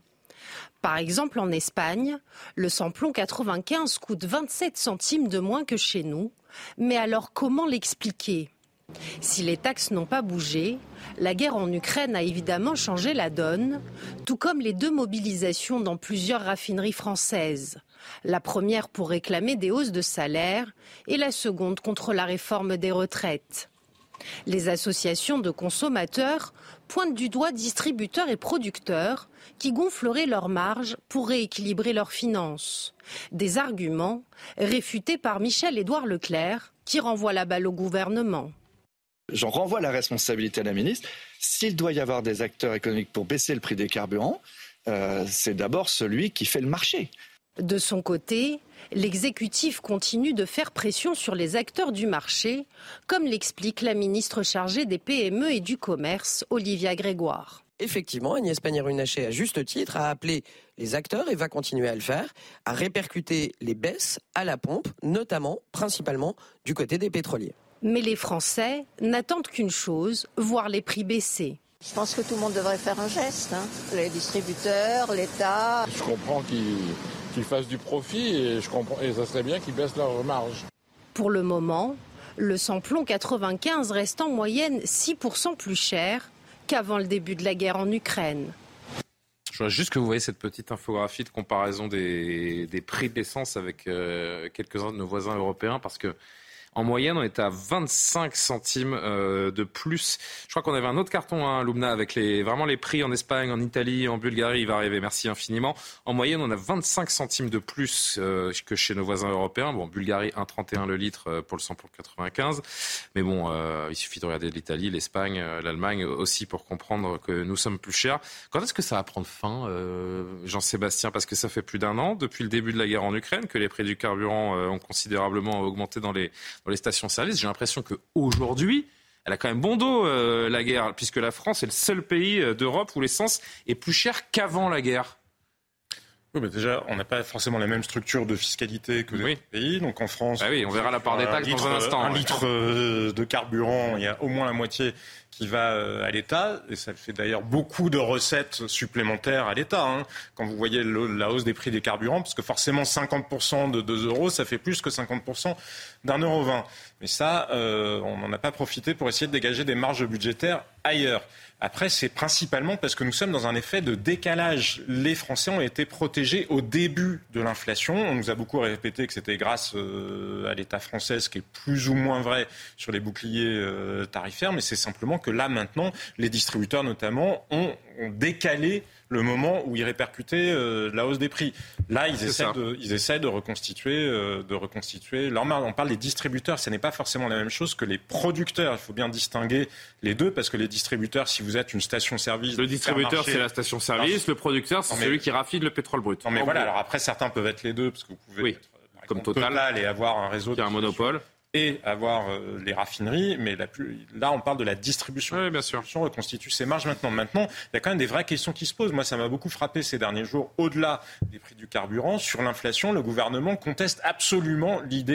Par exemple, en Espagne, le samplon quatre-vingt-quinze coûte vingt-sept centimes de moins que chez nous. Mais alors comment l'expliquer ? Si les taxes n'ont pas bougé, la guerre en Ukraine a évidemment changé la donne, tout comme les deux mobilisations dans plusieurs raffineries françaises. La première pour réclamer des hausses de salaire et la seconde contre la réforme des retraites. Les associations de consommateurs pointent du doigt distributeurs et producteurs qui gonfleraient leurs marges pour rééquilibrer leurs finances. Des arguments réfutés par Michel-Édouard Leclerc qui renvoie la balle au gouvernement. J'en renvoie la responsabilité à la ministre. S'il doit y avoir des acteurs économiques pour baisser le prix des carburants, euh, c'est d'abord celui qui fait le marché. De son côté, l'exécutif continue de faire pression sur les acteurs du marché, comme l'explique la ministre chargée des P M E et du commerce, Olivia Grégoire. Effectivement, Agnès Pannier-Runacher, à juste titre, a appelé les acteurs, et va continuer à le faire, à répercuter les baisses à la pompe, notamment, principalement, du côté des pétroliers. Mais les Français n'attendent qu'une chose, voir les prix baisser. Je pense que tout le monde devrait faire un geste, hein. Les distributeurs, l'État. Je comprends qu'ils, qu'ils fassent du profit et, je comprends, et ça serait bien qu'ils baissent leur marge. Pour le moment, le samplon quatre-vingt-quinze reste en moyenne six pour cent plus cher qu'avant le début de la guerre en Ukraine. Je voudrais juste que vous voyez cette petite infographie de comparaison des, des prix de l'essence avec euh, quelques-uns de nos voisins européens, parce que en moyenne, on était à vingt-cinq centimes euh, de plus. Je crois qu'on avait un autre carton, hein, Lumna, avec les, vraiment les prix en Espagne, en Italie, en Bulgarie. Il va arriver, merci infiniment. En moyenne, on a vingt-cinq centimes de plus euh, que chez nos voisins européens. Bon, Bulgarie, un virgule trente et un le litre pour le samplon quatre-vingt-quinze. Mais bon, euh, il suffit de regarder l'Italie, l'Espagne, l'Allemagne aussi pour comprendre que nous sommes plus chers. Quand est-ce que ça va prendre fin, euh, Jean-Sébastien ? Parce que ça fait plus d'un an, depuis le début de la guerre en Ukraine, que les prix du carburant euh, ont considérablement augmenté dans les... Dans les stations-service. J'ai l'impression qu'aujourd'hui, elle a quand même bon dos, euh, la guerre, puisque la France est le seul pays d'Europe où l'essence est plus chère qu'avant la guerre. Oui, mais déjà, on n'a pas forcément la même structure de fiscalité que les oui. autres pays. Donc en France, ah oui, on verra la part des taxes litre, dans un instant. Un ouais. litre de carburant, il y a au moins la moitié qui va à l'État, et ça fait d'ailleurs beaucoup de recettes supplémentaires à l'État. Hein, quand vous voyez le, la hausse des prix des carburants, parce que forcément cinquante pour cent de deux euros, ça fait plus que cinquante pour cent d'un euro vingt. Mais ça, euh, on n'en a pas profité pour essayer de dégager des marges budgétaires ailleurs. Après, c'est principalement parce que nous sommes dans un effet de décalage. Les Français ont été protégés au début de l'inflation. On nous a beaucoup répété que c'était grâce euh, à l'État français, ce qui est plus ou moins vrai sur les boucliers euh, tarifaires, mais c'est simplement que là, maintenant, les distributeurs, notamment, ont, ont décalé le moment où ils répercutaient euh, la hausse des prix. Là, ils essaient, de, ils essaient de reconstituer, euh, de reconstituer leur marge. On parle des distributeurs, ce n'est pas forcément la même chose que les producteurs. Il faut bien distinguer les deux, parce que les distributeurs, si vous êtes une station-service... Le distributeur, c'est la station-service, le producteur, c'est mais... celui qui raffine le pétrole brut. Non, mais en voilà, gros. Alors après, certains peuvent être les deux, parce que vous pouvez oui. être, par comme exemple, Total, Total et avoir un réseau... Qui a un monopole. Et avoir euh, les raffineries, mais la plus, là on parle de la distribution. Oui, bien sûr. La distribution reconstitue ses marges maintenant. Maintenant, il y a quand même des vraies questions qui se posent. Moi, ça m'a beaucoup frappé ces derniers jours. Au-delà des prix du carburant, sur l'inflation, le gouvernement conteste absolument l'idée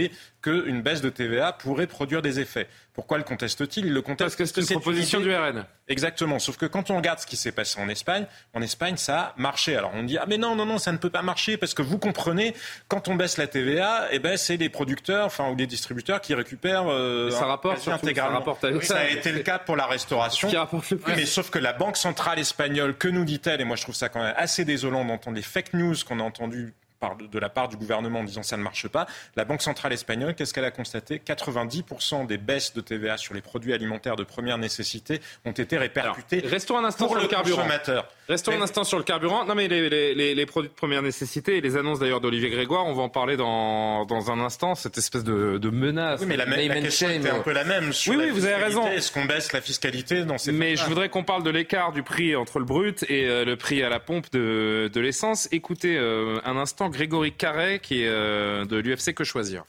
qu'une baisse de T V A pourrait produire des effets. Pourquoi le conteste-t-il ? Il le conteste parce que c'est une c'est proposition une du R N. Exactement. Sauf que quand on regarde ce qui s'est passé en Espagne, en Espagne, ça a marché. Alors on dit ah mais non non non, ça ne peut pas marcher parce que vous comprenez, quand on baisse la T V A, eh ben c'est les producteurs, enfin ou les distributeurs qui récupèrent euh, ça rapporte surtout, intégralement. Ça, rapporte oui, ça a été le cas pour la restauration. Qui rapporte le plus. Oui, mais sauf que la Banque centrale espagnole, que nous dit-elle ? Et moi je trouve ça quand même assez désolant d'entendre les fake news qu'on a entendues de la part du gouvernement en disant ça ne marche pas. La Banque centrale espagnole, qu'est-ce qu'elle a constaté ? quatre-vingt-dix pour cent des baisses de T V A sur les produits alimentaires de première nécessité ont été répercutées. Alors, restons un instant pour sur le, le carburant. Consommateur. Restons mais... un instant sur le carburant. Non mais les, les, les, les produits de première nécessité et les annonces d'ailleurs d'Olivier Grégoire, on va en parler dans, dans un instant, cette espèce de, de menace. Oui, mais la, même, la question était un peu la même sur oui, la oui, vous avez raison. Est-ce qu'on baisse la fiscalité dans ces Mais je voudrais qu'on parle de l'écart du prix entre le brut et euh, le prix à la pompe de, de l'essence. Écoutez euh, un instant Grégory Carré, qui est euh, de l'U F C Que Choisir.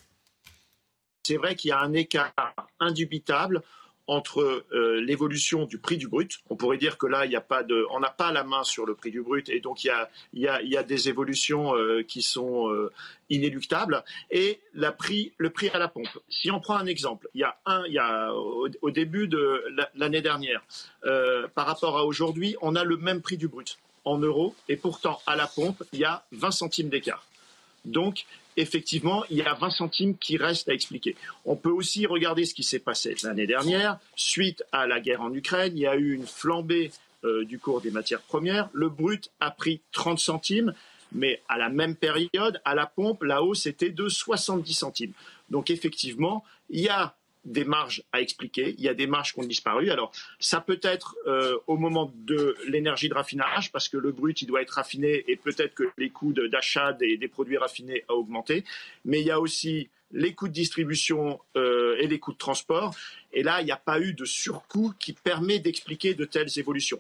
C'est vrai qu'il y a un écart indubitable entre euh, l'évolution du prix du brut. On pourrait dire que là, il y a pas de, on n'a pas la main sur le prix du brut et donc il y a, il y a, il y a des évolutions euh, qui sont euh, inéluctables. Et la prix, le prix à la pompe. Si on prend un exemple, il y a un, il y a au, au début de la, l'année dernière, euh, par rapport à aujourd'hui, on a le même prix du brut en euros et pourtant à la pompe, il y a vingt centimes d'écart. Donc, effectivement, il y a vingt centimes qui restent à expliquer. On peut aussi regarder ce qui s'est passé l'année dernière. Suite à la guerre en Ukraine, il y a eu une flambée euh, du cours des matières premières. Le brut a pris trente centimes, mais à la même période, à la pompe, la hausse était de soixante-dix centimes. Donc, effectivement, il y a des marges à expliquer, il y a des marges qui ont disparu. Alors, ça peut être euh, au moment de l'énergie de raffinage, parce que le brut, il doit être raffiné et peut-être que les coûts de, d'achat des, des produits raffinés a augmenté. Mais il y a aussi les coûts de distribution euh, et les coûts de transport. Et là, il n'y a pas eu de surcoût qui permet d'expliquer de telles évolutions.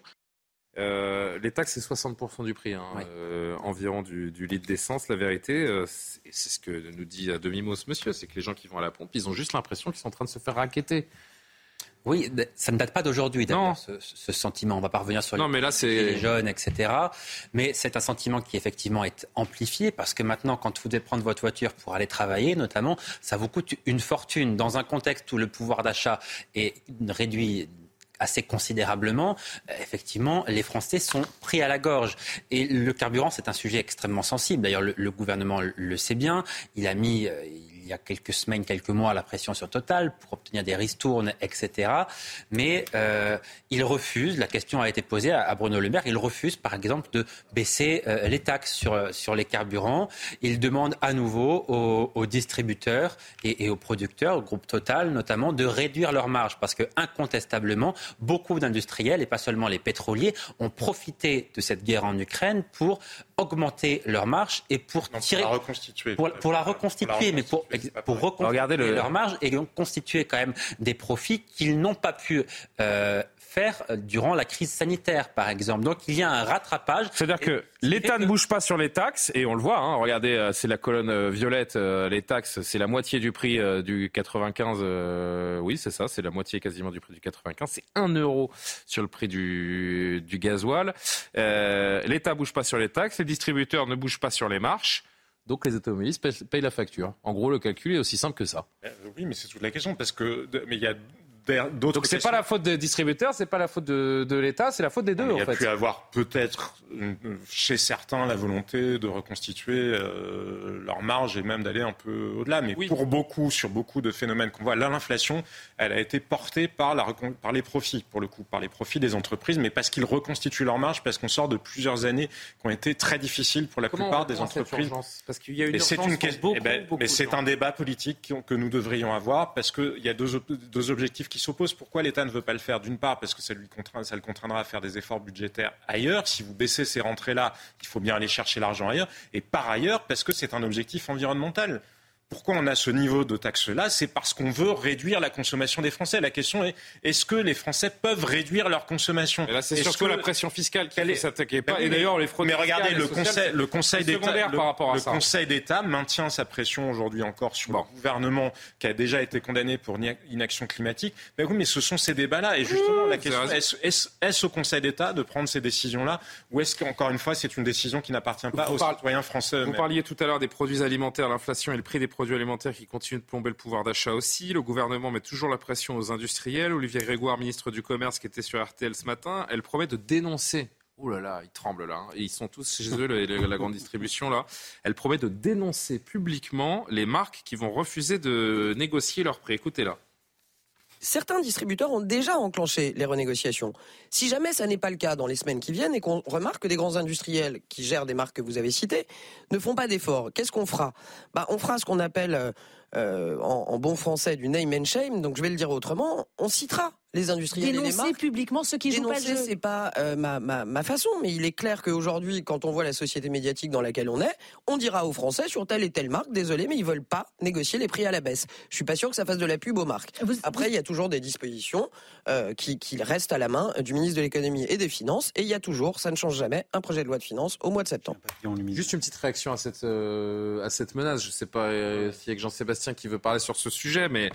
Euh, les taxes, c'est soixante pour cent du prix, hein, ouais. euh, environ du, du litre d'essence. La vérité, euh, c'est, c'est ce que nous dit à demi-mot ce monsieur, c'est que les gens qui vont à la pompe, ils ont juste l'impression qu'ils sont en train de se faire racketter. Oui, ça ne date pas d'aujourd'hui, d'ailleurs, ce, ce sentiment. On ne va pas revenir sur les, non, mais là, c'est... les jeunes, et cetera. Mais c'est un sentiment qui, effectivement, est amplifié parce que maintenant, quand vous devez prendre votre voiture pour aller travailler, notamment, ça vous coûte une fortune. Dans un contexte où le pouvoir d'achat est réduit assez considérablement, effectivement, les Français sont pris à la gorge. Et le carburant, c'est un sujet extrêmement sensible. D'ailleurs, le, le gouvernement le sait bien. Il a mis, euh, il y a quelques semaines, quelques mois, la pression sur Total pour obtenir des ristournes, et cetera. Mais euh, il refuse, la question a été posée à, à Bruno Le Maire, il refuse, par exemple, de baisser euh, les taxes sur, sur les carburants. Il demande à nouveau aux, aux distributeurs et, et aux producteurs, au groupe Total notamment, de réduire leurs marges. Parce que, incontestablement, beaucoup d'industriels, et pas seulement les pétroliers, ont profité de cette guerre en Ukraine pour augmenter leurs marges et pour non, tirer... Pour la reconstituer. Pour, pour la reconstituer, pour la mais pour, pour reconstituer le... leurs marges et donc constituer quand même des profits qu'ils n'ont pas pu euh, faire durant la crise sanitaire, par exemple. Donc il y a un rattrapage. C'est-à-dire que l'État ne bouge pas sur les taxes, et on le voit, hein, regardez, c'est la colonne violette, euh, les taxes, c'est la moitié du prix euh, du quatre-vingt-quinze, euh, oui c'est ça, c'est la moitié quasiment du prix du quatre-vingt-quinze, c'est un euro sur le prix du, du gasoil. Euh, L'État bouge pas sur les taxes, les distributeurs ne bougent pas sur les marches. Donc les automobilistes payent, payent la facture. En gros, le calcul est aussi simple que ça. Oui, mais c'est toute la question, parce que mais il y a d'autres Donc c'est questions. pas la faute des distributeurs, c'est pas la faute de, de l'État, c'est la faute des deux. Il y en a fait. pu avoir peut-être chez certains la volonté de reconstituer euh, leur marge et même d'aller un peu au-delà. Mais oui. Pour beaucoup, sur beaucoup de phénomènes qu'on voit, là l'inflation, elle a été portée par, la, par les profits, pour le coup, par les profits des entreprises, mais parce qu'ils reconstituent leur marge, parce qu'on sort de plusieurs années qui ont été très difficiles pour la Comment plupart des entreprises. Parce qu'il y a une et urgence c'est une pour beaucoup, eh ben, beaucoup mais c'est gens. un débat politique que nous devrions avoir, parce qu'il y a deux, deux objectifs qui s'opposent. Pourquoi l'État ne veut pas le faire ? D'une part, parce que ça, lui contraint, ça le contraindra à faire des efforts budgétaires ailleurs. Si vous baissez ces rentrées-là, il faut bien aller chercher l'argent ailleurs. Et par ailleurs, parce que c'est un objectif environnemental. Pourquoi on a ce niveau de taxe-là ? C'est parce qu'on veut réduire la consommation des Français. La question est, est-ce que les Français peuvent réduire leur consommation ? Et là, c'est est-ce surtout que... la pression fiscale qui est... ne s'attaquait pas. Ben oui, et d'ailleurs, les fraudes mais regardez, fiscales, le Conseil, le Conseil d'État, le, par rapport à le ça. Conseil d'État maintient sa pression aujourd'hui encore sur bon. le gouvernement qui a déjà été condamné pour inaction climatique. Ben oui, mais ce sont ces débats-là. Et justement, mmh, la question est-ce, est-ce, est-ce au Conseil d'État de prendre ces décisions-là, ou est-ce qu'encore une fois, c'est une décision qui n'appartient pas vous aux parle... citoyens français eux-mêmes ? Vous parliez tout à l'heure des produits alimentaires, l'inflation et le prix des produits alimentaires qui continuent de plomber le pouvoir d'achat aussi. Le gouvernement met toujours la pression aux industriels. Olivier Grégoire, ministre du Commerce, qui était sur R T L ce matin, elle promet de dénoncer. Oh là là, ils tremblent là. Ils sont tous chez eux, la, la, la grande distribution là. Elle promet de dénoncer publiquement les marques qui vont refuser de négocier leur prix. Écoutez-la. Certains distributeurs ont déjà enclenché les renégociations. Si jamais ça n'est pas le cas dans les semaines qui viennent et qu'on remarque que des grands industriels qui gèrent des marques que vous avez citées ne font pas d'efforts, qu'est-ce qu'on fera ? Bah, on fera ce qu'on appelle euh, en, en bon français du name and shame, donc je vais le dire autrement, on citera les industriels Dénoncer et les marques. publiquement ceux qui jouent pas le jeu. C'est pas euh, ma, ma, ma façon, mais il est clair qu'aujourd'hui, quand on voit la société médiatique dans laquelle on est, on dira aux Français sur telle et telle marque, désolé, mais ils veulent pas négocier les prix à la baisse. Je suis pas sûr que ça fasse de la pub aux marques. Vous, Après, il y a toujours des dispositions euh, qui, qui restent à la main du ministre de l'économie et des finances, et il y a toujours, ça ne change jamais, un projet de loi de finances au mois de septembre. Juste une petite réaction à cette, euh, à cette menace. Je sais pas euh, s'il y a que Jean-Sébastien qui veut parler sur ce sujet, mais...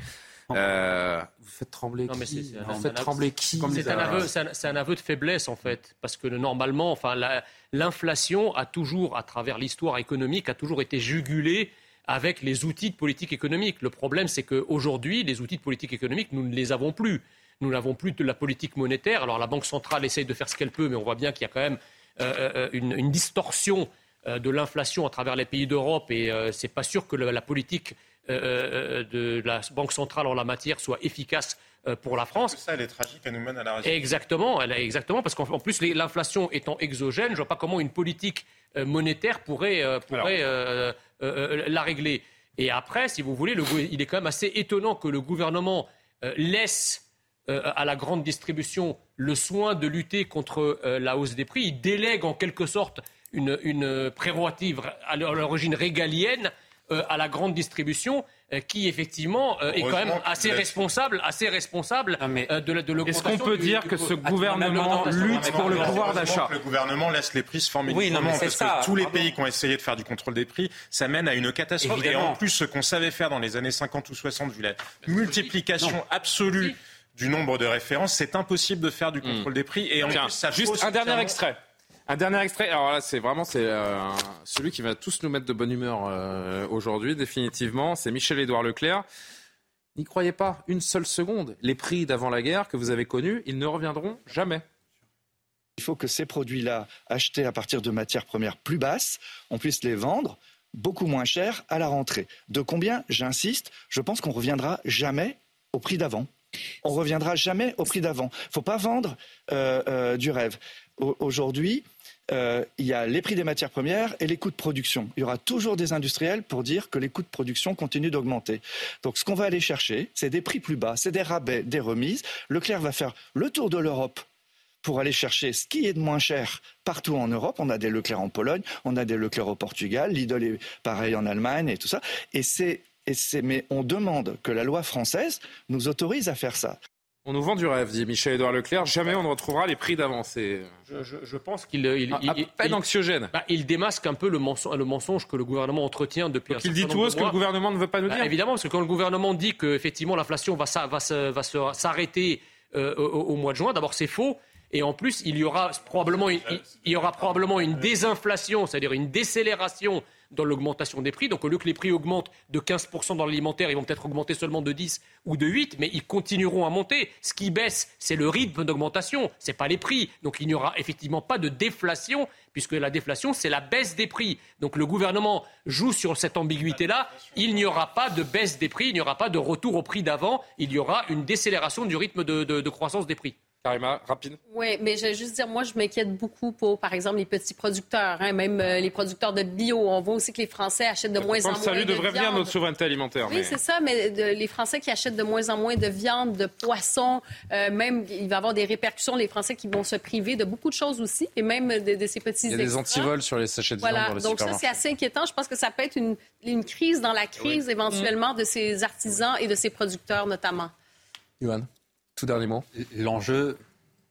Euh, vous faites trembler non, qui mais c'est, c'est Vous un, faites un, trembler qui c'est, un aveu, c'est, un, c'est un aveu de faiblesse en fait, parce que normalement, enfin, la, l'inflation a toujours, à travers l'histoire économique, a toujours été jugulée avec les outils de politique économique. Le problème, c'est qu'aujourd'hui, les outils de politique économique, nous ne les avons plus. Nous n'avons plus de la politique monétaire. Alors la Banque centrale essaye de faire ce qu'elle peut, mais on voit bien qu'il y a quand même euh, une, une distorsion euh, de l'inflation à travers les pays d'Europe, et euh, c'est pas sûr que le, la politique Euh, de la Banque centrale en la matière soit efficace euh, pour la France. Ça, elle est tragique, elle nous mène à la récession. Exactement, elle est, exactement, parce qu'en plus, les, l'inflation étant exogène, je ne vois pas comment une politique euh, monétaire pourrait, euh, pourrait euh, euh, la régler. Et après, si vous voulez, le, il est quand même assez étonnant que le gouvernement euh, laisse euh, à la grande distribution le soin de lutter contre euh, la hausse des prix. Il délègue en quelque sorte une, une prérogative à l'origine régalienne Euh, à la grande distribution, euh, qui effectivement euh, est quand même assez responsable, assez responsable euh, de, de l'augmentation. Est-ce qu'on peut du, dire du, que du, ce gouvernement lutte pour le pouvoir d'achat ? Le gouvernement laisse les prix se former oui, non, parce ça, que tous les pardon. pays qui ont essayé de faire du contrôle des prix, ça mène à une catastrophe. Évidemment. Et en plus, ce qu'on savait faire dans les années cinquante ou soixante, vu la multiplication non. absolue du nombre de références, c'est impossible de faire du contrôle mmh. des prix. Et en Tiens, plus, ça juste un dernier extrait. Un dernier extrait. Alors là, c'est vraiment c'est euh, celui qui va tous nous mettre de bonne humeur euh, aujourd'hui, définitivement. C'est Michel-Édouard Leclerc. N'y croyez pas une seule seconde. Les prix d'avant la guerre que vous avez connus, ils ne reviendront jamais. Il faut que ces produits-là, achetés à partir de matières premières plus basses, on puisse les vendre beaucoup moins cher à la rentrée. De combien ? J'insiste, je pense qu'on ne reviendra jamais au prix d'avant. On ne reviendra jamais au prix d'avant. Il ne faut pas vendre euh, euh, du rêve. O- aujourd'hui, euh, il y a les prix des matières premières et les coûts de production. Il y aura toujours des industriels pour dire que les coûts de production continuent d'augmenter. Donc ce qu'on va aller chercher, c'est des prix plus bas, c'est des rabais, des remises. Leclerc va faire le tour de l'Europe pour aller chercher ce qui est de moins cher partout en Europe. On a des Leclerc en Pologne, on a des Leclerc au Portugal, Lidl est pareil en Allemagne et tout ça. Et c'est, et c'est, mais on demande que la loi française nous autorise à faire ça. On nous vend du rêve, dit Michel-Édouard Leclerc. Jamais on ne retrouvera les prix d'avance. C'est... Je, je, je pense qu'il il, à, à il, peine il, anxiogène. Bah, il démasque un peu le mensonge, le mensonge que le gouvernement entretient depuis Donc un il dit tout haut ce que le gouvernement ne veut pas nous bah, dire. Évidemment, parce que quand le gouvernement dit que effectivement l'inflation va, va, va, va se, s'arrêter euh, au, au mois de juin, d'abord c'est faux. Et en plus, il y aura probablement une, il, il y aura probablement une désinflation, c'est-à-dire une décélération dans l'augmentation des prix. Donc au lieu que les prix augmentent de quinze pour cent dans l'alimentaire, ils vont peut-être augmenter seulement de dix ou de huit, mais ils continueront à monter. Ce qui baisse, c'est le rythme d'augmentation, c'est pas les prix. Donc il n'y aura effectivement pas de déflation, puisque la déflation, c'est la baisse des prix. Donc le gouvernement joue sur cette ambiguïté-là. Il n'y aura pas de baisse des prix, il n'y aura pas de retour au prix d'avant, il y aura une décélération du rythme de, de, de croissance des prix. Karima, rapide. Oui, mais je vais juste dire, moi, je m'inquiète beaucoup pour, par exemple, les petits producteurs, hein, même euh, les producteurs de bio. On voit aussi que les Français achètent de moins en moins de viande. Ça lui devrait venir notre souveraineté alimentaire. Oui, mais... c'est ça, mais de, les Français qui achètent de moins en moins de viande, de poisson, euh, même, il va y avoir des répercussions, les Français qui vont se priver de beaucoup de choses aussi, et même de, de ces petits Il y a extras. des antivols sur les sachets de voilà. viande dans les Donc ça, c'est assez inquiétant. Je pense que ça peut être une, une crise dans la crise, oui. éventuellement, de ces artisans et de ces producteurs, notamment. Yohann, tout dernier mot. L'enjeu...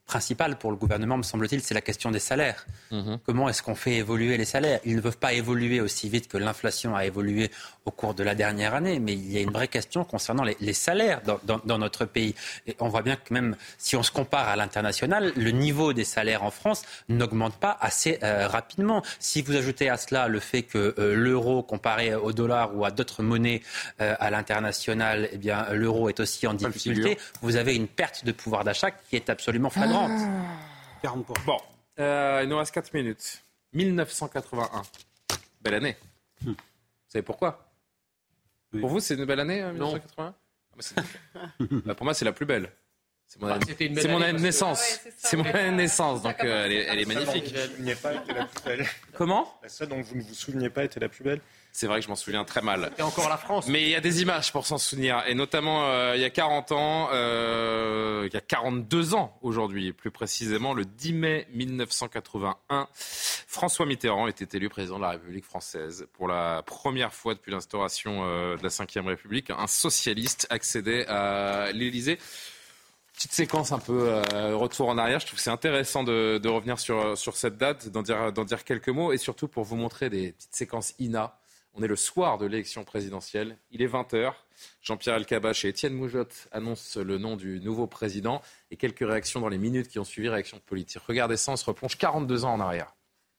principal pour le gouvernement, me semble-t-il, c'est la question des salaires. Mmh. Comment est-ce qu'on fait évoluer les salaires ? Ils ne peuvent pas évoluer aussi vite que l'inflation a évolué au cours de la dernière année, mais il y a une vraie question concernant les, les salaires dans, dans, dans notre pays. Et on voit bien que même si on se compare à l'international, le niveau des salaires en France n'augmente pas assez euh, rapidement. Si vous ajoutez à cela le fait que euh, l'euro, comparé au dollar ou à d'autres monnaies euh, à l'international, eh bien, l'euro est aussi en difficulté, vous avez une perte de pouvoir d'achat qui est absolument flagrante. quarante pour cent. Bon, euh, il nous reste quatre minutes. dix-neuf cent quatre-vingt-un. Belle année. Hum. Vous savez pourquoi ? Oui. Pour vous, c'est une belle année, hein, dix-neuf cent quatre-vingt-un ? Ah, bah, bah, pour moi, c'est la plus belle. C'est mon, ah, année, c'est mon année de naissance. Que... Ah ouais, c'est, c'est mon année de naissance, donc euh, elle est, elle est magnifique. La seule dont vous ne vous souveniez pas était la plus belle. Comment ? La seule dont vous ne vous souveniez pas était la plus belle. C'est vrai que je m'en souviens très mal. Et encore la France. Mais il y a des images pour s'en souvenir. Et notamment, euh, il y a quarante ans, euh, il y a quarante-deux ans aujourd'hui, plus précisément, le dix mai dix-neuf cent quatre-vingt-un, François Mitterrand était élu président de la République française. Pour la première fois depuis l'instauration euh, de la cinquième République, un socialiste accédait à l'Élysée. Petite séquence un peu euh, retour en arrière. Je trouve que c'est intéressant de, de revenir sur, sur cette date, d'en dire, d'en dire quelques mots et surtout pour vous montrer des petites séquences I N A. On est le soir de l'élection présidentielle. Il est vingt heures. Jean-Pierre Elkabbach et Étienne Moujotte annoncent le nom du nouveau président et quelques réactions dans les minutes qui ont suivi, réactions politiques. Regardez ça, on se replonge quarante-deux ans en arrière.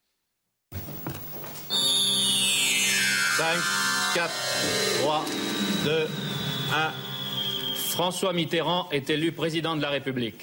cinq, quatre, trois, deux, un. François Mitterrand est élu président de la République.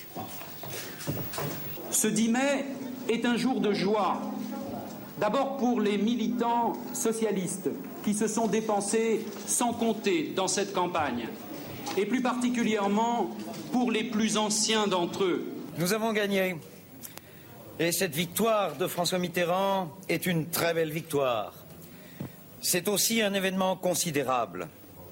Ce dix mai est un jour de joie. D'abord pour les militants socialistes qui se sont dépensés sans compter dans cette campagne. Et plus particulièrement pour les plus anciens d'entre eux. Nous avons gagné. Et cette victoire de François Mitterrand est une très belle victoire. C'est aussi un événement considérable.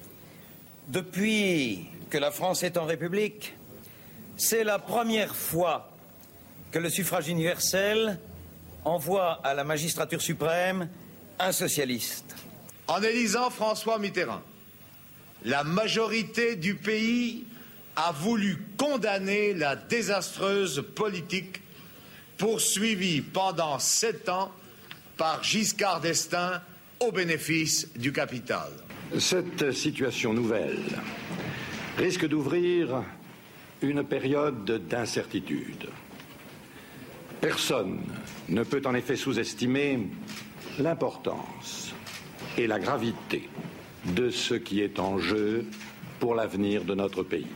Depuis que la France est en République, c'est la première fois que le suffrage universel envoie à la magistrature suprême un socialiste. En élisant François Mitterrand, la majorité du pays a voulu condamner la désastreuse politique poursuivie pendant sept ans par Giscard d'Estaing au bénéfice du capital. Cette situation nouvelle risque d'ouvrir une période d'incertitude. Personne ne peut en effet sous-estimer l'importance et la gravité de ce qui est en jeu pour l'avenir de notre pays.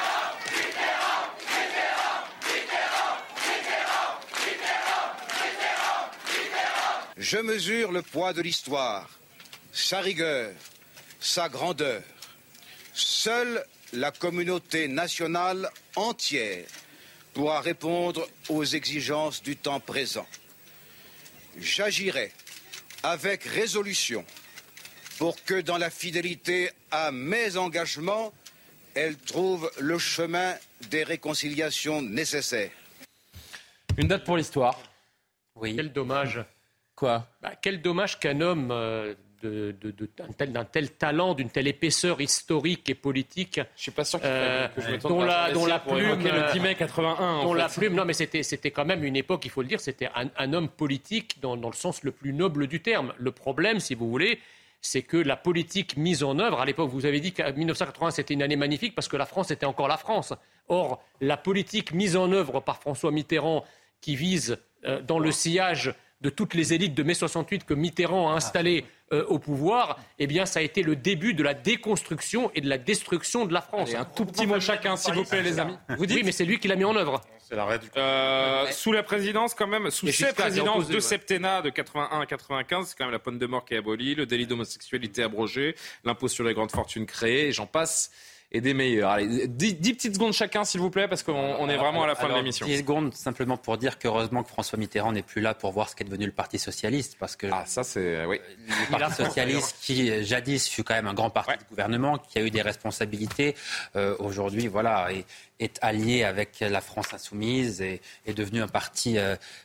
Je mesure le poids de l'histoire, sa rigueur, sa grandeur. Seule la communauté nationale entière pourra répondre aux exigences du temps présent. J'agirai avec résolution pour que dans la fidélité à mes engagements, elle trouve le chemin des réconciliations nécessaires. Une date pour l'histoire. Oui. Quel dommage. Quoi ? Bah, quel dommage qu'un homme euh, de, de, de, d'un, tel, d'un tel talent, d'une telle épaisseur historique et politique, je suis pas sûr euh, que je me dont la, dont la plume, le dix mai quatre-vingt-un, dont en fait. la plume, non mais c'était, c'était quand même une époque, il faut le dire, c'était un, un homme politique dans, dans le sens le plus noble du terme. Le problème, si vous voulez, c'est que la politique mise en œuvre, à l'époque, vous avez dit qu'en dix-neuf cent quatre-vingt-un, c'était une année magnifique parce que la France était encore la France. Or, la politique mise en œuvre par François Mitterrand, qui vise euh, dans le sillage de toutes les élites de mai soixante-huit que Mitterrand a installées euh, au pouvoir, eh bien, ça a été le début de la déconstruction et de la destruction de la France. Allez, un tout petit mot chacun, s'il vous plaît, les amis. Vous dites ? Oui, mais c'est lui qui l'a mis en œuvre. C'est l'arrêt du... Euh, sous la présidence, quand même, sous ces présidences de septennat de quatre-vingt-un à quatre-vingt-quinze, c'est quand même la peine de mort qui est abolie, le délit d'homosexualité abrogé, l'impôt sur les grandes fortunes créé, et j'en passe. Et des meilleurs. Allez, dix, dix petites secondes chacun, s'il vous plaît, parce qu'on on est vraiment à la fin Alors, de l'émission. dix secondes, simplement pour dire qu'heureusement que François Mitterrand n'est plus là pour voir ce qu'est devenu le Parti Socialiste, parce que ah, ça, c'est, oui. le Parti Socialiste, qui jadis fut quand même un grand parti ouais. de gouvernement, qui a eu des responsabilités, euh, aujourd'hui, voilà, est, est allié avec la France insoumise et est devenu un parti... Euh,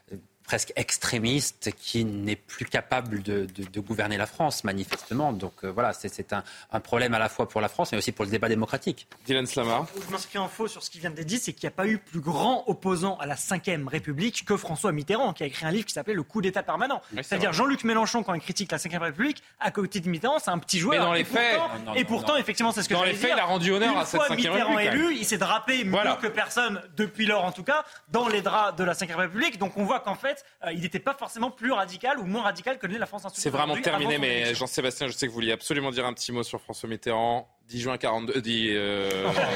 presque extrémiste qui n'est plus capable de, de, de gouverner la France, manifestement. Donc euh, voilà, c'est, c'est un, un problème à la fois pour la France, mais aussi pour le débat démocratique. Dylan Slama. Je m'inscris en faux sur ce qui vient d'être dit, c'est qu'il n'y a pas eu plus grand opposant à la cinquième République que François Mitterrand, qui a écrit un livre qui s'appelait Le coup d'État permanent. Oui, c'est C'est-à-dire vrai. Jean-Luc Mélenchon, quand il critique la cinquième République, à côté de Mitterrand, c'est un petit joueur. Mais dans les et faits, pourtant, non, non, et pourtant non. effectivement, c'est ce que dans je les faits, dire. il a rendu honneur Une à cette fois cinquième Mitterrand République. élu, il s'est drapé voilà. mieux que personne depuis lors, en tout cas, dans les draps de la cinquième République. Donc on voit qu'en fait, euh, il n'était pas forcément plus radical ou moins radical que l'est la France insoumise. C'est vraiment terminé, mais élection. Jean-Sébastien, je sais que vous vouliez absolument dire un petit mot sur François Mitterrand. dix juin quarante-deux, dix... Euh...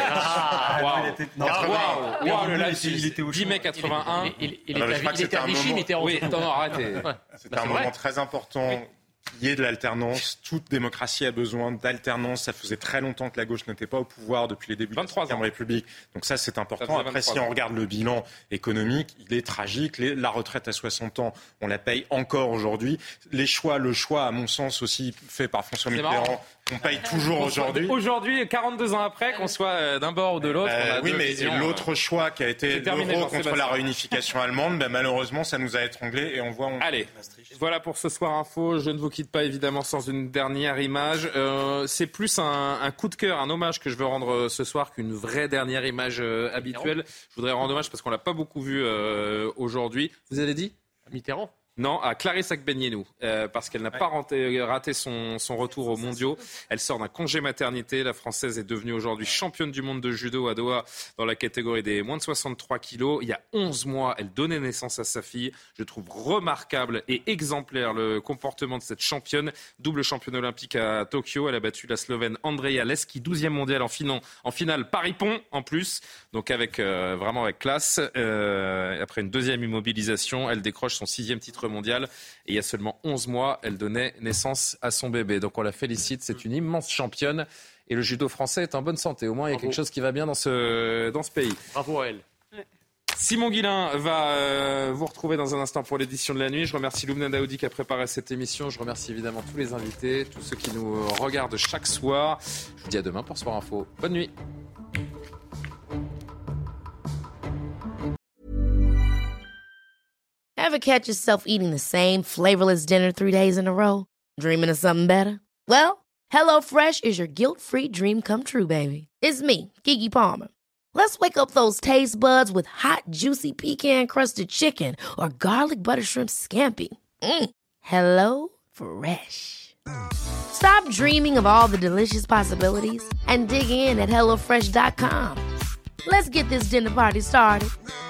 Ah, waouh, il était- waouh, waouh, waouh, il le était- lapsus. il était au dix mai quatre-vingt-un. Il, il, il, Alors, était, je crois il que était c'était à un Vichy, moment- Mitterrand. Oui, non, non, arrêtez. Ouais. C'était Bah, un c'est moment vrai. très important. Qu'il y ait de l'alternance, toute démocratie a besoin d'alternance. Ça faisait très longtemps que la gauche n'était pas au pouvoir depuis les débuts de la cinquième République. Donc ça, c'est important. Après, si on regarde le bilan économique, il est tragique. Les- la retraite à soixante ans, on la paye encore aujourd'hui. Les choix, le choix, à mon sens, aussi fait par François C'est Mitterrand, marrant. on paye toujours Qu'on soit- aujourd'hui. Aujourd'hui, quarante-deux ans après, qu'on soit euh, d'un bord ou de l'autre. Euh, on a oui, deux mais visions, l'autre choix qui a été C'est terminé, l'euro contre Jean-Sébastien. la réunification allemande, ben, malheureusement, ça nous a étranglés et on voit... On... Allez, voilà pour ce soir info. Je ne vous quitte pas évidemment sans une dernière image. Euh, c'est plus un, un coup de cœur, un hommage que je veux rendre euh, ce soir qu'une vraie dernière image euh, habituelle. Je voudrais rendre hommage parce qu'on l'a pas beaucoup vu euh, aujourd'hui. Vous avez dit Mitterrand. Non, à Clarisse Agbenienou, euh, parce qu'elle n'a pas raté, raté son, son retour aux mondiaux. Elle sort d'un congé maternité. La Française est devenue aujourd'hui championne du monde de judo à Doha dans la catégorie des moins de soixante-trois kilos. Il y a onze mois, elle donnait naissance à sa fille. Je trouve remarquable et exemplaire le comportement de cette championne. Double championne olympique à Tokyo. Elle a battu la Slovène Andrea Leski, douzième mondiale en, finan, en finale Paris-Pont en plus. Donc avec euh, vraiment avec classe. Euh, après une deuxième immobilisation, elle décroche son sixième titre mondial. Et il y a seulement onze mois, elle donnait naissance à son bébé. Donc on la félicite, c'est une immense championne. Et le judo français est en bonne santé. Au moins, il y a Bravo. quelque chose qui va bien dans ce, dans ce pays. Bravo à elle. Simon Guillain va euh, vous retrouver dans un instant pour l'édition de la nuit. Je remercie Loubna Daoudi qui a préparé cette émission. Je remercie évidemment tous les invités, tous ceux qui nous regardent chaque soir. Je vous dis à demain pour Soir Info. Bonne nuit. Ever catch yourself eating the same flavorless dinner three days in a row? Dreaming of something better? Well, HelloFresh is your guilt-free dream come true, baby. It's me, Keke Palmer. Let's wake up those taste buds with hot, juicy pecan-crusted chicken or garlic butter shrimp scampi. Mm. Hello Fresh. Stop dreaming of all the delicious possibilities and dig in at hello fresh dot com. Let's get this dinner party started.